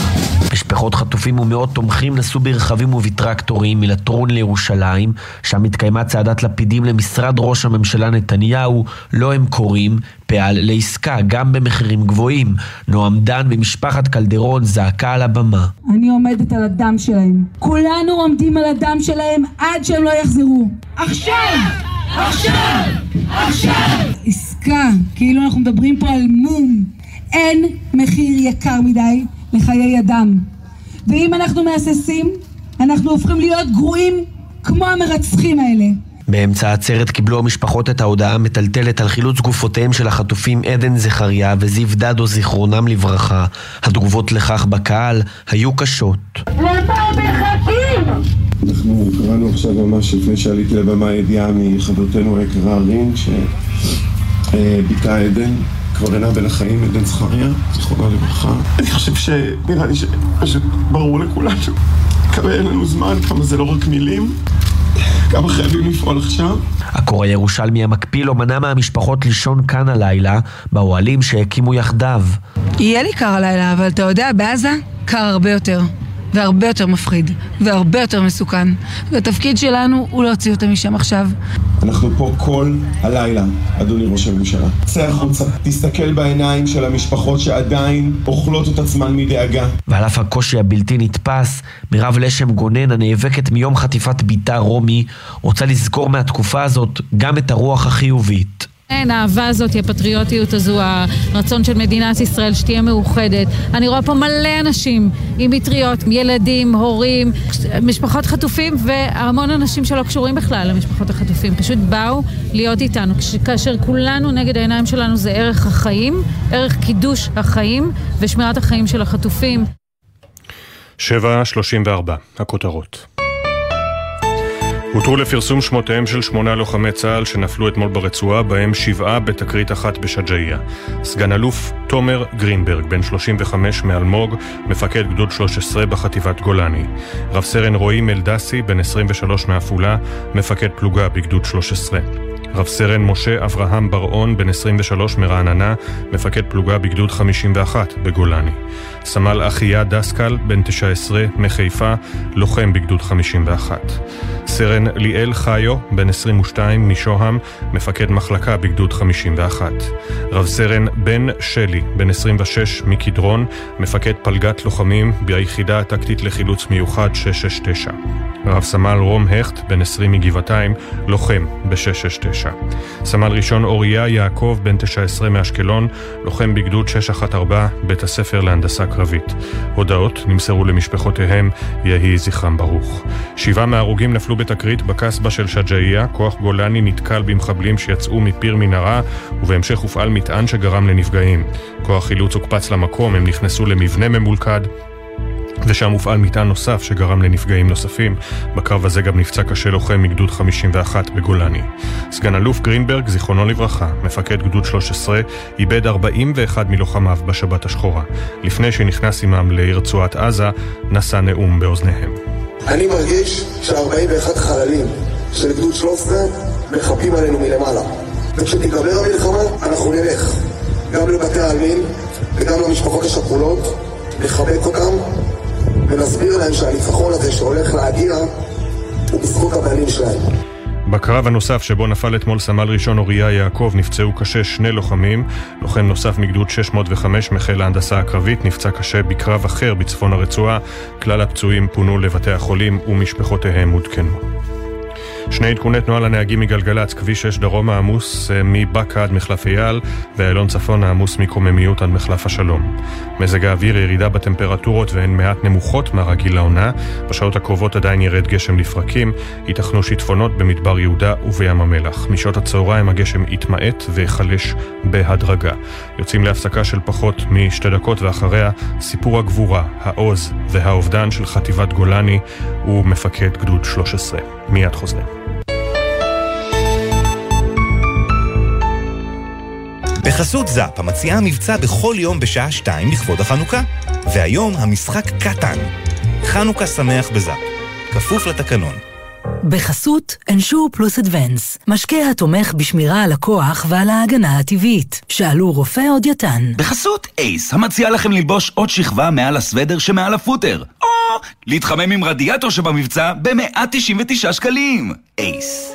Speaker 3: משפחות חטופים ומאות תומכים נסעו ברכבים ובטרקטורים מלטרון לירושלים, שם התקיימה צעדת לפידים למשרד ראש הממשלה נתניהו, לא הם קוראים פעל לעסקה גם במחירים גבוהים. נועם דן במשפחת קלדרון זעקה על הבמה.
Speaker 9: אני עומדת על הדם שלהם. כולנו עומדים על הדם שלהם עד שהם לא יחזרו. עכשיו! עכשיו! עכשיו! עסקה, כאילו אנחנו מדברים פה על מום. אין מחיר יקר מדי לחיי אדם. ואם אנחנו מאססים, אנחנו הופכים להיות גרועים כמו המרצחים האלה.
Speaker 3: באמצע העצרת קיבלו המשפחות את ההודעה המטלטלת על חילוץ גופותיהם של החטופים עדן זכריה וזיו דדו זיכרונם לברכה. התגובות לכך בקהל היו קשות.
Speaker 9: למה מחכים?
Speaker 20: אנחנו קראנו עכשיו ממש לפני שעליתי לבמה ידיעה מחברתנו היקרה רין שבתה עדן כבר אינה בין החיים, עדן זכריה, זיכרונה לברכה. אני חושב שנראה לי שפשוט ברור לכולנו כמה אין לנו זמן, כמה זה לא רק מילים, כמה חייבים לפעול עכשיו.
Speaker 3: הקורא הירושלמי המקפיא לא מנע מהמשפחות לישון כאן הלילה באוהלים שהקימו יחדיו.
Speaker 9: יהיה לי קר הלילה, אבל אתה יודע, בעזה קר הרבה יותר, והרבה יותר מפחיד, והרבה יותר מסוכן. והתפקיד שלנו הוא להוציא אותם משם עכשיו.
Speaker 20: אנחנו פה כל הלילה, אדוני ראש הממשלה. צא החוצה, תסתכל בעיניים של המשפחות שעדיין אוכלות את עצמן מדאגה.
Speaker 3: ועל אף הקושי הבלתי נתפס, מירב לשם גונן, הנאבקת מיום חטיפת ביתה רומי, רוצה לזכור מהתקופה הזאת גם את הרוח החיובית.
Speaker 11: כן, האהבה הזאת, הפטריוטיות הזו, הרצון של מדינת ישראל שתהיה מאוחדת. אני רואה פה מלא אנשים עם מטריות, ילדים, הורים, משפחות חטופים והמון אנשים שלא קשורים בכלל למשפחות החטופים. פשוט באו להיות איתנו, כאשר כולנו נגד העיניים שלנו זה ערך החיים, ערך קידוש החיים ושמירת החיים של החטופים.
Speaker 2: 7:34, הכותרות. הותרו לפרסום שמותיהם של 8 לוחמי צה"ל שנפלו אתמול ברצועה, בהם 7 בתקרית אחת בשג'אעיה. סגן אלוף תומר גרינברג, בן 35 מאלמוג, מפקד גדוד 13 בחטיבת גולני. רב סרן רועי מלדסי, בן 23 מעפולה, מפקד פלוגה בגדוד 13. רב סרן משה אברהם ברעון, בן 23 מרעננה, מפקד פלוגה בגדוד 51 בגולני. סמל אחיה דסקל, בן 19 מחיפה, לוחם בגדוד 51. סרן ליאל חיו, בן 22 משוהם, מפקד מחלקה בגדוד 51. רב סרן בן שלי, בן 26 מקדרון, מפקד פלגת לוחמים ביחידה הטקטית לחילוץ מיוחד 669. רב סמל רום הכט, בן 20 מגבעתיים, לוחם ב-669. סמל ראשון אוריה יעקב, בן 19 מאשקלון, לוחם בגדוד 614, בית הספר להנדסה קרבית. הודעות נמסרו למשפחותיהם, יהי זכרם ברוך. 7 מההרוגים נפלו בתקרית בקסבה של שג'אעיה. כוח גולני נתקל במחבלים שיצאו מפיר מנהרה, ובהמשך הופעל מטען שגרם לנפגעים. כוח חילוץ הוקפץ למקום, הם נכנסו למבנה ממולכד, ושם הופעל מטען נוסף שגרם לנפגעים נוספים. בקרב הזה גם נפצע קשה לוחם מגדוד 51 בגולני. סגן אלוף גרינברג, זיכרונו לברכה, מפקד גדוד 13, איבד 41 מלוחמיו בשבת השחורה. לפני שנכנס עמם לרצועת עזה, נשא נאום באוזניהם.
Speaker 25: אני מרגיש ש41 חללים של גדוד 13 מחפים עלינו מלמעלה. וכשתיגמר המלחמה, אנחנו נלך גם לבתי העלמין וגם למשפחות השכולות, לחבק אותם ונסביר להם שהניצחון הזה שהולך להגיע הוא בזכות הבנים שלהם.
Speaker 2: בקרב הנוסף שבו נפל אתמול סמל ראשון אוריה יעקב נפצעו קשה 2 לוחמים. לוחם נוסף מגדוד 605 מחיל ההנדסה הקרבית נפצע קשה בקרב אחר בצפון הרצועה. כלל הפצועים פונו לבתי החולים ומשפחותיהם עודכנו. 2 עדכוני תנועה לנהגים מגלגלץ, כביש 6 דרום העמוס מבקה עד מחלף אייל, ואיילון צפון העמוס מקוממיות עד מחלף השלום. מזג האוויר, ירידה בטמפרטורות והן מעט נמוכות מהרגיל לעונה. בשעות הקרובות עדיין ירד גשם לפרקים, ייתכנו שיטפונות במדבר יהודה ובים המלח. משעות הצהריים הגשם יתמעט ויחלש בהדרגה. יוצאים להפסקה של פחות מ2 דקות, ואחריה סיפור הגבורה, העוז והאובדן של חטיבת גולני ומפקד גדוד 13. מיד חוזרים.
Speaker 13: בחסות זאפ, המציעה מבצע בכל יום בשעה 2 לכבוד החנוכה. והיום המשחק קטן. חנוכה שמח בזאפ. כפוף לתקנון.
Speaker 21: בחסות אנשור פלוס אדוונס, משקה התומך בשמירה על הכוח ועל ההגנה הטבעית. שאלו רופא או דיאטן.
Speaker 22: בחסות אייס, המציע לכם ללבוש עוד שכבה מעל הסוודר שמעל הפוטר. או להתחמם עם רדיאטור שבמבצע ב-199 שקלים. אייס.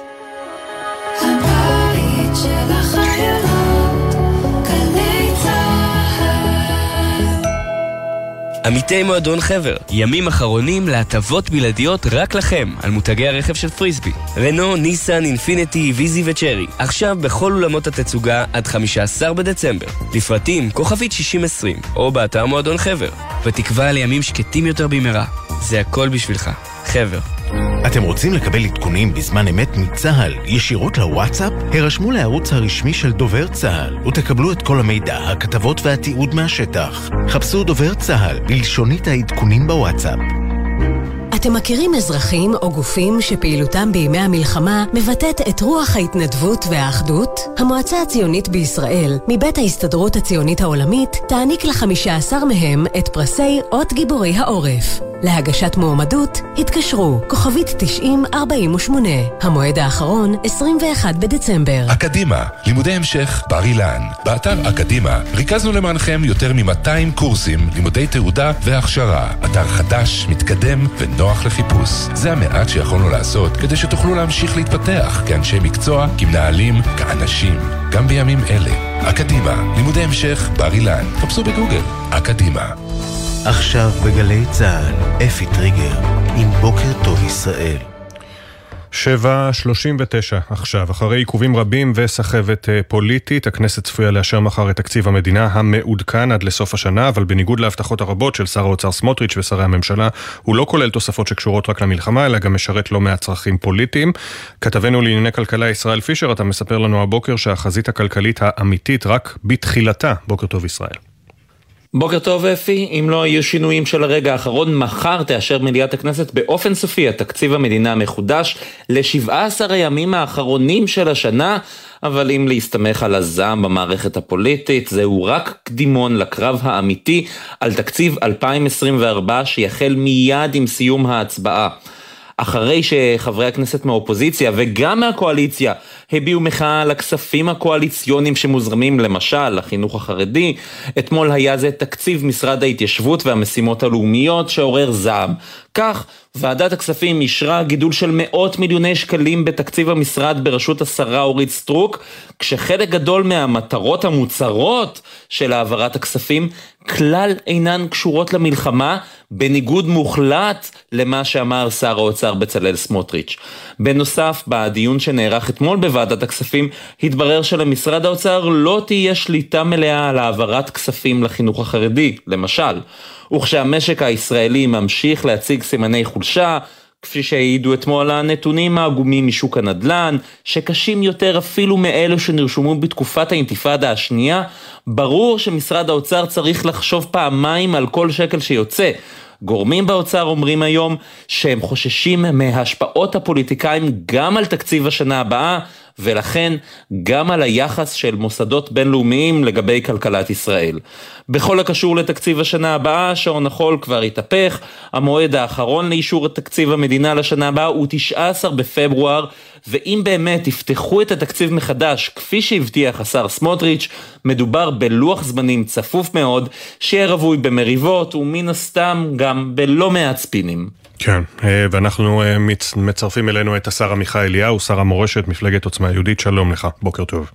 Speaker 24: הבית של החיילות, גלי צהל.
Speaker 4: עמיתי מועדון חבר, ימים אחרונים להטבות בלעדיות רק לכם על מותגי הרכב של פריסבי. רנו, ניסן, אינפיניטי, ויזי וצ'רי. עכשיו בכל אולמות התצוגה עד 15 בדצמבר. לפרטים כוכבית 6020 או באתר מועדון חבר. ותקווה לימים שקטים יותר במהרה. זה הכל בשבילך. חבר.
Speaker 12: אתם רוצים לקבל עדכונים בזמן אמת מצה"ל ישירות לוואטסאפ? הרשמו לערוץ הרשמי של דובר צה"ל ותקבלו את כל המידע, הכתבות והתיעוד מהשטח. חפשו דובר צה"ל בלשונית העדכונים בוואטסאפ.
Speaker 14: אתם מכירים אזרחים או גופים שפעילותם בימי המלחמה מבטאת את רוח ההתנדבות והאחדות? המועצה הציונית בישראל, מבית ההסתדרות הציונית העולמית, תעניק ל15 מהם את פרסי אות גיבורי העורף. להגשת מועמדות, התקשרו, כוכבית 9048. המועד האחרון, 21 בדצמבר.
Speaker 15: אקדימה, לימודי המשך בר אילן. באתר אקדימה ריכזנו למענכם יותר מ-200 קורסים, לימודי תעודה והכשרה. אתר חדש, מתקדם ונוח לחיפוש. זה המעט שיכולנו לעשות כדי שתוכלו להמשיך להתפתח כאנשי מקצוע, כמנהלים, כאנשים. גם בימים אלה. אקדימה, לימודי המשך בר אילן. חפשו בגוגל. אקדימה.
Speaker 12: עכשיו בגלי צה"ל, אפי טריגר, עם בוקר טוב ישראל.
Speaker 2: 7:39 עכשיו, אחרי עיכובים רבים וסחבת פוליטית, הכנסת צפויה לאשר מחר את תקציב המדינה המעודכן עד לסוף השנה, אבל בניגוד להבטחות הרבות של שר האוצר סמוטריץ' ושרי הממשלה, הוא לא כולל תוספות שקשורות רק למלחמה, אלא גם משרת לא מעט צרכים פוליטיים. כתבנו לענייני כלכלה ישראל פישר, אתה מספר לנו הבוקר שהחזית הכלכלית האמיתית רק בתחילתה. בוקר טוב ישראל.
Speaker 16: בוקר טוב אפי, אם לא יהיו שינויים של הרגע האחרון, מחר תאשר מליאת הכנסת באופן סופי התקציב המדינה המחודש ל17 הימים האחרונים של השנה, אבל אם להסתמך על הזעם במערכת הפוליטית, זהו רק קדימון לקרב האמיתי על תקציב 2024 שיחל מיד עם סיום ההצבעה. אחרי שחברי הכנסת מהאופוזיציה וגם מהקואליציה הביעו מחאה על הכספים הקואליציוניים שמוזרמים למשל לחינוך החרדי, אתמול היה זה תקציב משרד ההתיישבות והמשימות הלאומיות שעורר זעם. כך, ועדת הכספים אישרה גידול של מאות מיליוני שקלים בתקציב המשרד בראשות השרה אורית סטרוק, כשחלק גדול מהמטרות המוצרות של העברת הכספים כלל אינן קשורות למלחמה, בניגוד מוחלט למה שאמר שר האוצר בצלאל סמוטריץ'. בנוסף, בדיון שנערך אתמול בוועדת הכספים, התברר שלמשרד האוצר לא תהיה שליטה מלאה על העברת כספים לחינוך החרדי, למשל. וכשהמשק הישראלי ממשיך להציג סימני חולשה, כפי שהעידו אתמול הנתונים העגומים משוק הנדל"ן, שקשים יותר אפילו מאלו שנרשמו בתקופת האינתיפאדה השנייה, ברור שמשרד האוצר צריך לחשוב פעמיים על כל שקל שיוצא. גורמים באוצר אומרים היום שהם חוששים מהשפעות הפוליטיקאים גם על תקציב השנה הבאה, ולכן גם על היחס של מוסדות בינלאומיים לגבי כלכלת ישראל. בכל הקשור לתקציב השנה הבאה, שעון החול כבר התהפך, המועד האחרון לאישור התקציב המדינה לשנה הבאה הוא 19 בפברואר, ואם באמת יפתחו את התקציב מחדש, כפי שהבטיח השר סמוטריץ', מדובר בלוח זמנים צפוף מאוד, שיהיה רבוי במריבות, ומן הסתם גם בלא מעט ספינים.
Speaker 2: כן, ואנחנו מצרפים אלינו את השר עמיחי אליהו, שר המורשת, מפלגת עוצמה יהודית. שלום לך, בוקר טוב.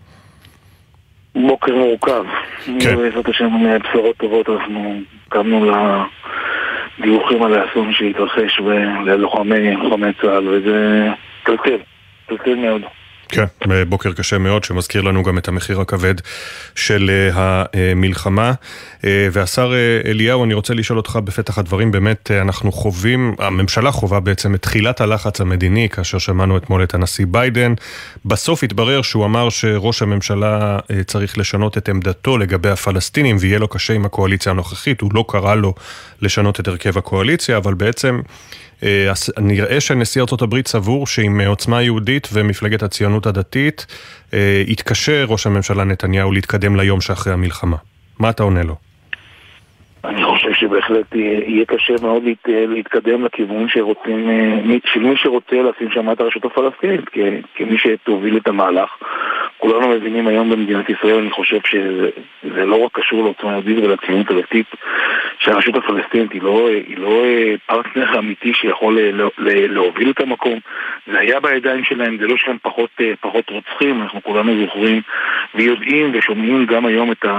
Speaker 7: בוקר מורכב. כן. בעזרת השם בשורות טובות, אנחנו קמנו לדיווחים על האסון שהתרחש ללוחמי צה"ל, וזה טלטל מאוד.
Speaker 2: כן, בוקר קשה מאוד, שמזכיר לנו גם את המחיר הכבד של המלחמה. והשר אליהו, אני רוצה לשאול אותך בפתח הדברים, באמת אנחנו חווים, הממשלה חווה בעצם את תחילת הלחץ המדיני, כאשר שמענו אתמול את הנשיא ביידן. בסוף התברר שהוא אמר שראש הממשלה צריך לשנות את עמדתו לגבי הפלסטינים, ויהיה לו קשה עם הקואליציה הנוכחית. הוא לא קרא לו לשנות את הרכב הקואליציה, אבל בעצם נראה שנשיא ארצות הברית סבור שעם עוצמה יהודית ומפלגת הציונות הדתית יתקשה ראש הממשלה נתניהו להתקדם ליום שאחרי המלחמה. מה אתה עונה לו?
Speaker 7: אני חושב שבהחלט יהיה קשה מאוד להתקדם לכיוון שרוצים, של מי שרוצה לשים שם את הרשות הפלסטינית כמי שתוביל את המהלך. כולנו מבינים היום במדינת ישראל, אני חושב שזה לא רק קשור לעוצמה יהודית ולציונות הדתית, שהרשות הפלסטינית היא לא פרטנר אמיתי שיכול להוביל את המקום. זה היה בידיים שלהם, זה לא שהם פחות רוצחים. אנחנו כולנו זוכרים ויודעים ושומעים גם היום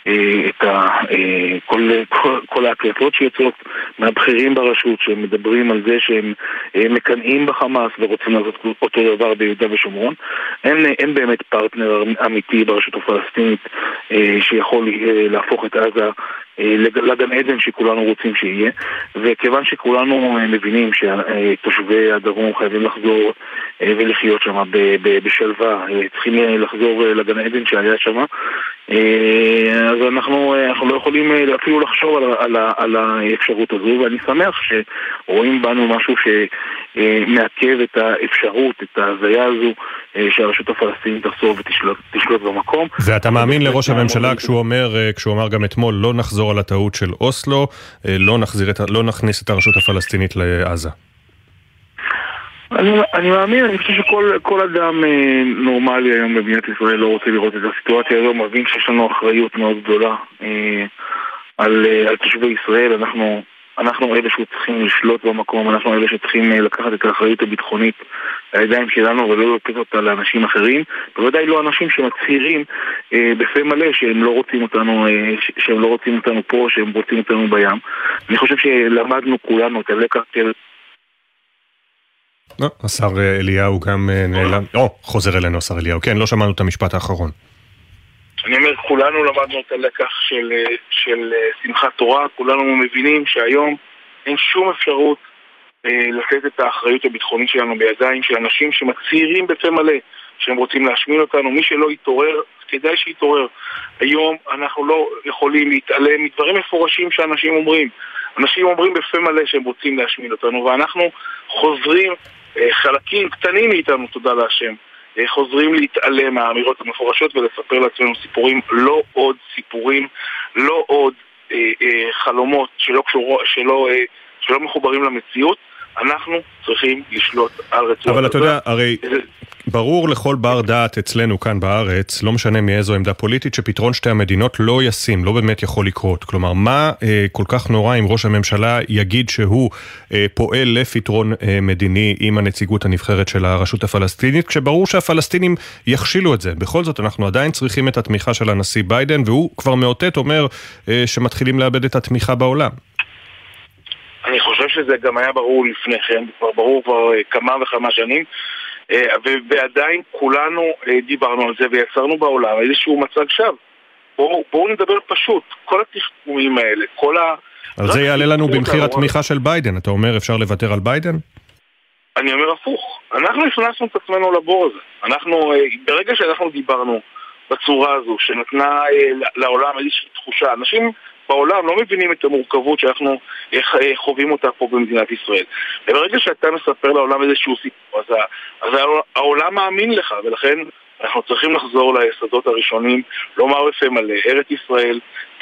Speaker 7: כל ההקלטות שיוצאות מהבכירים ברשות שמדברים על זה שהם מקנאים בחמאס ורוצים לעשות אותו דבר ביהודה ושומרון. אין באמת פרטנר אמיתי ברשות הפלסטינית שיכול להפוך את עזה לגן עדן שכולנו רוצים שיהיה, וכיוון שכולנו מבינים שתושבי הדרום חייבים לחזור ולחיות שם בשלווה, צריכים לחזור לגן עדן שהיה שם, אז אנחנו לא יכולים אפילו לחשוב על האפשרות הזו, ואני שמח שרואים בנו משהו שמעכב את האפשרות, את ההזיה הזו שהרשות הפלסטינית תחזור ותשלוט במקום.
Speaker 2: ואתה מאמין לראש הממשלה כשהוא אמר גם אתמול לא נחזור על הטעות של אוסלו, לא נכניס את הרשות הפלסטינית לעזה?
Speaker 7: אני מאמין, אני חושב שכל אדם נורמלי היום במדינת ישראל לא רוצה לראות את הסיטואציה הזו, מבין שיש לנו אחריות מאוד גדולה על תושבי ישראל. אנחנו אלה שצריכים לשלוט במקום, אנחנו אלה שצריכים לקחת את האחריות הביטחונית לידיים שלנו ולא לתת אותה לאנשים אחרים, בוודאי לא אנשים שמצהירים בפה מלא שהם לא רוצים אותנו פה, שהם רוצים אותנו בים. אני חושב שלמדנו כולנו את הלקח של...
Speaker 2: השר אליהו גם נעלם, חוזר אלינו השר אליהו, כן, לא שמענו את המשפט האחרון.
Speaker 7: אני אומר, כולנו למדנו את הלקח של שמחת תורה, כולנו מבינים שהיום אין שום אפשרות לתת את האחריות הביטחונית שלנו בידיים של אנשים שמצהירים בפה מלא שהם רוצים להשמיד אותנו. מי שלא יתעורר, כדאי שיתעורר. היום אנחנו לא יכולים להתעלם מדברים מפורשים שאנשים אומרים. אנשים אומרים בפה מלא שהם רוצים להשמיד אותנו, ואנחנו חוזרים, חלקים קטנים מאיתנו, תודה להשם, חוזרים להתעלם מהאמירות המפורשות ולספר לעצמנו סיפורים, לא עוד סיפורים, לא עוד חלומות שלא מחוברים למציאות. אנחנו צריכים לשלוט על רצועת.
Speaker 2: אבל אתה יודע, הרי ברור לכל בר דעת אצלנו כאן בארץ, לא משנה מאיזו עמדה פוליטית, שפתרון שתי המדינות לא ישים, לא באמת יכול לקרות. כלומר, מה כל כך נורא אם ראש הממשלה יגיד שהוא פועל לפתרון מדיני עם הנציגות הנבחרת של הרשות הפלסטינית, כשברור שהפלסטינים יכשילו את זה. בכל זאת, אנחנו עדיין צריכים את התמיכה של הנשיא ביידן, והוא כבר מאותת אומר שמתחילים לאבד את התמיכה בעולם.
Speaker 7: אני חושב שזה גם היה ברור לפני כן, ברור כבר כמה וכמה שנים, ועדיין כולנו דיברנו על זה ויצרנו בעולם איזשהו מצג שווא. בואו נדבר פשוט, כל התחכומים האלה,
Speaker 2: על זה יעלה לנו במחיר התמיכה של ביידן. אתה אומר אפשר לוותר על ביידן?
Speaker 7: אני אומר הפוך. אנחנו הכנסנו את עצמנו לבור הזה. ברגע שאנחנו דיברנו בצורה הזו, שנתנה לעולם איזושהי תחושה, אנשים בעולם לא מבינים את המורכבות שאנחנו חווים אותה פה במדינת ישראל. וברגע שאתה מספר לעולם איזשהו סיפור, אז העולם מאמין לך, ולכן אנחנו צריכים לחזור ליסודות הראשונים, לומר בפה מלא, ארץ ישראל,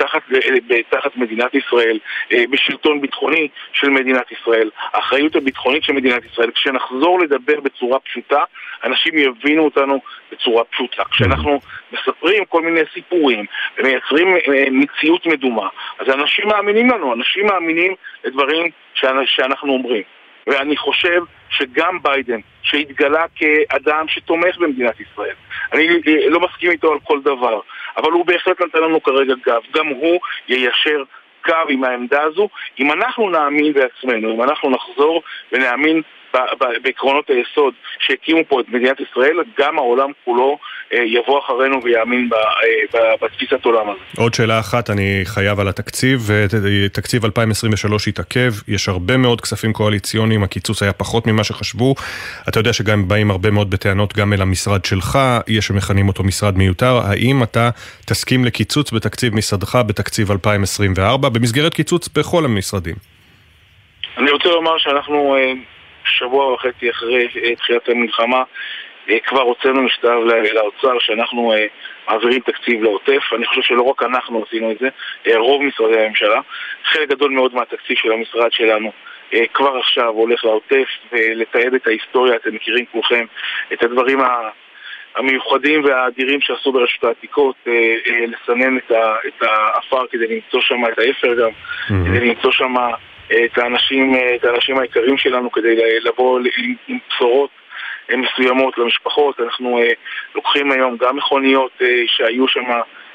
Speaker 7: תחת מדינת ישראל, בשלטון ביטחוני של מדינת ישראל, האחריות הביטחונית של מדינת ישראל. כשנחזור לדבר בצורה פשוטה, אנשים יבינו אותנו בצורה פשוטה. כשאנחנו מספרים כל מיני סיפורים ומייצרים מציאות מדומה, אז אנשים מאמינים לנו, אנשים מאמינים לדברים שאנחנו אומרים. ואני חושב שגם ביידן, שהתגלה כאדם שתומך במדינת ישראל, אני לא מסכים איתו על כל דבר, אבל הוא בהחלט נתן לנו כרגע גב, גם הוא יישר קו עם העמדה הזו. אם אנחנו נאמין בעצמנו, אם אנחנו נחזור ונאמין בעקרונות היסוד שהקימו פה את מדינת ישראל, גם העולם כולו יבוא אחרינו ויאמין בתפיסת עולם הזה.
Speaker 2: עוד שאלה אחת, אני חייב על התקציב. תקציב 2023 התעכב, יש הרבה מאוד כספים קואליציוניים, הקיצוץ היה פחות ממה שחשבו. אתה יודע שגם באים הרבה מאוד בטענות גם אל המשרד שלך, יש שמכנים אותו משרד מיותר. האם אתה תסכים לקיצוץ בתקציב משרדך בתקציב 2024, במסגרת קיצוץ בכל המשרדים?
Speaker 7: אני רוצה לומר שאנחנו שבוע וחצי אחרי תחילת המלחמה כבר הוצאנו מכתב לאוצר שאנחנו מעבירים תקציב לעוטף. אני חושב שלא רק אנחנו עשינו את זה, רוב משרדי הממשלה. חלק גדול מאוד מהתקציב של המשרד שלנו כבר עכשיו הולך לעוטף ולתעד את ההיסטוריה. אתם מכירים כולכם את הדברים המיוחדים והאדירים שעשו ברשות העתיקות, לסנן את האפר כדי למצוא שם את האפר גם, כדי למצוא שם את האנשים העיקרים שלנו, כדי לבוא עם בשורות מסוימות למשפחות. אנחנו לוקחים היום גם מכוניות שהיו שם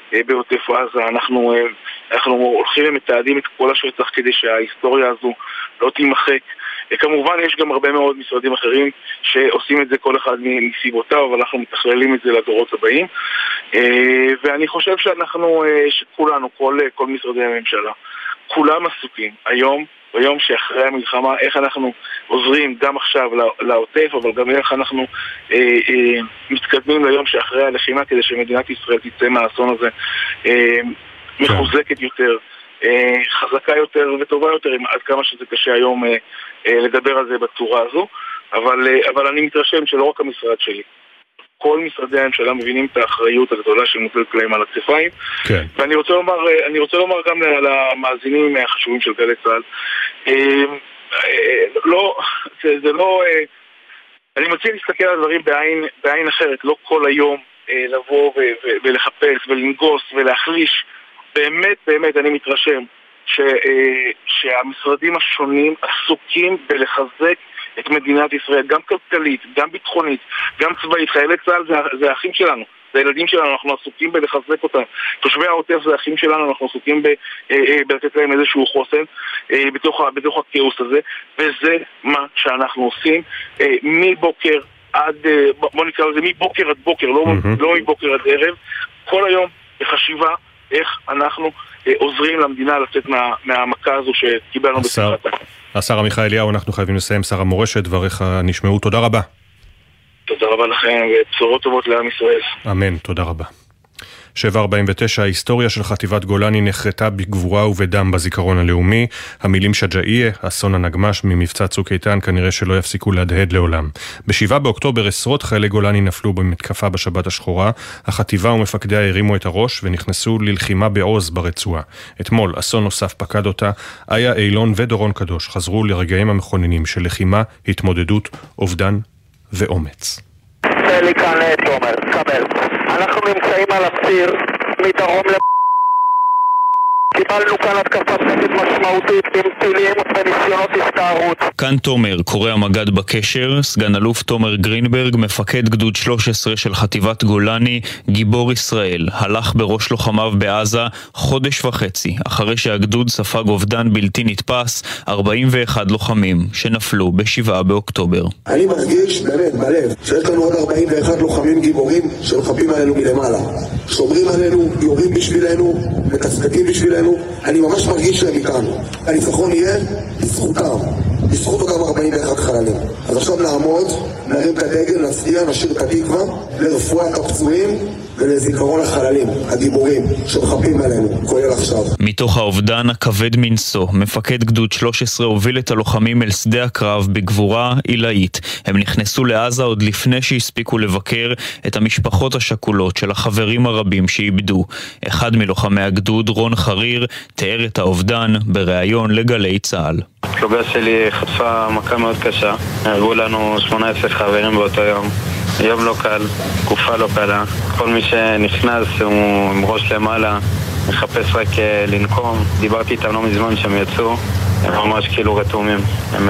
Speaker 7: בעוטף עזה. אנחנו הולכים ומתעדים את כל השטח כדי שההיסטוריה הזו לא תימחק. כמובן יש גם הרבה מאוד משרדים אחרים שעושים את זה כל אחד מסיבותיו, אבל אנחנו מתכללים את זה לדורות הבאים. ואני חושב שכולנו, כל משרדי הממשלה, כולם עסוקים היום, ביום שאחרי המלחמה, איך אנחנו עוזרים גם עכשיו לעוטף, אבל גם איך אנחנו מתקדמים ליום שאחרי הלחימה, כדי שמדינת ישראל תצא מהאסון הזה מחוזקת יותר, חזקה יותר וטובה יותר, עד כמה שזה קשה היום לדבר על זה בצורה הזו. אבל אני מתרשם שלא רק המשרד שלי, כל משרדי הממשלה מבינים את האחריות הגדולה שמוטלת להם על הכתפיים. כן. ואני רוצה לומר גם למאזינים החשובים של גלי צה"ל, זה לא, אני מציע להסתכל על דברים בעין אחרת, לא כל היום לבוא ולחפש ולנגוס ולהחליש. באמת אני מתרשם שהמשרדים השונים עסוקים בלחזק את מדינת ישראל, גם כלכלית, גם ביטחונית, גם צבאית. חיילי צה"ל זה האחים שלנו, זה הילדים שלנו, אנחנו עסוקים בלחזק אותם. תושבי העוטף זה האחים שלנו, אנחנו עסוקים בלתת להם איזשהו חוסן בתוך הכאוס הזה, וזה מה שאנחנו עושים מבוקר עד, בוא נקרא לזה מבוקר עד בוקר, לא מבוקר עד ערב, כל היום בחשיבה איך אנחנו עוזרים למדינה לצאת מהמכה הזו שקיבלנו בשמחתה.
Speaker 2: השר עמיחי אליהו, אנחנו חייבים לסיים. שר המורשת, דבריך נשמעו. תודה רבה.
Speaker 7: תודה רבה לכם, ובשורות טובות לעם ישראל.
Speaker 2: אמן, תודה רבה. 749, ההיסטוריה של חטיבת גולני נחרטה בגבורה ובדם בזיכרון הלאומי. המילים שג'איה, אסון הנגמש ממבצע צוק איתן, כנראה שלא יפסיקו להדהד לעולם. ב7 באוקטובר עשרות חיילי גולני נפלו במתקפה בשבת השחורה. החטיבה ומפקדיה הרימו את הראש ונכנסו ללחימה בעוז ברצועה. אתמול אסון נוסף פקד אותה. איה אילון ודורון קדוש חזרו לרגעים המכוננים של לחימה, התמודדות, אובדן ואומץ.
Speaker 10: אנחנו נמצאים על הציר מדרום קיבלנו כאן התקפה צבאית משמעותית עם טילים וניסיונות הסתערות.
Speaker 17: כאן תומר, קורא המג"ד בקשר, סגן אלוף תומר גרינברג, מפקד גדוד 13 של חטיבת גולני, גיבור ישראל, הלך בראש לוחמיו בעזה חודש וחצי, אחרי שהגדוד ספג אובדן בלתי נתפס, 41 לוחמים שנפלו ב7 באוקטובר.
Speaker 25: אני מרגיש באמת בלב שיש לנו עוד 41 לוחמים גיבורים שלוחמים עלינו מלמעלה, שומרים עלינו, יורים בשבילנו, מתספקים בשבילנו. אני ממש מרגיש להם מכאן. הניצחון יהיה בזכותם, בזכות אותם 41 חללים. אז עכשיו נעמוד, נרים את הדגל, נצדיע, נשיר את התקווה לרפואת הפצועים ולזיכרון החללים, הגיבורים שמחפים עלינו, כולל עכשיו.
Speaker 17: מתוך האובדן הכבד מנסו, מפקד גדוד 13 הוביל את הלוחמים אל שדה הקרב בגבורה עילאית. הם נכנסו לעזה עוד לפני שהספיקו לבקר את המשפחות השכולות של החברים הרבים שאיבדו. אחד מלוחמי הגדוד, רון חריר, תיאר את האובדן בריאיון לגלי צה"ל.
Speaker 10: הפלוגה שלי חטפה מכה מאוד קשה. הרגו לנו 18 חברים באותו יום. יום לא קל, תקופה לא קלה. כל מי שנכנס הוא עם ראש למעלה, מחפש רק לנקום. דיברתי איתם לא מזמן שהם יצאו, הם ממש כאילו רתומים. הם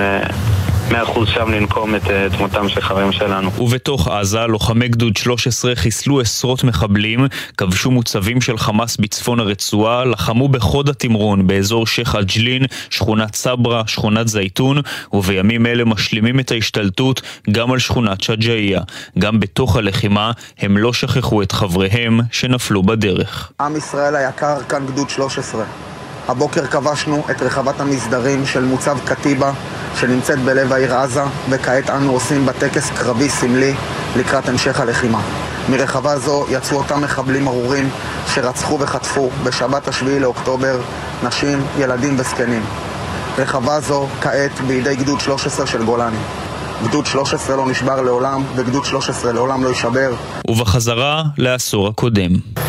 Speaker 10: 100% שם לנקום את תמותם של חברים שלנו.
Speaker 17: ובתוך עזה, לוחמי גדוד 13 חיסלו עשרות מחבלים, כבשו מוצבים של חמאס בצפון הרצועה, לחמו בחוד התמרון באזור שייח אל-ג'לין, שכונת סברה, שכונת זייתון, ובימים אלה משלימים את ההשתלטות גם על שכונת שג'איה. גם בתוך הלחימה הם לא שכחו את חבריהם שנפלו בדרך.
Speaker 19: עם ישראל היקר, כאן גדוד 13. הבוקר כבשנו את רחבת המסדרים של מוצב קטיבה שנמצאת בלב העיר עזה, וכעת אנו עושים בטקס קרבי סמלי לקראת המשך הלחימה. מרחבה זו יצאו אותם מחבלים ארורים שרצחו וחטפו בשבת השביעי לאוקטובר נשים, ילדים וזקנים. רחבה זו כעת בידי גדוד 13 של גולני. גדוד 13 לא נשבר לעולם, וגדוד 13 לעולם לא יישבר.
Speaker 17: ובחזרה לעשור הקודם.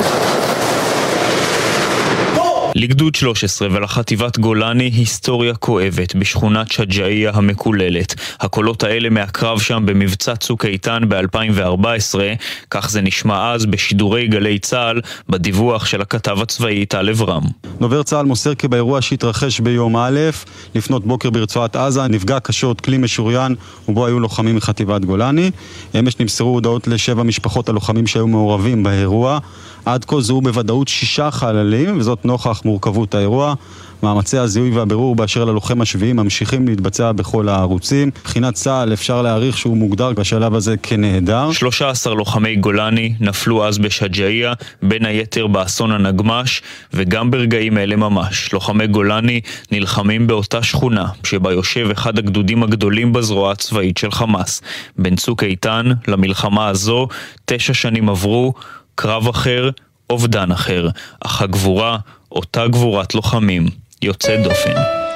Speaker 17: לגדוד 13 ולחטיבת גולני היסטוריה כואבת בשכונת שג'איה המקוללת. הקולות האלה מהקרב שם במבצע צוק איתן ב-2014, כך זה נשמע אז בשידורי גלי צה"ל, בדיווח של הכתב הצבאי טל אברהם.
Speaker 23: דובר צה"ל מוסר כי באירוע שהתרחש ביום א' לפנות בוקר ברצועת עזה נפגע קשות כלי משוריין ובו היו לוחמים מחטיבת גולני. אמש נמסרו הודעות ל7 משפחות הלוחמים שהיו מעורבים באירוע. עד כה זהו בוודאות 6 חללים, וזאת נוכח מורכבות האירוע. מאמצי הזיהוי והבירור באשר ללוחם השביעי ממשיכים להתבצע בכל הערוצים. מבחינת צה"ל אפשר להעריך שהוא מוגדר בשלב הזה כנהדר.
Speaker 17: 13 לוחמי גולני נפלו אז בשג'אעיה, בין היתר באסון הנגמש, וגם ברגעים אלה ממש. לוחמי גולני נלחמים באותה שכונה, שבה יושב אחד הגדודים הגדולים בזרוע הצבאית של חמאס. בין צוק איתן למלחמה הזו 9 שנים עברו, קרב אחר, אובדן אחר, אך הגבורה, אותה גבורת לוחמים, יוצא דופן.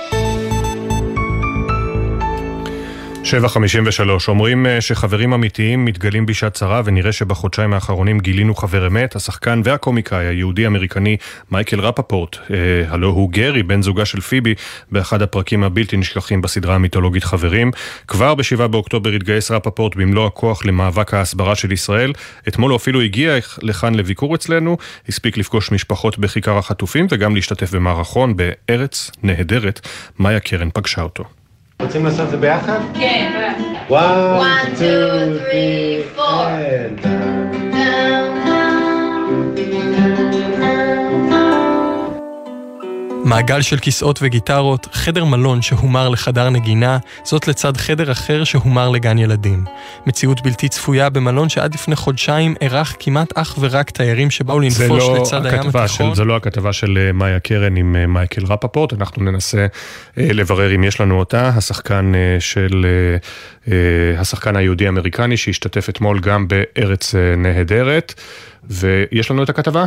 Speaker 2: 7:53, אומרים שחברים אמיתיים מתגלים בשעת צרה, ונראה שבחודשיים האחרונים גילינו חבר אמת, השחקן והקומיקאי היהודי-אמריקני מייקל רפפורט, הלא הוא גרי, בן זוגה של פיבי, באחד הפרקים הבלתי נשכחים בסדרה המיתולוגית חברים. כבר ב7 באוקטובר התגייס רפפורט במלוא הכוח למאבק ההסברה של ישראל. אתמול הוא אפילו הגיע לכאן לביקור אצלנו, הספיק לפגוש משפחות בכיכר החטופים, וגם להשתתף במערכון בארץ נהדרת. מאיה קרן פגשה אותו.
Speaker 1: רוצים לעשות את זה ביחד?
Speaker 5: כן.
Speaker 1: 1, 2, 3, 4.
Speaker 6: מעגל של כיסאות וגיטרות, חדר מלון שהומר לחדר נגינה, זאת לצד חדר אחר שהומר לגן ילדים. מציאות בלתי צפויה במלון שעד לפני חודשיים ערך כמעט אך ורק תיירים שבאו לנפוש לצד הים התיכון.
Speaker 2: זה לא הכתבה של מאיה קרן עם מייקל רפפורט, אנחנו ננסה לברר אם יש לנו אותה, השחקן היהודי-אמריקני שהשתתף אתמול גם בארץ נהדרת, ויש לנו את הכתבה?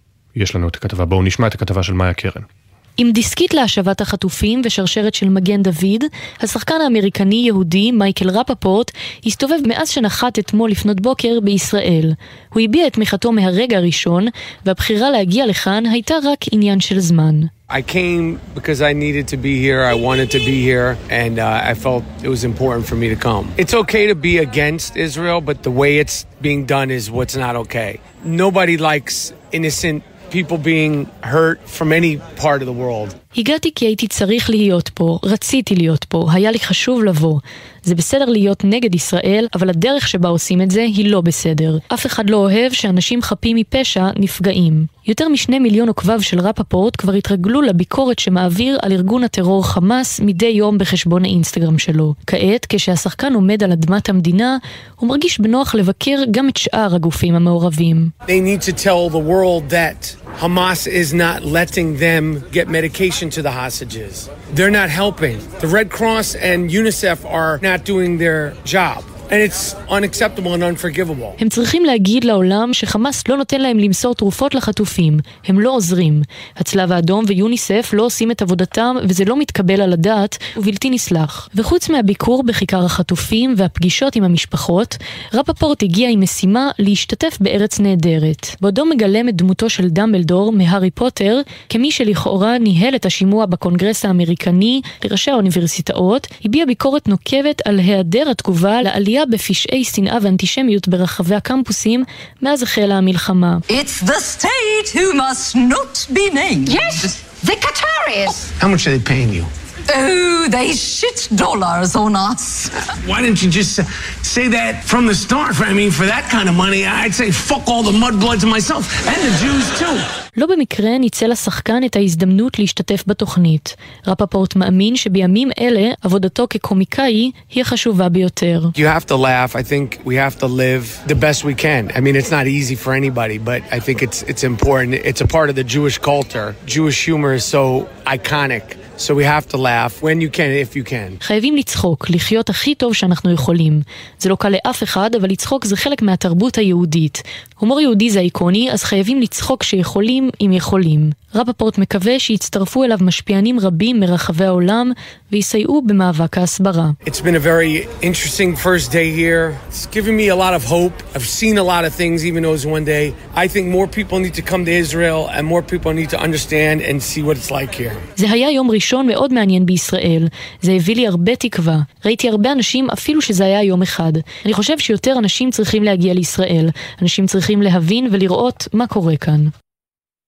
Speaker 2: יש לנו את הכתבה, בואו נשמע את הכתבה של מאיה קרן.
Speaker 18: עם דיסקית להשבת החטופים ושרשרת של מגן דוד, השחקן האמריקני-יהודי מייקל רפפורט הסתובב מאז שנחת אתמול לפנות בוקר בישראל. הוא הביע את תמיכתו מהרגע הראשון, והבחירה להגיע לכאן הייתה רק עניין של זמן.
Speaker 24: I came because I needed to be here, I wanted to be here, and I felt it was important for me to come. It's okay to be against Israel, but the way it's being done is what's not okay. Nobody likes innocent people being hurt from any part of the world.
Speaker 18: הגעתי כי הייתי צריך להיות פה, רציתי להיות פה, היה לי חשוב לבוא. זה בסדר להיות נגד ישראל, אבל הדרך שבה עושים את זה היא לא בסדר. אף אחד לא אוהב שאנשים חפים מפשע נפגעים. יותר מ2 מיליון עוקביו של רפפורט כבר התרגלו לביקורת שמעביר על ארגון הטרור חמאס מדי יום בחשבון האינסטגרם שלו. כעת, כשהשחקן עומד על אדמת המדינה, הוא מרגיש בנוח לבקר גם את שאר הגופים המעורבים.
Speaker 24: They need to tell the world that Hamas is not letting them get medication to the hostages. They're not helping. The Red Cross and UNICEF are not doing their job. And it's unacceptable and unforgivable.
Speaker 18: הם צריכים להגיד לעולם שחמאס לא נותן להם למסור תרופות לחטופים. הם לא עוזרים. הצלב האדום ויוניסף לא עושים את עבודתם, וזה לא מתקבל על הדעת ובלתי נסלח. וחוץ מהביקור בכיכר החטופים והפגישות עם המשפחות, רפפורט הגיע עם משימה להשתתף בארץ נהדרת. בעודו מגלם את דמותו של דמבלדור מהארי פוטר, כמי שלכאורה ניהל את השימוע בקונגרס האמריקני לראשי האוניברסיטאות, הביע ביקורת נוקבת על היעדר התגובה לעלייה בפשעי שנאה ואנטישמיות ברחבי הקמפוסים מאז החלה המלחמה.
Speaker 26: It's the state who must not be named.
Speaker 5: Yes, the Qataris.
Speaker 24: How much are they paying you?
Speaker 26: Oh, they shit dollars on us.
Speaker 24: Why didn't you just say that from the start? I mean, for that kind of money, I'd say fuck all the mudbloods and myself and the Jews too.
Speaker 18: לא במקרה ניצל השחקן את ההזדמנות להשתתף בתוכנית. רפפורט מאמין שבימים אלה עבודתו כקומיקאי היא החשובה ביותר.
Speaker 24: You have to laugh. I think we have to live the best we can. I mean, it's not easy for anybody, but I think it's important. It's a part of the Jewish culture. Jewish humor is so iconic. So we have to laugh when you can, if you can.
Speaker 18: חייבים לצחוק, לחיות הכי טוב שאנחנו יכולים. זה לא קל לאף אחד, אבל לצחוק זה חלק מהתרבות היהודית. הומור יהודי זה איקוני, אז חייבים לצחוק שיכולים אם יכולים. רפפורט מקווה שיצטרפו אליו משפיענים רבים מרחבי העולם ויסייעו במאבק ההסברה.
Speaker 24: It's been a very interesting first day here. It's given me a lot of hope. I've seen a lot of things even though it's one day. I think more people need to come to Israel and more people need to understand and see what it's like here.
Speaker 18: זה היה יום ראשון מאוד מעניין בישראל. זה הביא לי הרבה תקווה. ראיתי הרבה אנשים אפילו שזה היה יום אחד. אני חושב שיותר אנשים צריכים להגיע לישראל. אנשים צריכים להבין ולראות מה קורה כאן.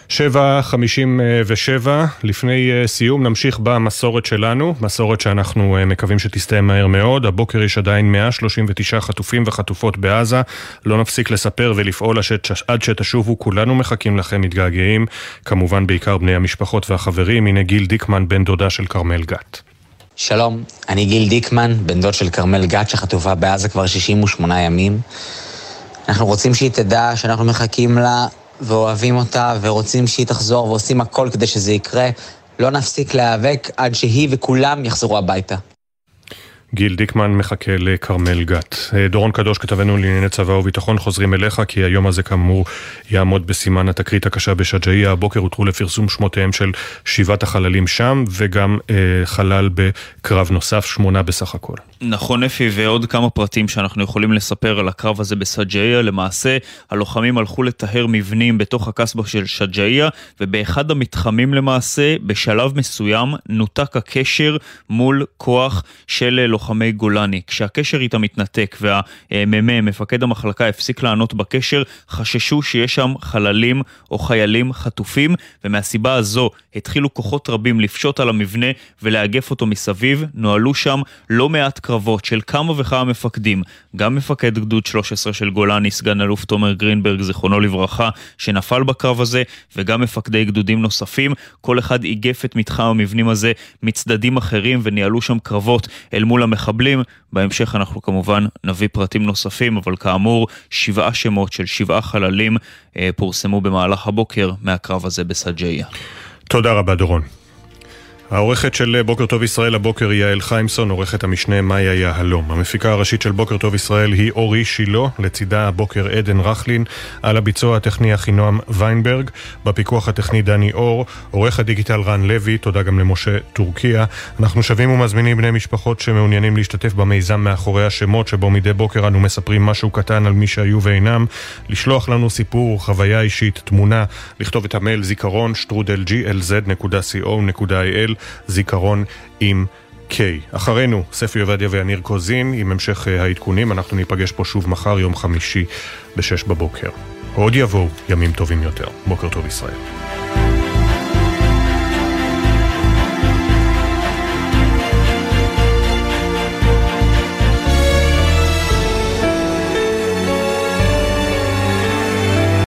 Speaker 2: 7:57, לפני סיום נמשיך במסורת שלנו, מסורת שאנחנו מקווים שתסתיים מהר מאוד. הבוקר יש עדיין 139 חטופים וחטופות בעזה, לא נפסיק לספר ולפעול עד שתשובו, כולנו מחכים לכם, מתגעגעים, כמובן בעיקר בני המשפחות והחברים. הנה גיל דיקמן, בן דודה של כרמל גת.
Speaker 3: שלום, אני גיל דיקמן, בן דוד של כרמל גת שחטופה בעזה כבר 68 ימים. אנחנו רוצים שהיא תדע שאנחנו מחכים לה ואוהבים אותה ורוצים שהיא תחזור ועושים הכל כדי שזה יקרה. לא נפסיק להיאבק עד שהיא וכולם יחזרו הביתה.
Speaker 2: גיל דיקמן מחכה לכרמל גת. דורון קדוש, כתבנו לענייני צבא וביטחון, חוזרים אליך, כי היום הזה כאמור יעמוד בסימן התקרית הקשה בשג'אעיה. הבוקר הותרו לפרסום שמותיהם של 7 החללים שם, וגם חלל בקרב נוסף, 8 בסך הכל.
Speaker 17: נכון אפי, ועוד כמה פרטים שאנחנו יכולים לספר על הקרב הזה בשג'אעיה. למעשה, הלוחמים הלכו לטהר מבנים בתוך הקסבה של שג'אעיה, ובאחד המתחמים למעשה, בשלב מסוים, נותק הקשר מול כוח של לוחמי גולני. כשהקשר איתם מתנתק והמ"מ, מפקד המחלקה, הפסיק לענות בקשר, חששו שיש שם חללים או חיילים חטופים, ומהסיבה הזו התחילו כוחות רבים לפשוט על המבנה ולאגף אותו מסביב. נועלו שם לא מעט קרבות של כמה וכמה מפקדים, גם מפקד גדוד 13 של גולני, סגן אלוף תומר גרינברג, זיכרונו לברכה, שנפל בקרב הזה, וגם מפקדי גדודים נוספים. כל אחד איגף את מתחם המבנים הזה מצדדים אחרים, וניהלו שם קרבות אל מול המחבלים. בהמשך אנחנו כמובן נביא פרטים נוספים, אבל כאמור 7 שמות של 7 חללים פורסמו במהלך הבוקר מהקרב הזה בסג'אעיה.
Speaker 2: תודה רבה דורון. העורכת של בוקר טוב ישראל הבוקר היא יעל חיימסון, עורכת המשנה מאיה יהלום. המפיקה הראשית של בוקר טוב ישראל היא אורי שילו, לצידה הבוקר עדן רחלין, על הביצוע הטכני אחינועם ויינברג, בפיקוח הטכני דני אור, עורך הדיגיטל רן לוי, תודה גם למשה טורקיה. אנחנו שבים ומזמינים בני משפחות שמעוניינים להשתתף במיזם מאחורי השמות, שבו מדי בוקר אנו מספרים משהו קטן על מי שהיו ואינם, לשלוח לנו סיפור, חוויה אישית, תמונה, לכתוב את המייל zikaron@glz.co.il, זיכרון עם K. אחרינו ספי עובדיה ואניר קוזין עם המשך העדכונים. אנחנו ניפגש פה שוב מחר יום חמישי ב-6 בבוקר. עוד יבואו ימים טובים יותר. בוקר טוב ישראל.